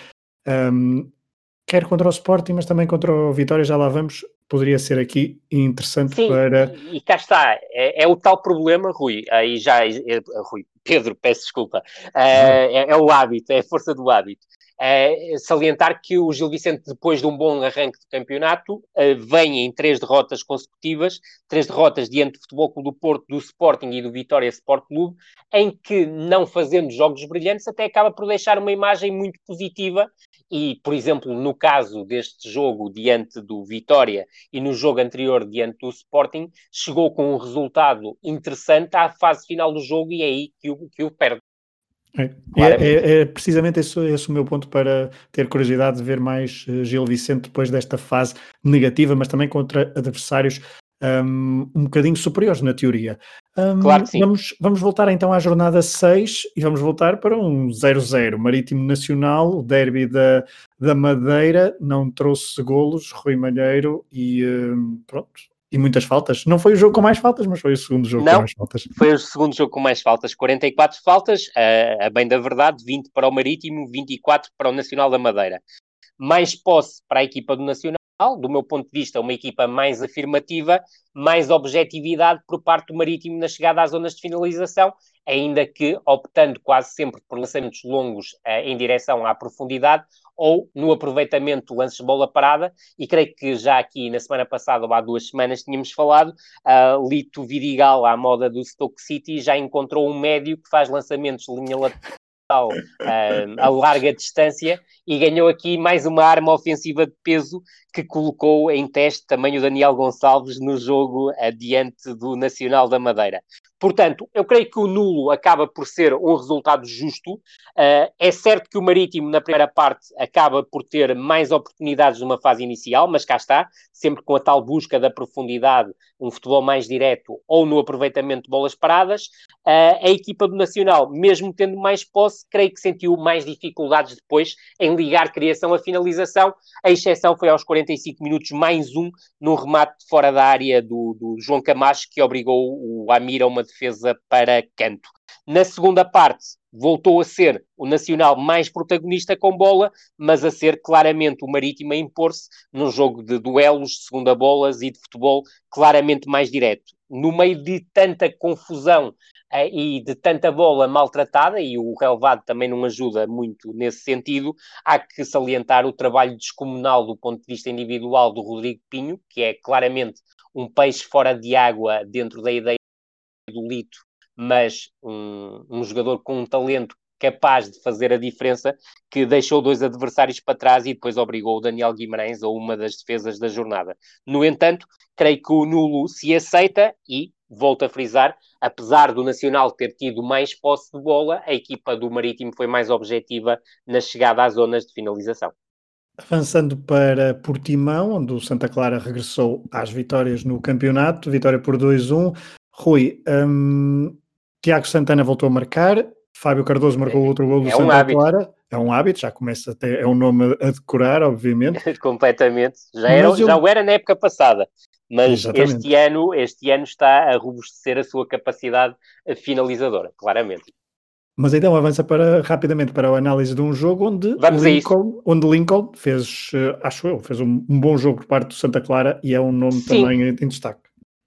um, quer contra o Sporting, mas também contra o Vitória, já lá vamos, poderia ser aqui interessante Sim, para... e, e cá está, é, é o tal problema, Rui, aí já, é, é, Rui, Pedro, peço desculpa, é, é, é o hábito, é a força do hábito. É, salientar que o Gil Vicente, depois de um bom arranque de campeonato, é, vem em três derrotas consecutivas, três derrotas diante do Futebol Clube do Porto, do Sporting e do Vitória Sport Clube, em que, não fazendo jogos brilhantes, até acaba por deixar uma imagem muito positiva. E, por exemplo, no caso deste jogo diante do Vitória e no jogo anterior diante do Sporting, chegou com um resultado interessante à fase final do jogo e é aí que o, que o perde. É, é, é precisamente esse, esse o meu ponto para ter curiosidade de ver mais uh, Gil Vicente depois desta fase negativa, mas também contra adversários um, um bocadinho superiores na teoria. Um, claro que sim. Vamos, vamos voltar então à jornada seis e vamos voltar para um zero zero. Marítimo Nacional, o derby da, da Madeira, não trouxe golos, Rui Malheiro e um, pronto. E muitas faltas. Não foi o jogo com mais faltas, mas foi o segundo jogo não, com mais faltas. Foi o segundo jogo com mais faltas. quarenta e quatro faltas, a, a bem da verdade, vinte para o Marítimo, vinte e quatro para o Nacional da Madeira. Mais posse para a equipa do Nacional, do meu ponto de vista, uma equipa mais afirmativa, mais objetividade por parte do Marítimo na chegada às zonas de finalização, ainda que optando quase sempre por lançamentos longos eh, em direção à profundidade ou no aproveitamento de lances de bola parada, e creio que já aqui na semana passada, ou há duas semanas, tínhamos falado, uh, Lito Vidigal, à moda do Stoke City, já encontrou um médio que faz lançamentos de linha lateral uh, a larga distância e ganhou aqui mais uma arma ofensiva de peso que colocou em teste também o Daniel Gonçalves no jogo adiante do Nacional da Madeira. Portanto, eu creio que o nulo acaba por ser um resultado justo. Uh, é certo que o Marítimo, na primeira parte, acaba por ter mais oportunidades numa fase inicial, mas cá está, sempre com a tal busca da profundidade, um futebol mais direto ou no aproveitamento de bolas paradas. Uh, a equipa do Nacional, mesmo tendo mais posse, creio que sentiu mais dificuldades depois em ligar criação à finalização. A exceção foi aos quarenta e cinco minutos, mais um, num remate fora da área do, do João Camacho, que obrigou o Amir a uma defesa para canto. Na segunda parte, voltou a ser o Nacional mais protagonista com bola, mas a ser claramente o Marítimo a impor-se num jogo de duelos, de segunda bolas e de futebol claramente mais direto. No meio de tanta confusão eh, e de tanta bola maltratada, e o relevado também não ajuda muito nesse sentido, há que salientar o trabalho descomunal do ponto de vista individual do Rodrigo Pinho, que é claramente um peixe fora de água dentro da ideia do Lito, mas um, um jogador com um talento capaz de fazer a diferença, que deixou dois adversários para trás e depois obrigou o Daniel Guimarães a uma das defesas da jornada. No entanto, creio que o nulo se aceita e, volto a frisar, apesar do Nacional ter tido mais posse de bola, a equipa do Marítimo foi mais objetiva na chegada às zonas de finalização. Avançando para Portimão, onde o Santa Clara regressou às vitórias no campeonato, vitória por dois a um. Rui, um, Tiago Santana voltou a marcar, Fábio Cardoso marcou outro gol do É um Santa hábito. Clara, é um hábito, já começa a ter, é um nome a decorar, obviamente. Completamente, já, era, Mas eu- já o era na época passada, mas Exatamente. este ano, este ano está a robustecer a sua capacidade finalizadora, claramente. Mas então avança para, rapidamente para a análise de um jogo onde Vamos a isso. Lincoln, onde Lincoln fez, eh, acho eu, fez um, um bom jogo por parte do Santa Clara e é um nome Sim. também em, em destaque.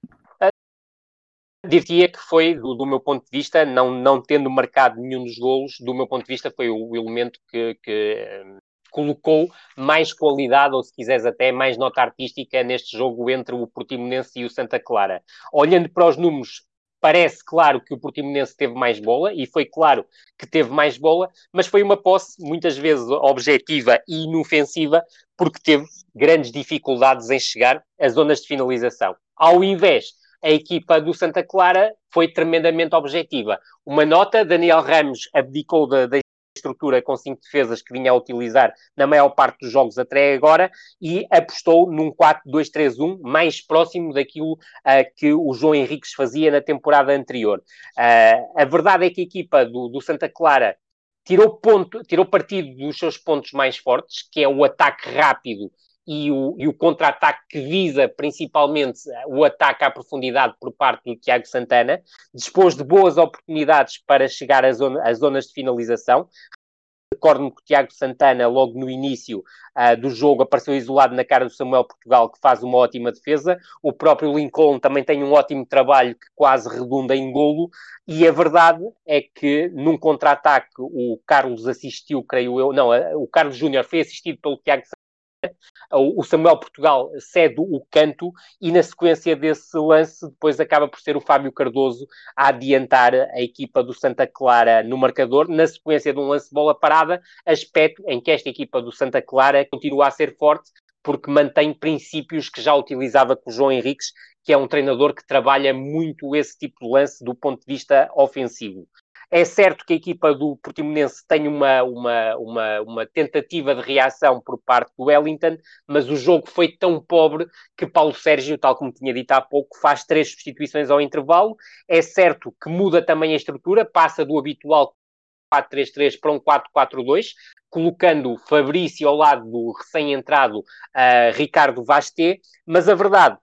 Diria que foi, do, do meu ponto de vista, não, não tendo marcado nenhum dos golos, do meu ponto de vista foi o, o elemento que, que um, colocou mais qualidade, ou se quiseres até mais nota artística neste jogo entre o Portimonense e o Santa Clara. Olhando para os números, parece claro que o Portimonense teve mais bola, e foi claro que teve mais bola, mas foi uma posse muitas vezes objetiva e inofensiva, porque teve grandes dificuldades em chegar às zonas de finalização. Ao invés, a equipa do Santa Clara foi tremendamente objetiva. Uma nota, Daniel Ramos abdicou da, da estrutura com cinco defesas que vinha a utilizar na maior parte dos jogos até agora e apostou num quatro dois três um mais próximo daquilo uh, que o João Henriques fazia na temporada anterior. Uh, a verdade é que a equipa do, do Santa Clara tirou, ponto, tirou partido dos seus pontos mais fortes, que é o ataque rápido e o, e o contra-ataque que visa principalmente o ataque à profundidade por parte do Tiago Santana, dispôs de boas oportunidades para chegar às, zona, às zonas de finalização. Recordo-me que o Tiago Santana, logo no início uh, do jogo, apareceu isolado na cara do Samuel Portugal, que faz uma ótima defesa. O próprio Lincoln também tem um ótimo trabalho que quase redunda em golo. E a verdade é que, num contra-ataque, o Carlos assistiu, creio eu... Não, o Carlos Júnior foi assistido pelo Tiago Santana. O Samuel Portugal cede o canto e na sequência desse lance depois acaba por ser o Fábio Cardoso a adiantar a equipa do Santa Clara no marcador, na sequência de um lance de bola parada, aspecto em que esta equipa do Santa Clara continua a ser forte porque mantém princípios que já utilizava com o João Henriques, que é um treinador que trabalha muito esse tipo de lance do ponto de vista ofensivo. É certo que a equipa do Portimonense tem uma, uma, uma, uma tentativa de reação por parte do Wellington, mas o jogo foi tão pobre que Paulo Sérgio, tal como tinha dito há pouco, faz três substituições ao intervalo. É certo que muda também a estrutura, passa do habitual quatro três três para um quatro quatro dois, colocando Fabrício ao lado do recém-entrado uh, Ricardo Vasté, mas a verdade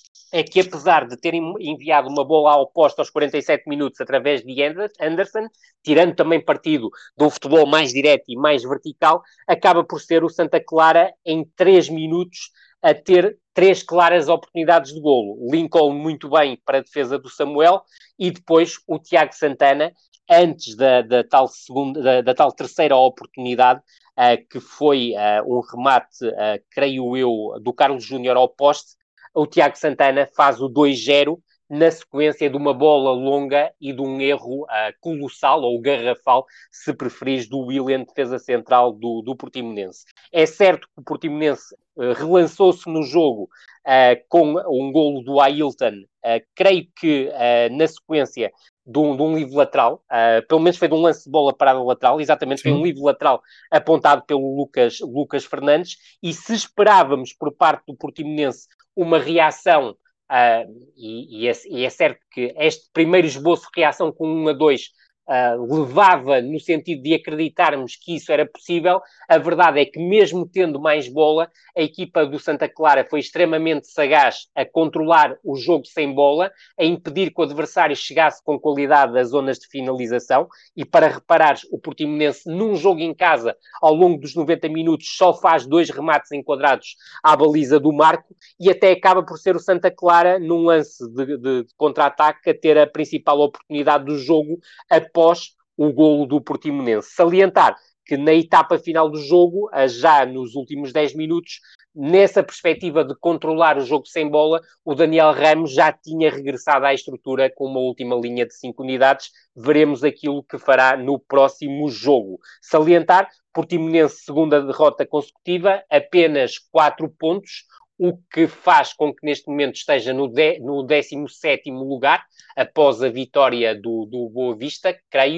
é que apesar de terem enviado uma bola ao posto aos quarenta e sete minutos através de Anderson, tirando também partido de um futebol mais direto e mais vertical, acaba por ser o Santa Clara em três minutos a ter três claras oportunidades de golo. Lincoln muito bem para a defesa do Samuel e depois o Tiago Santana, antes da, da, tal, segunda, da, da tal terceira oportunidade, uh, que foi uh, um remate, uh, creio eu, do Carlos Júnior ao poste. O Tiago Santana faz o dois zero na sequência de uma bola longa e de um erro uh, colossal, ou garrafal, se preferires, do Willian, defesa central do, do Portimonense. É certo que o Portimonense uh, relançou-se no jogo uh, com um golo do Ailton, uh, creio que uh, na sequência de um, de um livre lateral, uh, pelo menos foi de um lance de bola parada lateral, exatamente, Sim. Foi um livre lateral apontado pelo Lucas, Lucas Fernandes, e se esperávamos por parte do Portimonense uma reação, uh, e, e, é, e é certo que este primeiro esboço de reação com um a dois uh, levava no sentido de acreditarmos que isso era possível, a verdade é que mesmo tendo mais bola, a equipa do Santa Clara foi extremamente sagaz a controlar o jogo sem bola, a impedir que o adversário chegasse com qualidade às zonas de finalização, e para reparares, o Portimonense num jogo em casa, ao longo dos noventa minutos, só faz dois remates enquadrados à baliza do Marco, e até acaba por ser o Santa Clara, num lance de, de, de contra-ataque, a ter a principal oportunidade do jogo após o golo do Portimonense. Salientar que na etapa final do jogo, já nos últimos dez minutos, nessa perspectiva de controlar o jogo sem bola, o Daniel Ramos já tinha regressado à estrutura com uma última linha de cinco unidades. Veremos aquilo que fará no próximo jogo. Salientar, Portimonense, segunda derrota consecutiva, apenas quatro pontos, o que faz com que neste momento esteja no, de, no décimo sétimo lugar, após a vitória do, do Boa Vista, creio,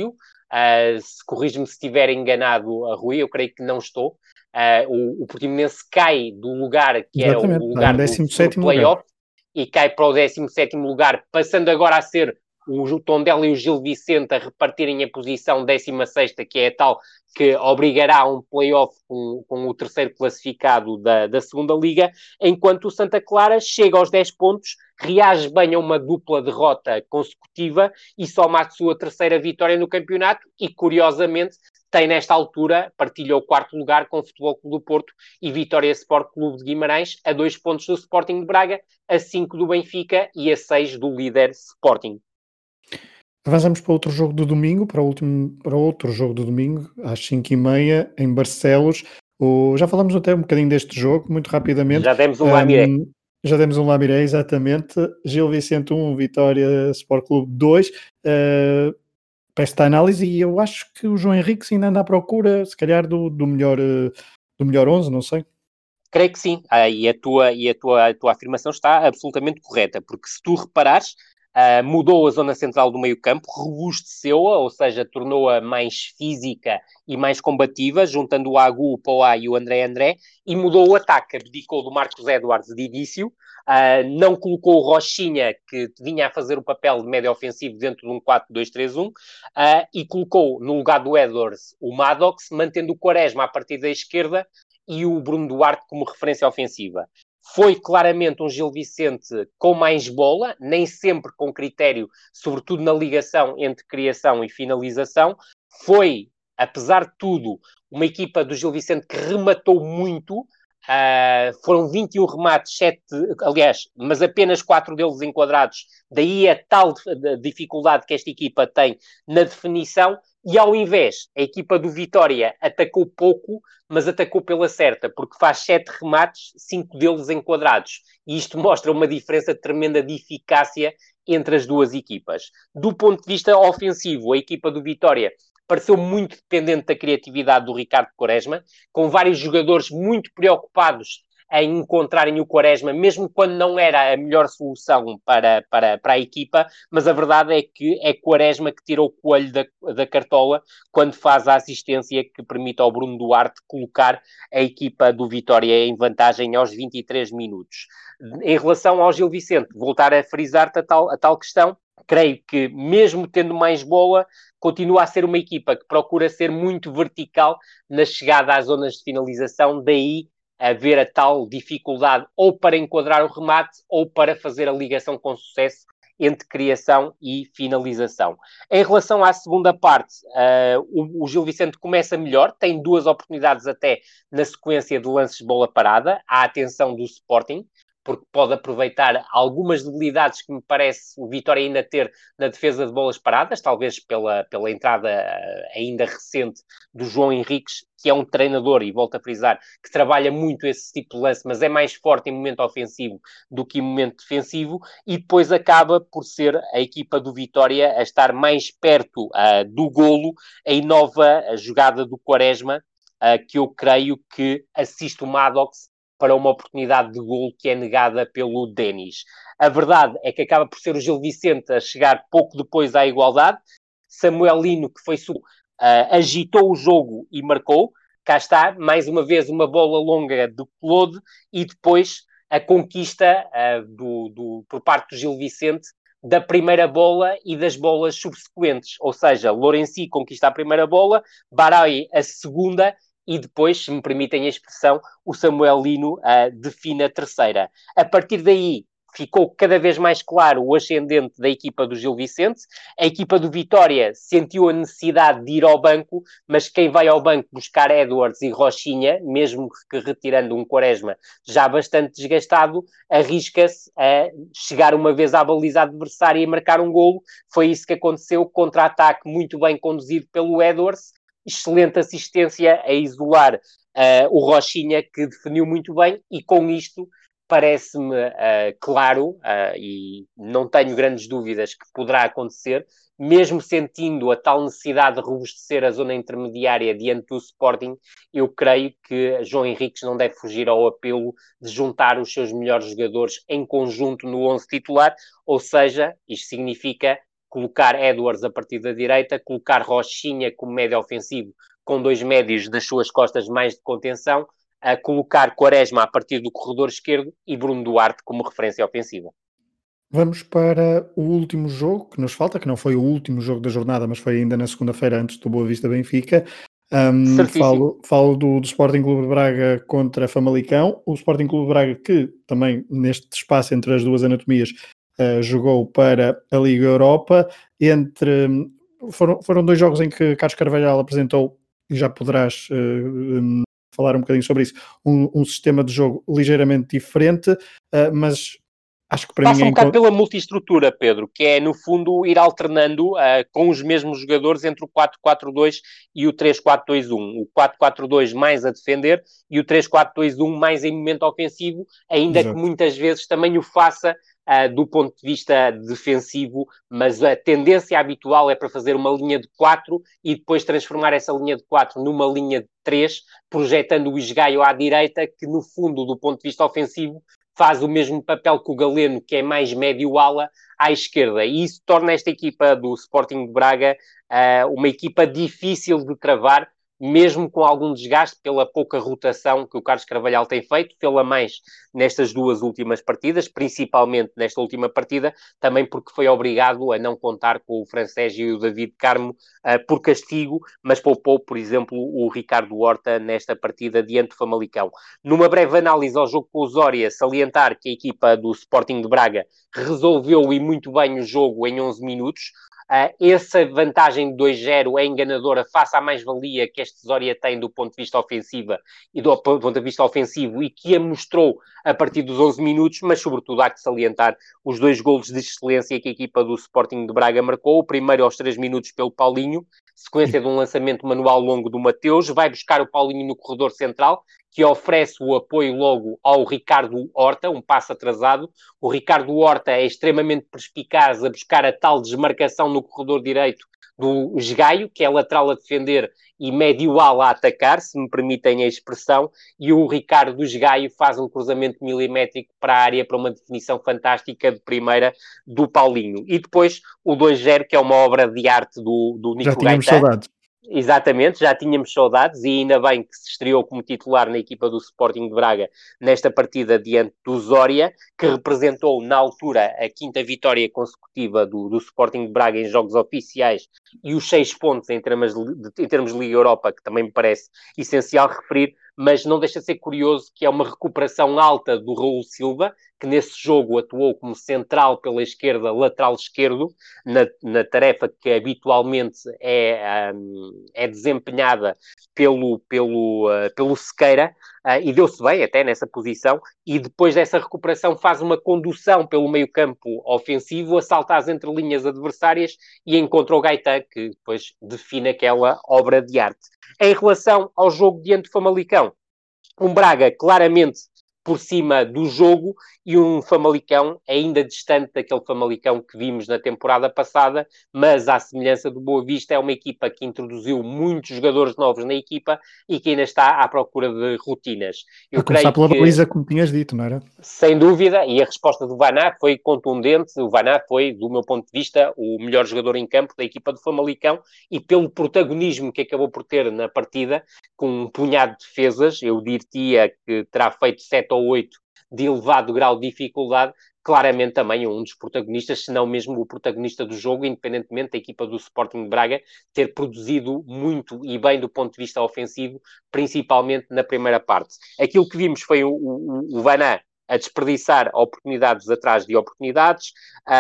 Uh, se corrijo-me se estiver enganado, a Rui, eu creio que não estou. Uh, o, o Portimonense cai do lugar que era Exatamente, o lugar do, do play-off e cai para o décimo sétimo lugar, passando agora a ser o Tondela e o Gil Vicente a repartirem a posição décima sexta, que é a tal que obrigará a um play-off com, com o terceiro classificado da, da segunda liga, enquanto o Santa Clara chega aos dez pontos, reage bem a uma dupla derrota consecutiva e soma a sua terceira vitória no campeonato e, curiosamente, tem nesta altura, partilha o quarto lugar com o Futebol Clube do Porto e Vitória Sport Clube de Guimarães, a dois pontos do Sporting de Braga, a cinco do Benfica e a seis do líder Sporting. Avançamos para outro jogo do domingo, para, o último, para outro jogo do domingo, às cinco e meia, em Barcelos. O, já falamos até um bocadinho deste jogo, muito rapidamente. Já demos um Lamiré. Um, já demos um Lamiré, exatamente. Gil Vicente um, Vitória Sport Clube dois. Uh, para esta análise, e eu acho que o João Henrique ainda anda à procura, se calhar, do, do, melhor, do melhor onze, não sei. Creio que sim, ah, e, a tua, e a, tua, a tua afirmação está absolutamente correta, porque se tu reparares, Uh, mudou a zona central do meio-campo, robusteceu-a, ou seja, tornou-a mais física e mais combativa, juntando o Agu, o Poá e o André André, e mudou o ataque, abdicou do Marcos Edwards de início, uh, não colocou o Rochinha, que vinha a fazer o papel de médio ofensivo dentro de um quatro dois três um, uh, e colocou no lugar do Edwards o Maddox, mantendo o Quaresma a partir da esquerda e o Bruno Duarte como referência ofensiva. Foi claramente um Gil Vicente com mais bola, nem sempre com critério, sobretudo na ligação entre criação e finalização. Foi, apesar de tudo, uma equipa do Gil Vicente que rematou muito. Uh, foram vinte e um remates, sete, aliás, mas apenas quatro deles enquadrados. Daí a tal dificuldade que esta equipa tem na definição. E ao invés, a equipa do Vitória atacou pouco, mas atacou pela certa, porque faz sete remates, cinco deles enquadrados. E isto mostra uma diferença tremenda de eficácia entre as duas equipas. Do ponto de vista ofensivo, a equipa do Vitória pareceu muito dependente da criatividade do Ricardo Quaresma, com vários jogadores muito preocupados em encontrarem o Quaresma, mesmo quando não era a melhor solução para, para, para a equipa, mas a verdade é que é Quaresma que tira o coelho da, da cartola quando faz a assistência que permite ao Bruno Duarte colocar a equipa do Vitória em vantagem aos vinte e três minutos. Em relação ao Gil Vicente, voltar a frisar-te a tal, a tal questão, creio que mesmo tendo mais bola, continua a ser uma equipa que procura ser muito vertical na chegada às zonas de finalização, daí haver a tal dificuldade ou para enquadrar o remate ou para fazer a ligação com sucesso entre criação e finalização. Em relação à segunda parte, uh, o, o Gil Vicente começa melhor, tem duas oportunidades até na sequência de lances de bola parada, à atenção do Sporting, porque pode aproveitar algumas debilidades que me parece o Vitória ainda ter na defesa de bolas paradas, talvez pela, pela entrada ainda recente do João Henriques, que é um treinador, e volto a frisar, que trabalha muito esse tipo de lance, mas é mais forte em momento ofensivo do que em momento defensivo, e depois acaba por ser a equipa do Vitória a estar mais perto uh, do golo, em nova jogada do Quaresma, uh, que eu creio que assiste o Maddox para uma oportunidade de golo que é negada pelo Denis. A verdade é que acaba por ser o Gil Vicente a chegar pouco depois à igualdade. Samuel Lino, que foi uh, agitou o jogo e marcou. Cá está, mais uma vez, uma bola longa do Claude e depois a conquista uh, do, do, por parte do Gil Vicente da primeira bola e das bolas subsequentes. Ou seja, Lourençi conquista a primeira bola, Barai a segunda e depois, se me permitem a expressão, o Samuel Lino uh, define a terceira. A partir daí, ficou cada vez mais claro o ascendente da equipa do Gil Vicente. A equipa do Vitória sentiu a necessidade de ir ao banco, mas quem vai ao banco buscar Edwards e Rochinha, mesmo que retirando um Quaresma já bastante desgastado, arrisca-se a chegar uma vez à baliza adversária e marcar um golo. Foi isso que aconteceu, contra-ataque muito bem conduzido pelo Edwards, excelente assistência a isolar uh, o Rochinha, que definiu muito bem, e com isto parece-me uh, claro, uh, e não tenho grandes dúvidas que poderá acontecer, mesmo sentindo a tal necessidade de robustecer a zona intermediária diante do Sporting, eu creio que João Henriques não deve fugir ao apelo de juntar os seus melhores jogadores em conjunto no onze titular, ou seja, isto significa colocar Edwards a partir da direita, colocar Rochinha como médio ofensivo, com dois médios das suas costas mais de contenção, a colocar Quaresma a partir do corredor esquerdo e Bruno Duarte como referência ofensiva. Vamos para o último jogo que nos falta, que não foi o último jogo da jornada, mas foi ainda na segunda-feira antes do Boa Vista Benfica. Um, falo falo do, do Sporting Clube de Braga contra Famalicão. O Sporting Clube de Braga, que também neste espaço entre as duas anatomias uh, jogou para a Liga Europa. Entre, foram, foram dois jogos em que Carlos Carvalhal apresentou, e já poderás uh, um, falar um bocadinho sobre isso, um, um sistema de jogo ligeiramente diferente, uh, mas acho que para Passa mim é um bocado encontro... pela multiestrutura, Pedro, que é, no fundo, ir alternando uh, com os mesmos jogadores entre o quatro quatro dois e o três quatro dois um. O quatro quatro dois mais a defender e o três quatro dois um mais em momento ofensivo, ainda Exato. Que muitas vezes também o faça uh, do ponto de vista defensivo, mas a tendência habitual é para fazer uma linha de quatro e depois transformar essa linha de quatro numa linha de três, projetando o esgaio à direita, que no fundo, do ponto de vista ofensivo, faz o mesmo papel que o Galeno, que é mais médio-ala, à esquerda. E isso torna esta equipa do Sporting de Braga uh, uma equipa difícil de travar, mesmo com algum desgaste pela pouca rotação que o Carlos Carvalhal tem feito, pela mais nestas duas últimas partidas, principalmente nesta última partida, também porque foi obrigado a não contar com o Francés e o David Carmo uh, por castigo, mas poupou, por exemplo, o Ricardo Horta nesta partida diante do Famalicão. Numa breve análise ao jogo com o Zória, salientar que a equipa do Sporting de Braga resolveu e muito bem o jogo em onze minutos. Uh, essa vantagem de dois zero é enganadora face à mais-valia que este Zória tem do ponto de vista ofensivo e do ponto de vista ofensivo e que a mostrou a partir dos onze minutos, mas sobretudo há que salientar os dois golos de excelência que a equipa do Sporting de Braga marcou. O primeiro aos três minutos pelo Paulinho, sequência de um lançamento manual longo do Mateus, vai buscar o Paulinho no corredor central, que oferece o apoio logo ao Ricardo Horta, um passo atrasado. O Ricardo Horta é extremamente perspicaz a buscar a tal desmarcação no corredor direito do Esgaio, que é lateral a defender e médio-ala a atacar, se me permitem a expressão, e o Ricardo Esgaio faz um cruzamento milimétrico para a área, para uma definição fantástica de primeira do Paulinho. E depois o dois zero, que é uma obra de arte do, do Nico Gaetan. Já tínhamos saudades. Exatamente, já tínhamos saudades e ainda bem que se estreou como titular na equipa do Sporting de Braga nesta partida diante do Zória, que representou na altura a quinta vitória consecutiva do, do Sporting de Braga em jogos oficiais e os seis pontos em termos de, em termos de Liga Europa, que também me parece essencial referir, mas não deixa de ser curioso que é uma recuperação alta do Raul Silva, que nesse jogo atuou como central pela esquerda, lateral esquerdo, na, na tarefa que habitualmente é, um, é desempenhada pelo, pelo, uh, pelo Sequeira, uh, e deu-se bem até nessa posição, e depois dessa recuperação faz uma condução pelo meio-campo ofensivo, assalta as entrelinhas adversárias e encontra o Gaetan, que depois define aquela obra de arte. Em relação ao jogo diante do Famalicão, um Braga claramente por cima do jogo e um Famalicão ainda distante daquele Famalicão que vimos na temporada passada, mas à semelhança do Boa Vista é uma equipa que introduziu muitos jogadores novos na equipa e que ainda está à procura de rotinas. Eu a começar pela que, baliza, como tinhas dito, não era? Sem dúvida, e a resposta do Vaná foi contundente. O Vaná foi, do meu ponto de vista, o melhor jogador em campo da equipa do Famalicão e pelo protagonismo que acabou por ter na partida, com um punhado de defesas, eu diria que terá feito sete ou oito de elevado grau de dificuldade, claramente também um dos protagonistas, se não mesmo o protagonista do jogo, independentemente da equipa do Sporting de Braga ter produzido muito e bem do ponto de vista ofensivo, principalmente na primeira parte. Aquilo que vimos foi o, o, o Vaná a desperdiçar oportunidades atrás de oportunidades.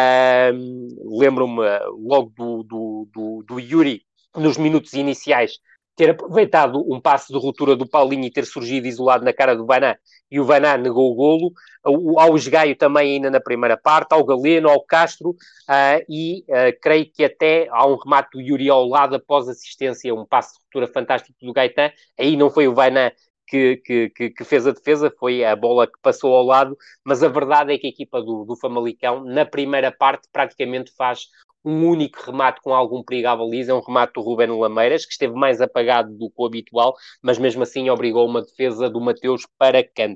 Um, lembro-me logo do, do, do, do Yuri, nos minutos iniciais, ter aproveitado um passe de ruptura do Paulinho e ter surgido isolado na cara do Vaná, e o Vaná negou o golo, ao Esgaio também ainda na primeira parte, ao Galeno, ao Castro, uh, e uh, creio que até há um remate do Yuri ao lado após assistência, um passe de ruptura fantástico do Gaetan. Aí não foi o Vaná que, que, que, que fez a defesa, foi a bola que passou ao lado, mas a verdade é que a equipa do, do Famalicão, na primeira parte, praticamente faz um único remate com algum perigo à baliza, é um remate do Ruben Lameiras, que esteve mais apagado do que o habitual, mas mesmo assim obrigou uma defesa do Mateus para canto.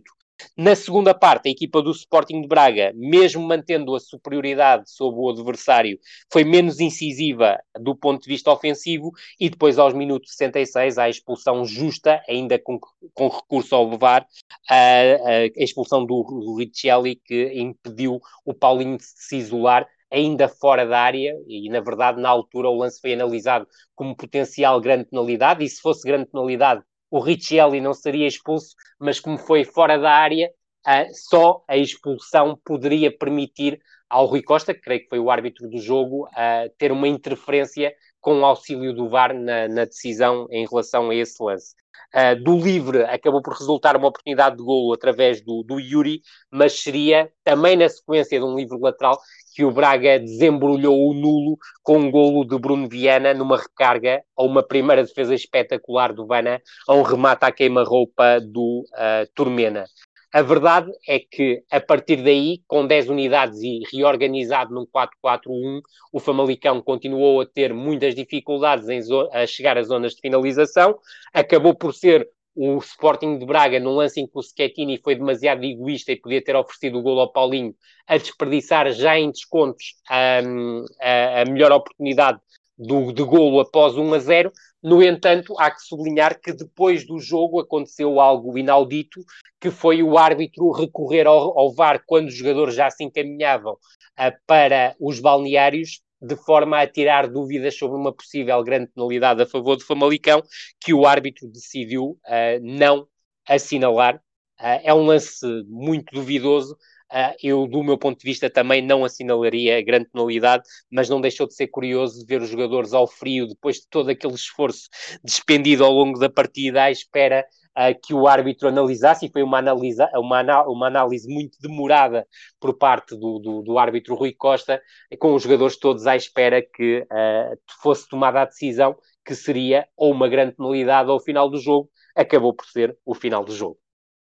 Na segunda parte, a equipa do Sporting de Braga, mesmo mantendo a superioridade sobre o adversário, foi menos incisiva do ponto de vista ofensivo e depois, aos minutos sessenta e seis, há a expulsão justa, ainda com, com recurso ao V A R, a, a expulsão do, do Richelli, que impediu o Paulinho de se isolar, ainda fora da área, e na verdade, na altura, o lance foi analisado como potencial grande penalidade, e se fosse grande penalidade, o Richelli não seria expulso, mas como foi fora da área, uh, só a expulsão poderia permitir ao Rui Costa, que creio que foi o árbitro do jogo, uh, ter uma interferência com o auxílio do V A R na, na decisão em relação a esse lance. Uh, do livre acabou por resultar uma oportunidade de golo através do, do Yuri, mas seria também na sequência de um livre lateral que o Braga desembrulhou o nulo com um golo de Bruno Viana numa recarga a uma primeira defesa espetacular do Vana, a um remate à queima-roupa do uh, Turmena. A verdade é que, a partir daí, com dez unidades e reorganizado num quatro quatro um, o Famalicão continuou a ter muitas dificuldades em a chegar às zonas de finalização. Acabou por ser o Sporting de Braga, num lance em que o Schettini foi demasiado egoísta e podia ter oferecido o golo ao Paulinho, a desperdiçar já em descontos um, a, a melhor oportunidade do, de golo após um a zero. No entanto, há que sublinhar que depois do jogo aconteceu algo inaudito, que foi o árbitro recorrer ao, ao V A R quando os jogadores já se encaminhavam uh, para os balneários, de forma a tirar dúvidas sobre uma possível grande penalidade a favor do Famalicão, que o árbitro decidiu uh, não assinalar. Uh, é um lance muito duvidoso. Uh, eu, do meu ponto de vista, também não assinalaria a grande penalidade, mas não deixou de ser curioso de ver os jogadores ao frio, depois de todo aquele esforço despendido ao longo da partida, à espera uh, que o árbitro analisasse, e foi uma, analisa, uma, anal- uma análise muito demorada por parte do, do, do árbitro Rui Costa, com os jogadores todos à espera que uh, fosse tomada a decisão, que seria ou uma grande penalidade ao final do jogo. Acabou por ser o final do jogo.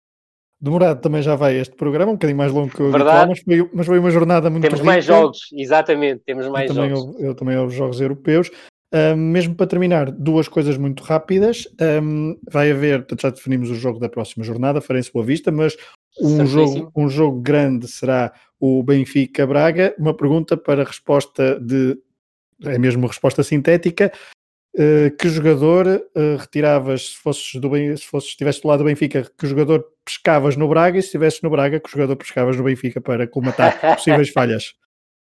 Demorado também já vai este programa, um bocadinho mais longo que o Verdade. habitual, mas foi, mas foi uma jornada muito Temos rica. mais jogos, exatamente, temos mais eu também jogos. Houve, eu também houve jogos europeus. Um, mesmo para terminar, duas coisas muito rápidas. Um, vai haver, já definimos o jogo da próxima jornada, Farense Boa Vista, mas um jogo, um jogo grande será o Benfica-Braga. Uma pergunta para resposta de, é mesmo resposta sintética. Uh, que jogador uh, retiravas se fosses do Ben, se fosses, estivesse do lado do Benfica, que jogador pescavas no Braga, e se estivesses no Braga, que jogador pescavas no Benfica para colmatar possíveis falhas?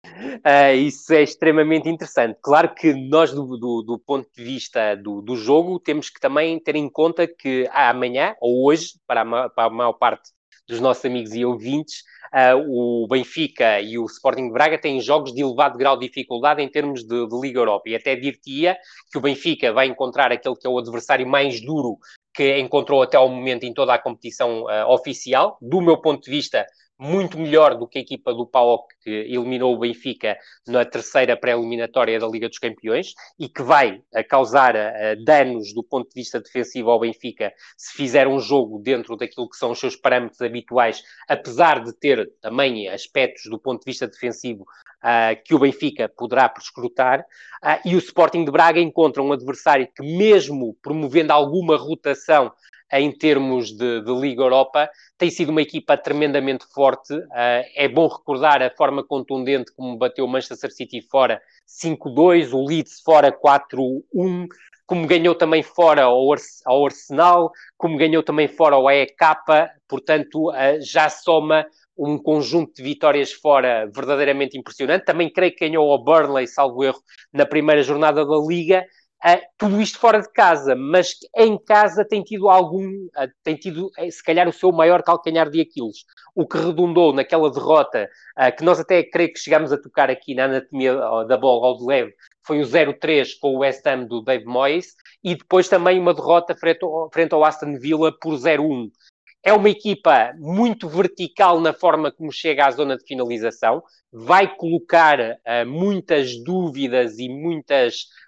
Uh, isso é extremamente interessante. Claro que nós, do, do, do ponto de vista do, do jogo, temos que também ter em conta que amanhã, ou hoje, para a, para a maior parte dos nossos amigos e ouvintes, uh, o Benfica e o Sporting de Braga têm jogos de elevado grau de dificuldade em termos de, de Liga Europa. E até dir-te-ia que o Benfica vai encontrar aquele que é o adversário mais duro que encontrou até ao momento em toda a competição uh, oficial. Do meu ponto de vista, muito melhor do que a equipa do P A O K, que eliminou o Benfica na terceira pré-eliminatória da Liga dos Campeões e que vai causar uh, danos do ponto de vista defensivo ao Benfica se fizer um jogo dentro daquilo que são os seus parâmetros habituais, apesar de ter também aspectos do ponto de vista defensivo uh, que o Benfica poderá prescrutar. Uh, e o Sporting de Braga encontra um adversário que, mesmo promovendo alguma rotação em termos de, de Liga Europa, tem sido uma equipa tremendamente forte. Uh, é bom recordar a forma contundente como bateu o Manchester City fora cinco dois, o Leeds fora quatro um, como ganhou também fora ao, Ars- ao Arsenal, como ganhou também fora ao E K, portanto uh, já soma um conjunto de vitórias fora verdadeiramente impressionante. Também creio que ganhou ao Burnley, salvo erro, na primeira jornada da Liga. Uh, tudo isto fora de casa, mas em casa tem tido algum, uh, tem tido se calhar o seu maior calcanhar de Aquiles, o que redundou naquela derrota uh, que nós até creio que chegámos a tocar aqui na anatomia da bola ao de leve, foi o zero três com o West Ham do Dave Moyes, e depois também uma derrota frente ao, frente ao Aston Villa por zero um. É uma equipa muito vertical na forma como chega à zona de finalização, vai colocar uh, muitas dúvidas e muitas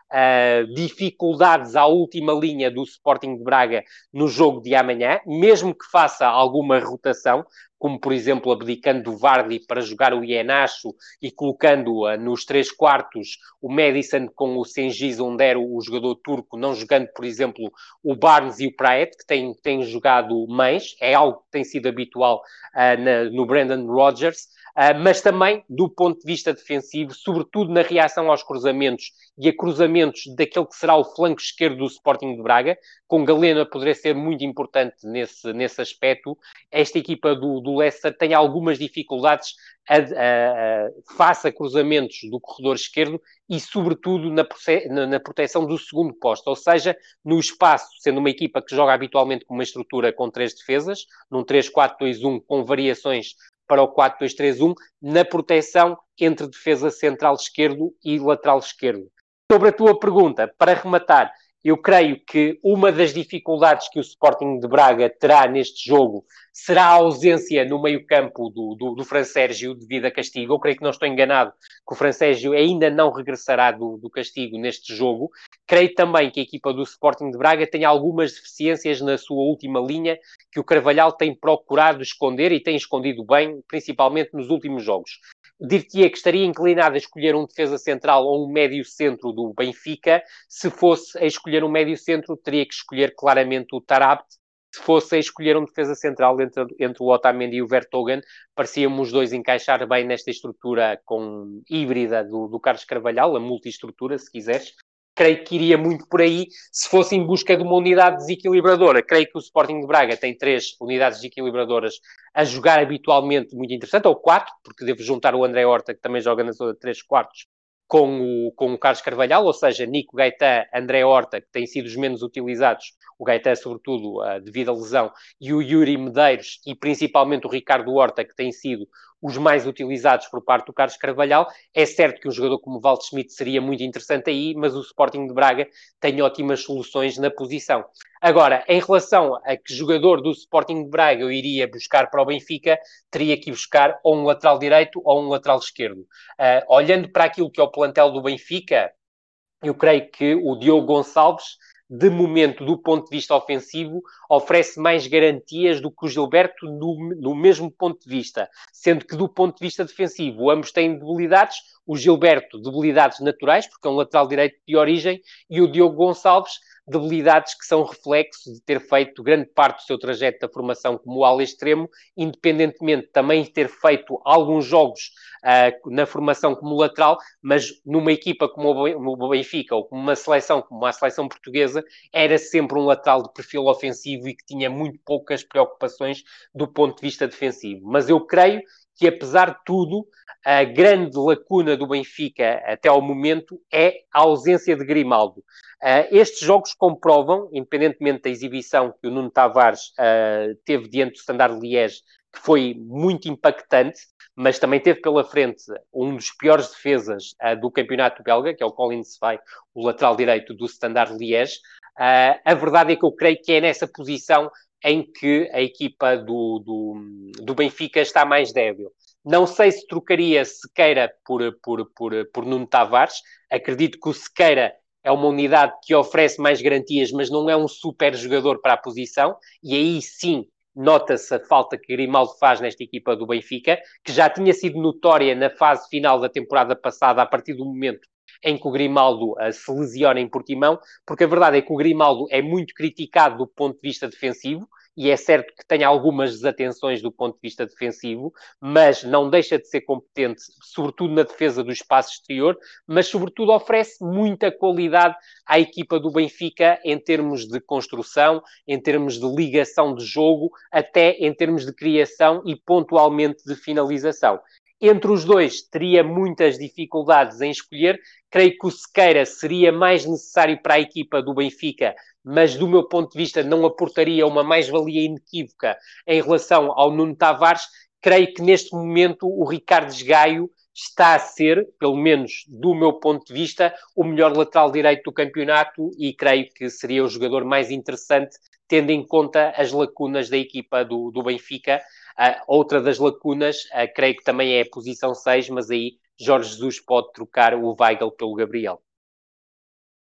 uh, dificuldades à última linha do Sporting de Braga no jogo de amanhã, mesmo que faça alguma rotação, como, por exemplo, abdicando do Vardy para jogar o Ienacho e colocando uh, nos três quartos o Madison com o Cengiz Onder, o jogador turco, não jogando, por exemplo, o Barnes e o Praet, que têm, têm jogado mais, é algo que tem sido habitual uh, na, no Brendan Rodgers, uh, mas também do ponto de vista defensivo, sobretudo na reação aos cruzamentos e a cruzamentos daquele que será o flanco esquerdo do Sporting de Braga, com Galeno poderia ser muito importante nesse, nesse aspecto. Esta equipa do, do Leicester tem algumas dificuldades a, a, a, face a cruzamentos do corredor esquerdo e, sobretudo, na, na, na proteção do segundo posto, ou seja, no espaço, sendo uma equipa que joga habitualmente com uma estrutura com três defesas, num três quatro dois um, com variações para o quatro dois três um, na proteção entre defesa central esquerdo e lateral esquerdo. Sobre a tua pergunta, para rematar, eu creio que uma das dificuldades que o Sporting de Braga terá neste jogo será a ausência no meio-campo do, do, do Fran Sérgio devido a castigo. Eu creio que não estou enganado que o Fran Sérgio ainda não regressará do, do castigo neste jogo. Creio também que a equipa do Sporting de Braga tem algumas deficiências na sua última linha que o Carvalhal tem procurado esconder e tem escondido bem, principalmente nos últimos jogos. Dir-te-ia que estaria inclinado a escolher um defesa central ou um médio centro do Benfica. Se fosse a escolher um médio centro, teria que escolher claramente o Tarabt. Se fosse a escolher um defesa central entre, entre o Otamendi e o Vertonghen, pareciam os dois encaixar bem nesta estrutura com híbrida do, do Carlos Carvalhal, a multi-estrutura, se quiseres. Creio que iria muito por aí, se fosse em busca de uma unidade desequilibradora. Creio que o Sporting de Braga tem três unidades desequilibradoras a jogar habitualmente muito interessante, ou quatro, porque devo juntar o André Horta, que também joga na zona de três quartos, com o, com o Carlos Carvalhal, ou seja, Nico Gaetan, André Horta, que têm sido os menos utilizados, o Gaetan, sobretudo, uh, devido à lesão, e o Yuri Medeiros, e principalmente o Ricardo Horta, que têm sido os mais utilizados por parte do Carlos Carvalhal. É certo que um jogador como o Walt Schmidt seria muito interessante aí, mas o Sporting de Braga tem ótimas soluções na posição. Agora, em relação a que jogador do Sporting de Braga eu iria buscar para o Benfica, teria que ir buscar ou um lateral direito ou um lateral esquerdo. Uh, olhando para aquilo que é o plantel do Benfica, eu creio que o Diogo Gonçalves, de momento, do ponto de vista ofensivo, oferece mais garantias do que o Gilberto no, no mesmo ponto de vista. Sendo que, do ponto de vista defensivo, ambos têm debilidades. O Gilberto, debilidades naturais, porque é um lateral direito de origem, e o Diogo Gonçalves, debilidades que são reflexo de ter feito grande parte do seu trajeto da formação como ala extremo, independentemente também de ter feito alguns jogos uh, na formação como lateral, mas numa equipa como o Benfica ou como uma seleção como a seleção portuguesa, era sempre um lateral de perfil ofensivo e que tinha muito poucas preocupações do ponto de vista defensivo. Mas eu creio que, apesar de tudo, a grande lacuna do Benfica até ao momento é a ausência de Grimaldo. Uh, estes jogos comprovam, independentemente da exibição que o Nuno Tavares uh, teve diante do Standard Liège, que foi muito impactante, mas também teve pela frente um dos piores defesas uh, do campeonato belga, que é o Colin Sefai, o lateral direito do Standard Liège. Uh, a verdade é que eu creio que é nessa posição em que a equipa do, do, do Benfica está mais débil. Não sei se trocaria Sequeira por, por, por, por Nuno Tavares. Acredito que o Sequeira é uma unidade que oferece mais garantias, mas não é um super jogador para a posição. E aí sim nota-se a falta que Grimaldo faz nesta equipa do Benfica, que já tinha sido notória na fase final da temporada passada, a partir do momento em que o Grimaldo uh, se lesiona em Portimão, porque a verdade é que o Grimaldo é muito criticado do ponto de vista defensivo, e é certo que tem algumas desatenções do ponto de vista defensivo, mas não deixa de ser competente, sobretudo na defesa do espaço exterior, mas sobretudo oferece muita qualidade à equipa do Benfica em termos de construção, em termos de ligação de jogo, até em termos de criação e pontualmente de finalização. Entre os dois, teria muitas dificuldades em escolher. Creio que o Sequeira seria mais necessário para a equipa do Benfica, mas do meu ponto de vista não aportaria uma mais-valia inequívoca em relação ao Nuno Tavares. Creio que neste momento o Ricardo Gaio está a ser, pelo menos do meu ponto de vista, o melhor lateral direito do campeonato e creio que seria o jogador mais interessante, tendo em conta as lacunas da equipa do, do Benfica. Uh, outra das lacunas, uh, creio que também é a posição seis, mas aí Jorge Jesus pode trocar o Weigl pelo Gabriel.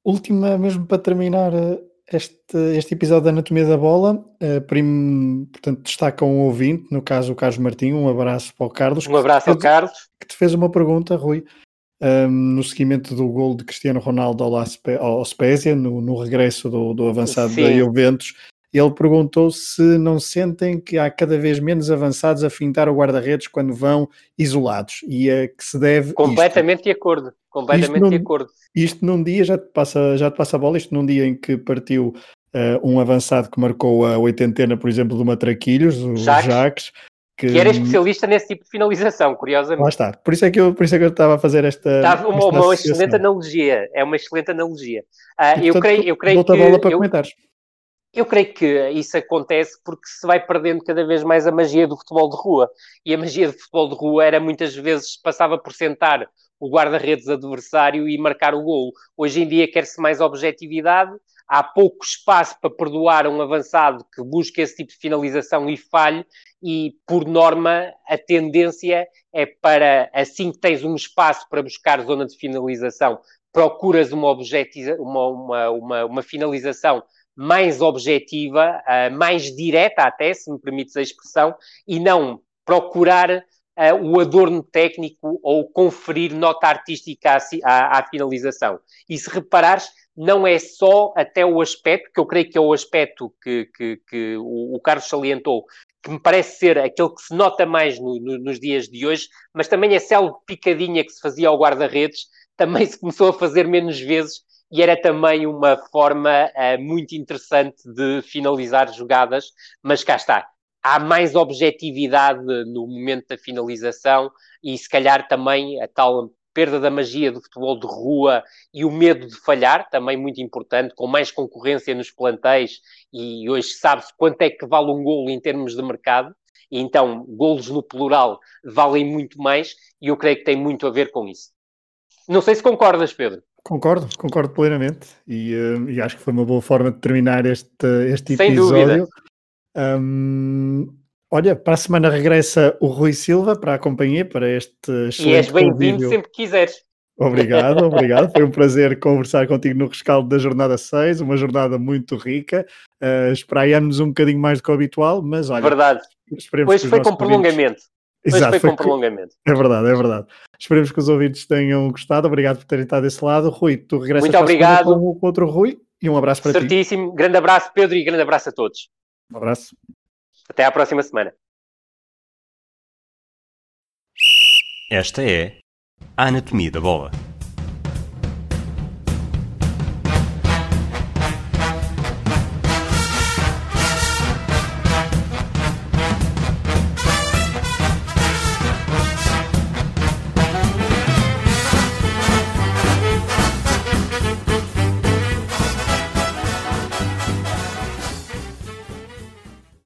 última mesmo para terminar este, este episódio da Anatomia da Bola, uh, prim, portanto destaca um ouvinte, no caso o Carlos Martinho, um abraço para o Carlos. Um abraço fez, ao Carlos. Que te fez uma pergunta, Rui, um, no seguimento do gol de Cristiano Ronaldo ao, ao Spezia, no, no regresso do, do avançado Sim. da Juventus. Ele perguntou se não sentem que há cada vez menos avançados a fintar o guarda-redes quando vão isolados e a que se deve completamente isto. de acordo, completamente num, de acordo. Isto num dia, já te passa, já te passa a bola, isto num dia em que partiu uh, um avançado que marcou a oitentena, por exemplo, do Matraquilhos, o Jacques, Jacques que... que era especialista nesse tipo de finalização, curiosamente. Lá está, por isso é que eu, por isso é que eu estava a fazer esta, Estava uma, esta uma excelente analogia, é uma excelente analogia. Uh, e, eu portanto, creio, eu creio que... a bola para eu... comentares. Eu creio que isso acontece porque se vai perdendo cada vez mais a magia do futebol de rua. E a magia do futebol de rua era muitas vezes, passava por sentar o guarda-redes adversário e marcar o golo. Hoje em dia quer-se mais objetividade, há pouco espaço para perdoar um avançado que busca esse tipo de finalização e falhe, e por norma a tendência é para, assim que tens um espaço para buscar zona de finalização, procuras uma, objetiza, uma, uma, uma, uma finalização mais objetiva, uh, mais direta até, se me permites a expressão, e não procurar uh, o adorno técnico ou conferir nota artística à, à, à finalização. E se reparares, não é só até o aspecto, que eu creio que é o aspecto que, que, que o, o Carlos salientou, que me parece ser aquele que se nota mais no, no, nos dias de hoje, mas também a célebre picadinha que se fazia ao guarda-redes também se começou a fazer menos vezes, e era também uma forma uh, muito interessante de finalizar jogadas, mas cá está, há mais objetividade no momento da finalização e se calhar também a tal perda da magia do futebol de rua e o medo de falhar, também muito importante, com mais concorrência nos plantéis, e hoje sabe-se quanto é que vale um golo em termos de mercado, e então golos no plural valem muito mais, e eu creio que tem muito a ver com isso. Não sei se concordas, Pedro. Concordo, concordo plenamente e, uh, e acho que foi uma boa forma de terminar este, este Sem episódio. Dúvida. Um, olha, para a semana regressa o Rui Silva para a companhia, para este excelente E és bem-vindo convívio. sempre que quiseres. Obrigado, obrigado. Foi um prazer conversar contigo no rescaldo da jornada seis, uma jornada muito rica. Uh, Espraiamos um bocadinho mais do que o habitual, mas olha... Verdade. Esperemos Hoje que foi os com ouvintes... prolongamento. Hoje Exato, foi, foi com prolongamento. É verdade, é verdade. Esperemos que os ouvintes tenham gostado. Obrigado por terem estado desse lado. Rui, tu regressas Muito para obrigado. Com o outro Rui e um abraço para Certíssimo. ti. Certíssimo. Grande abraço, Pedro, e grande abraço a todos. Um abraço. Até à próxima semana. Esta é a Anatomia da Bola.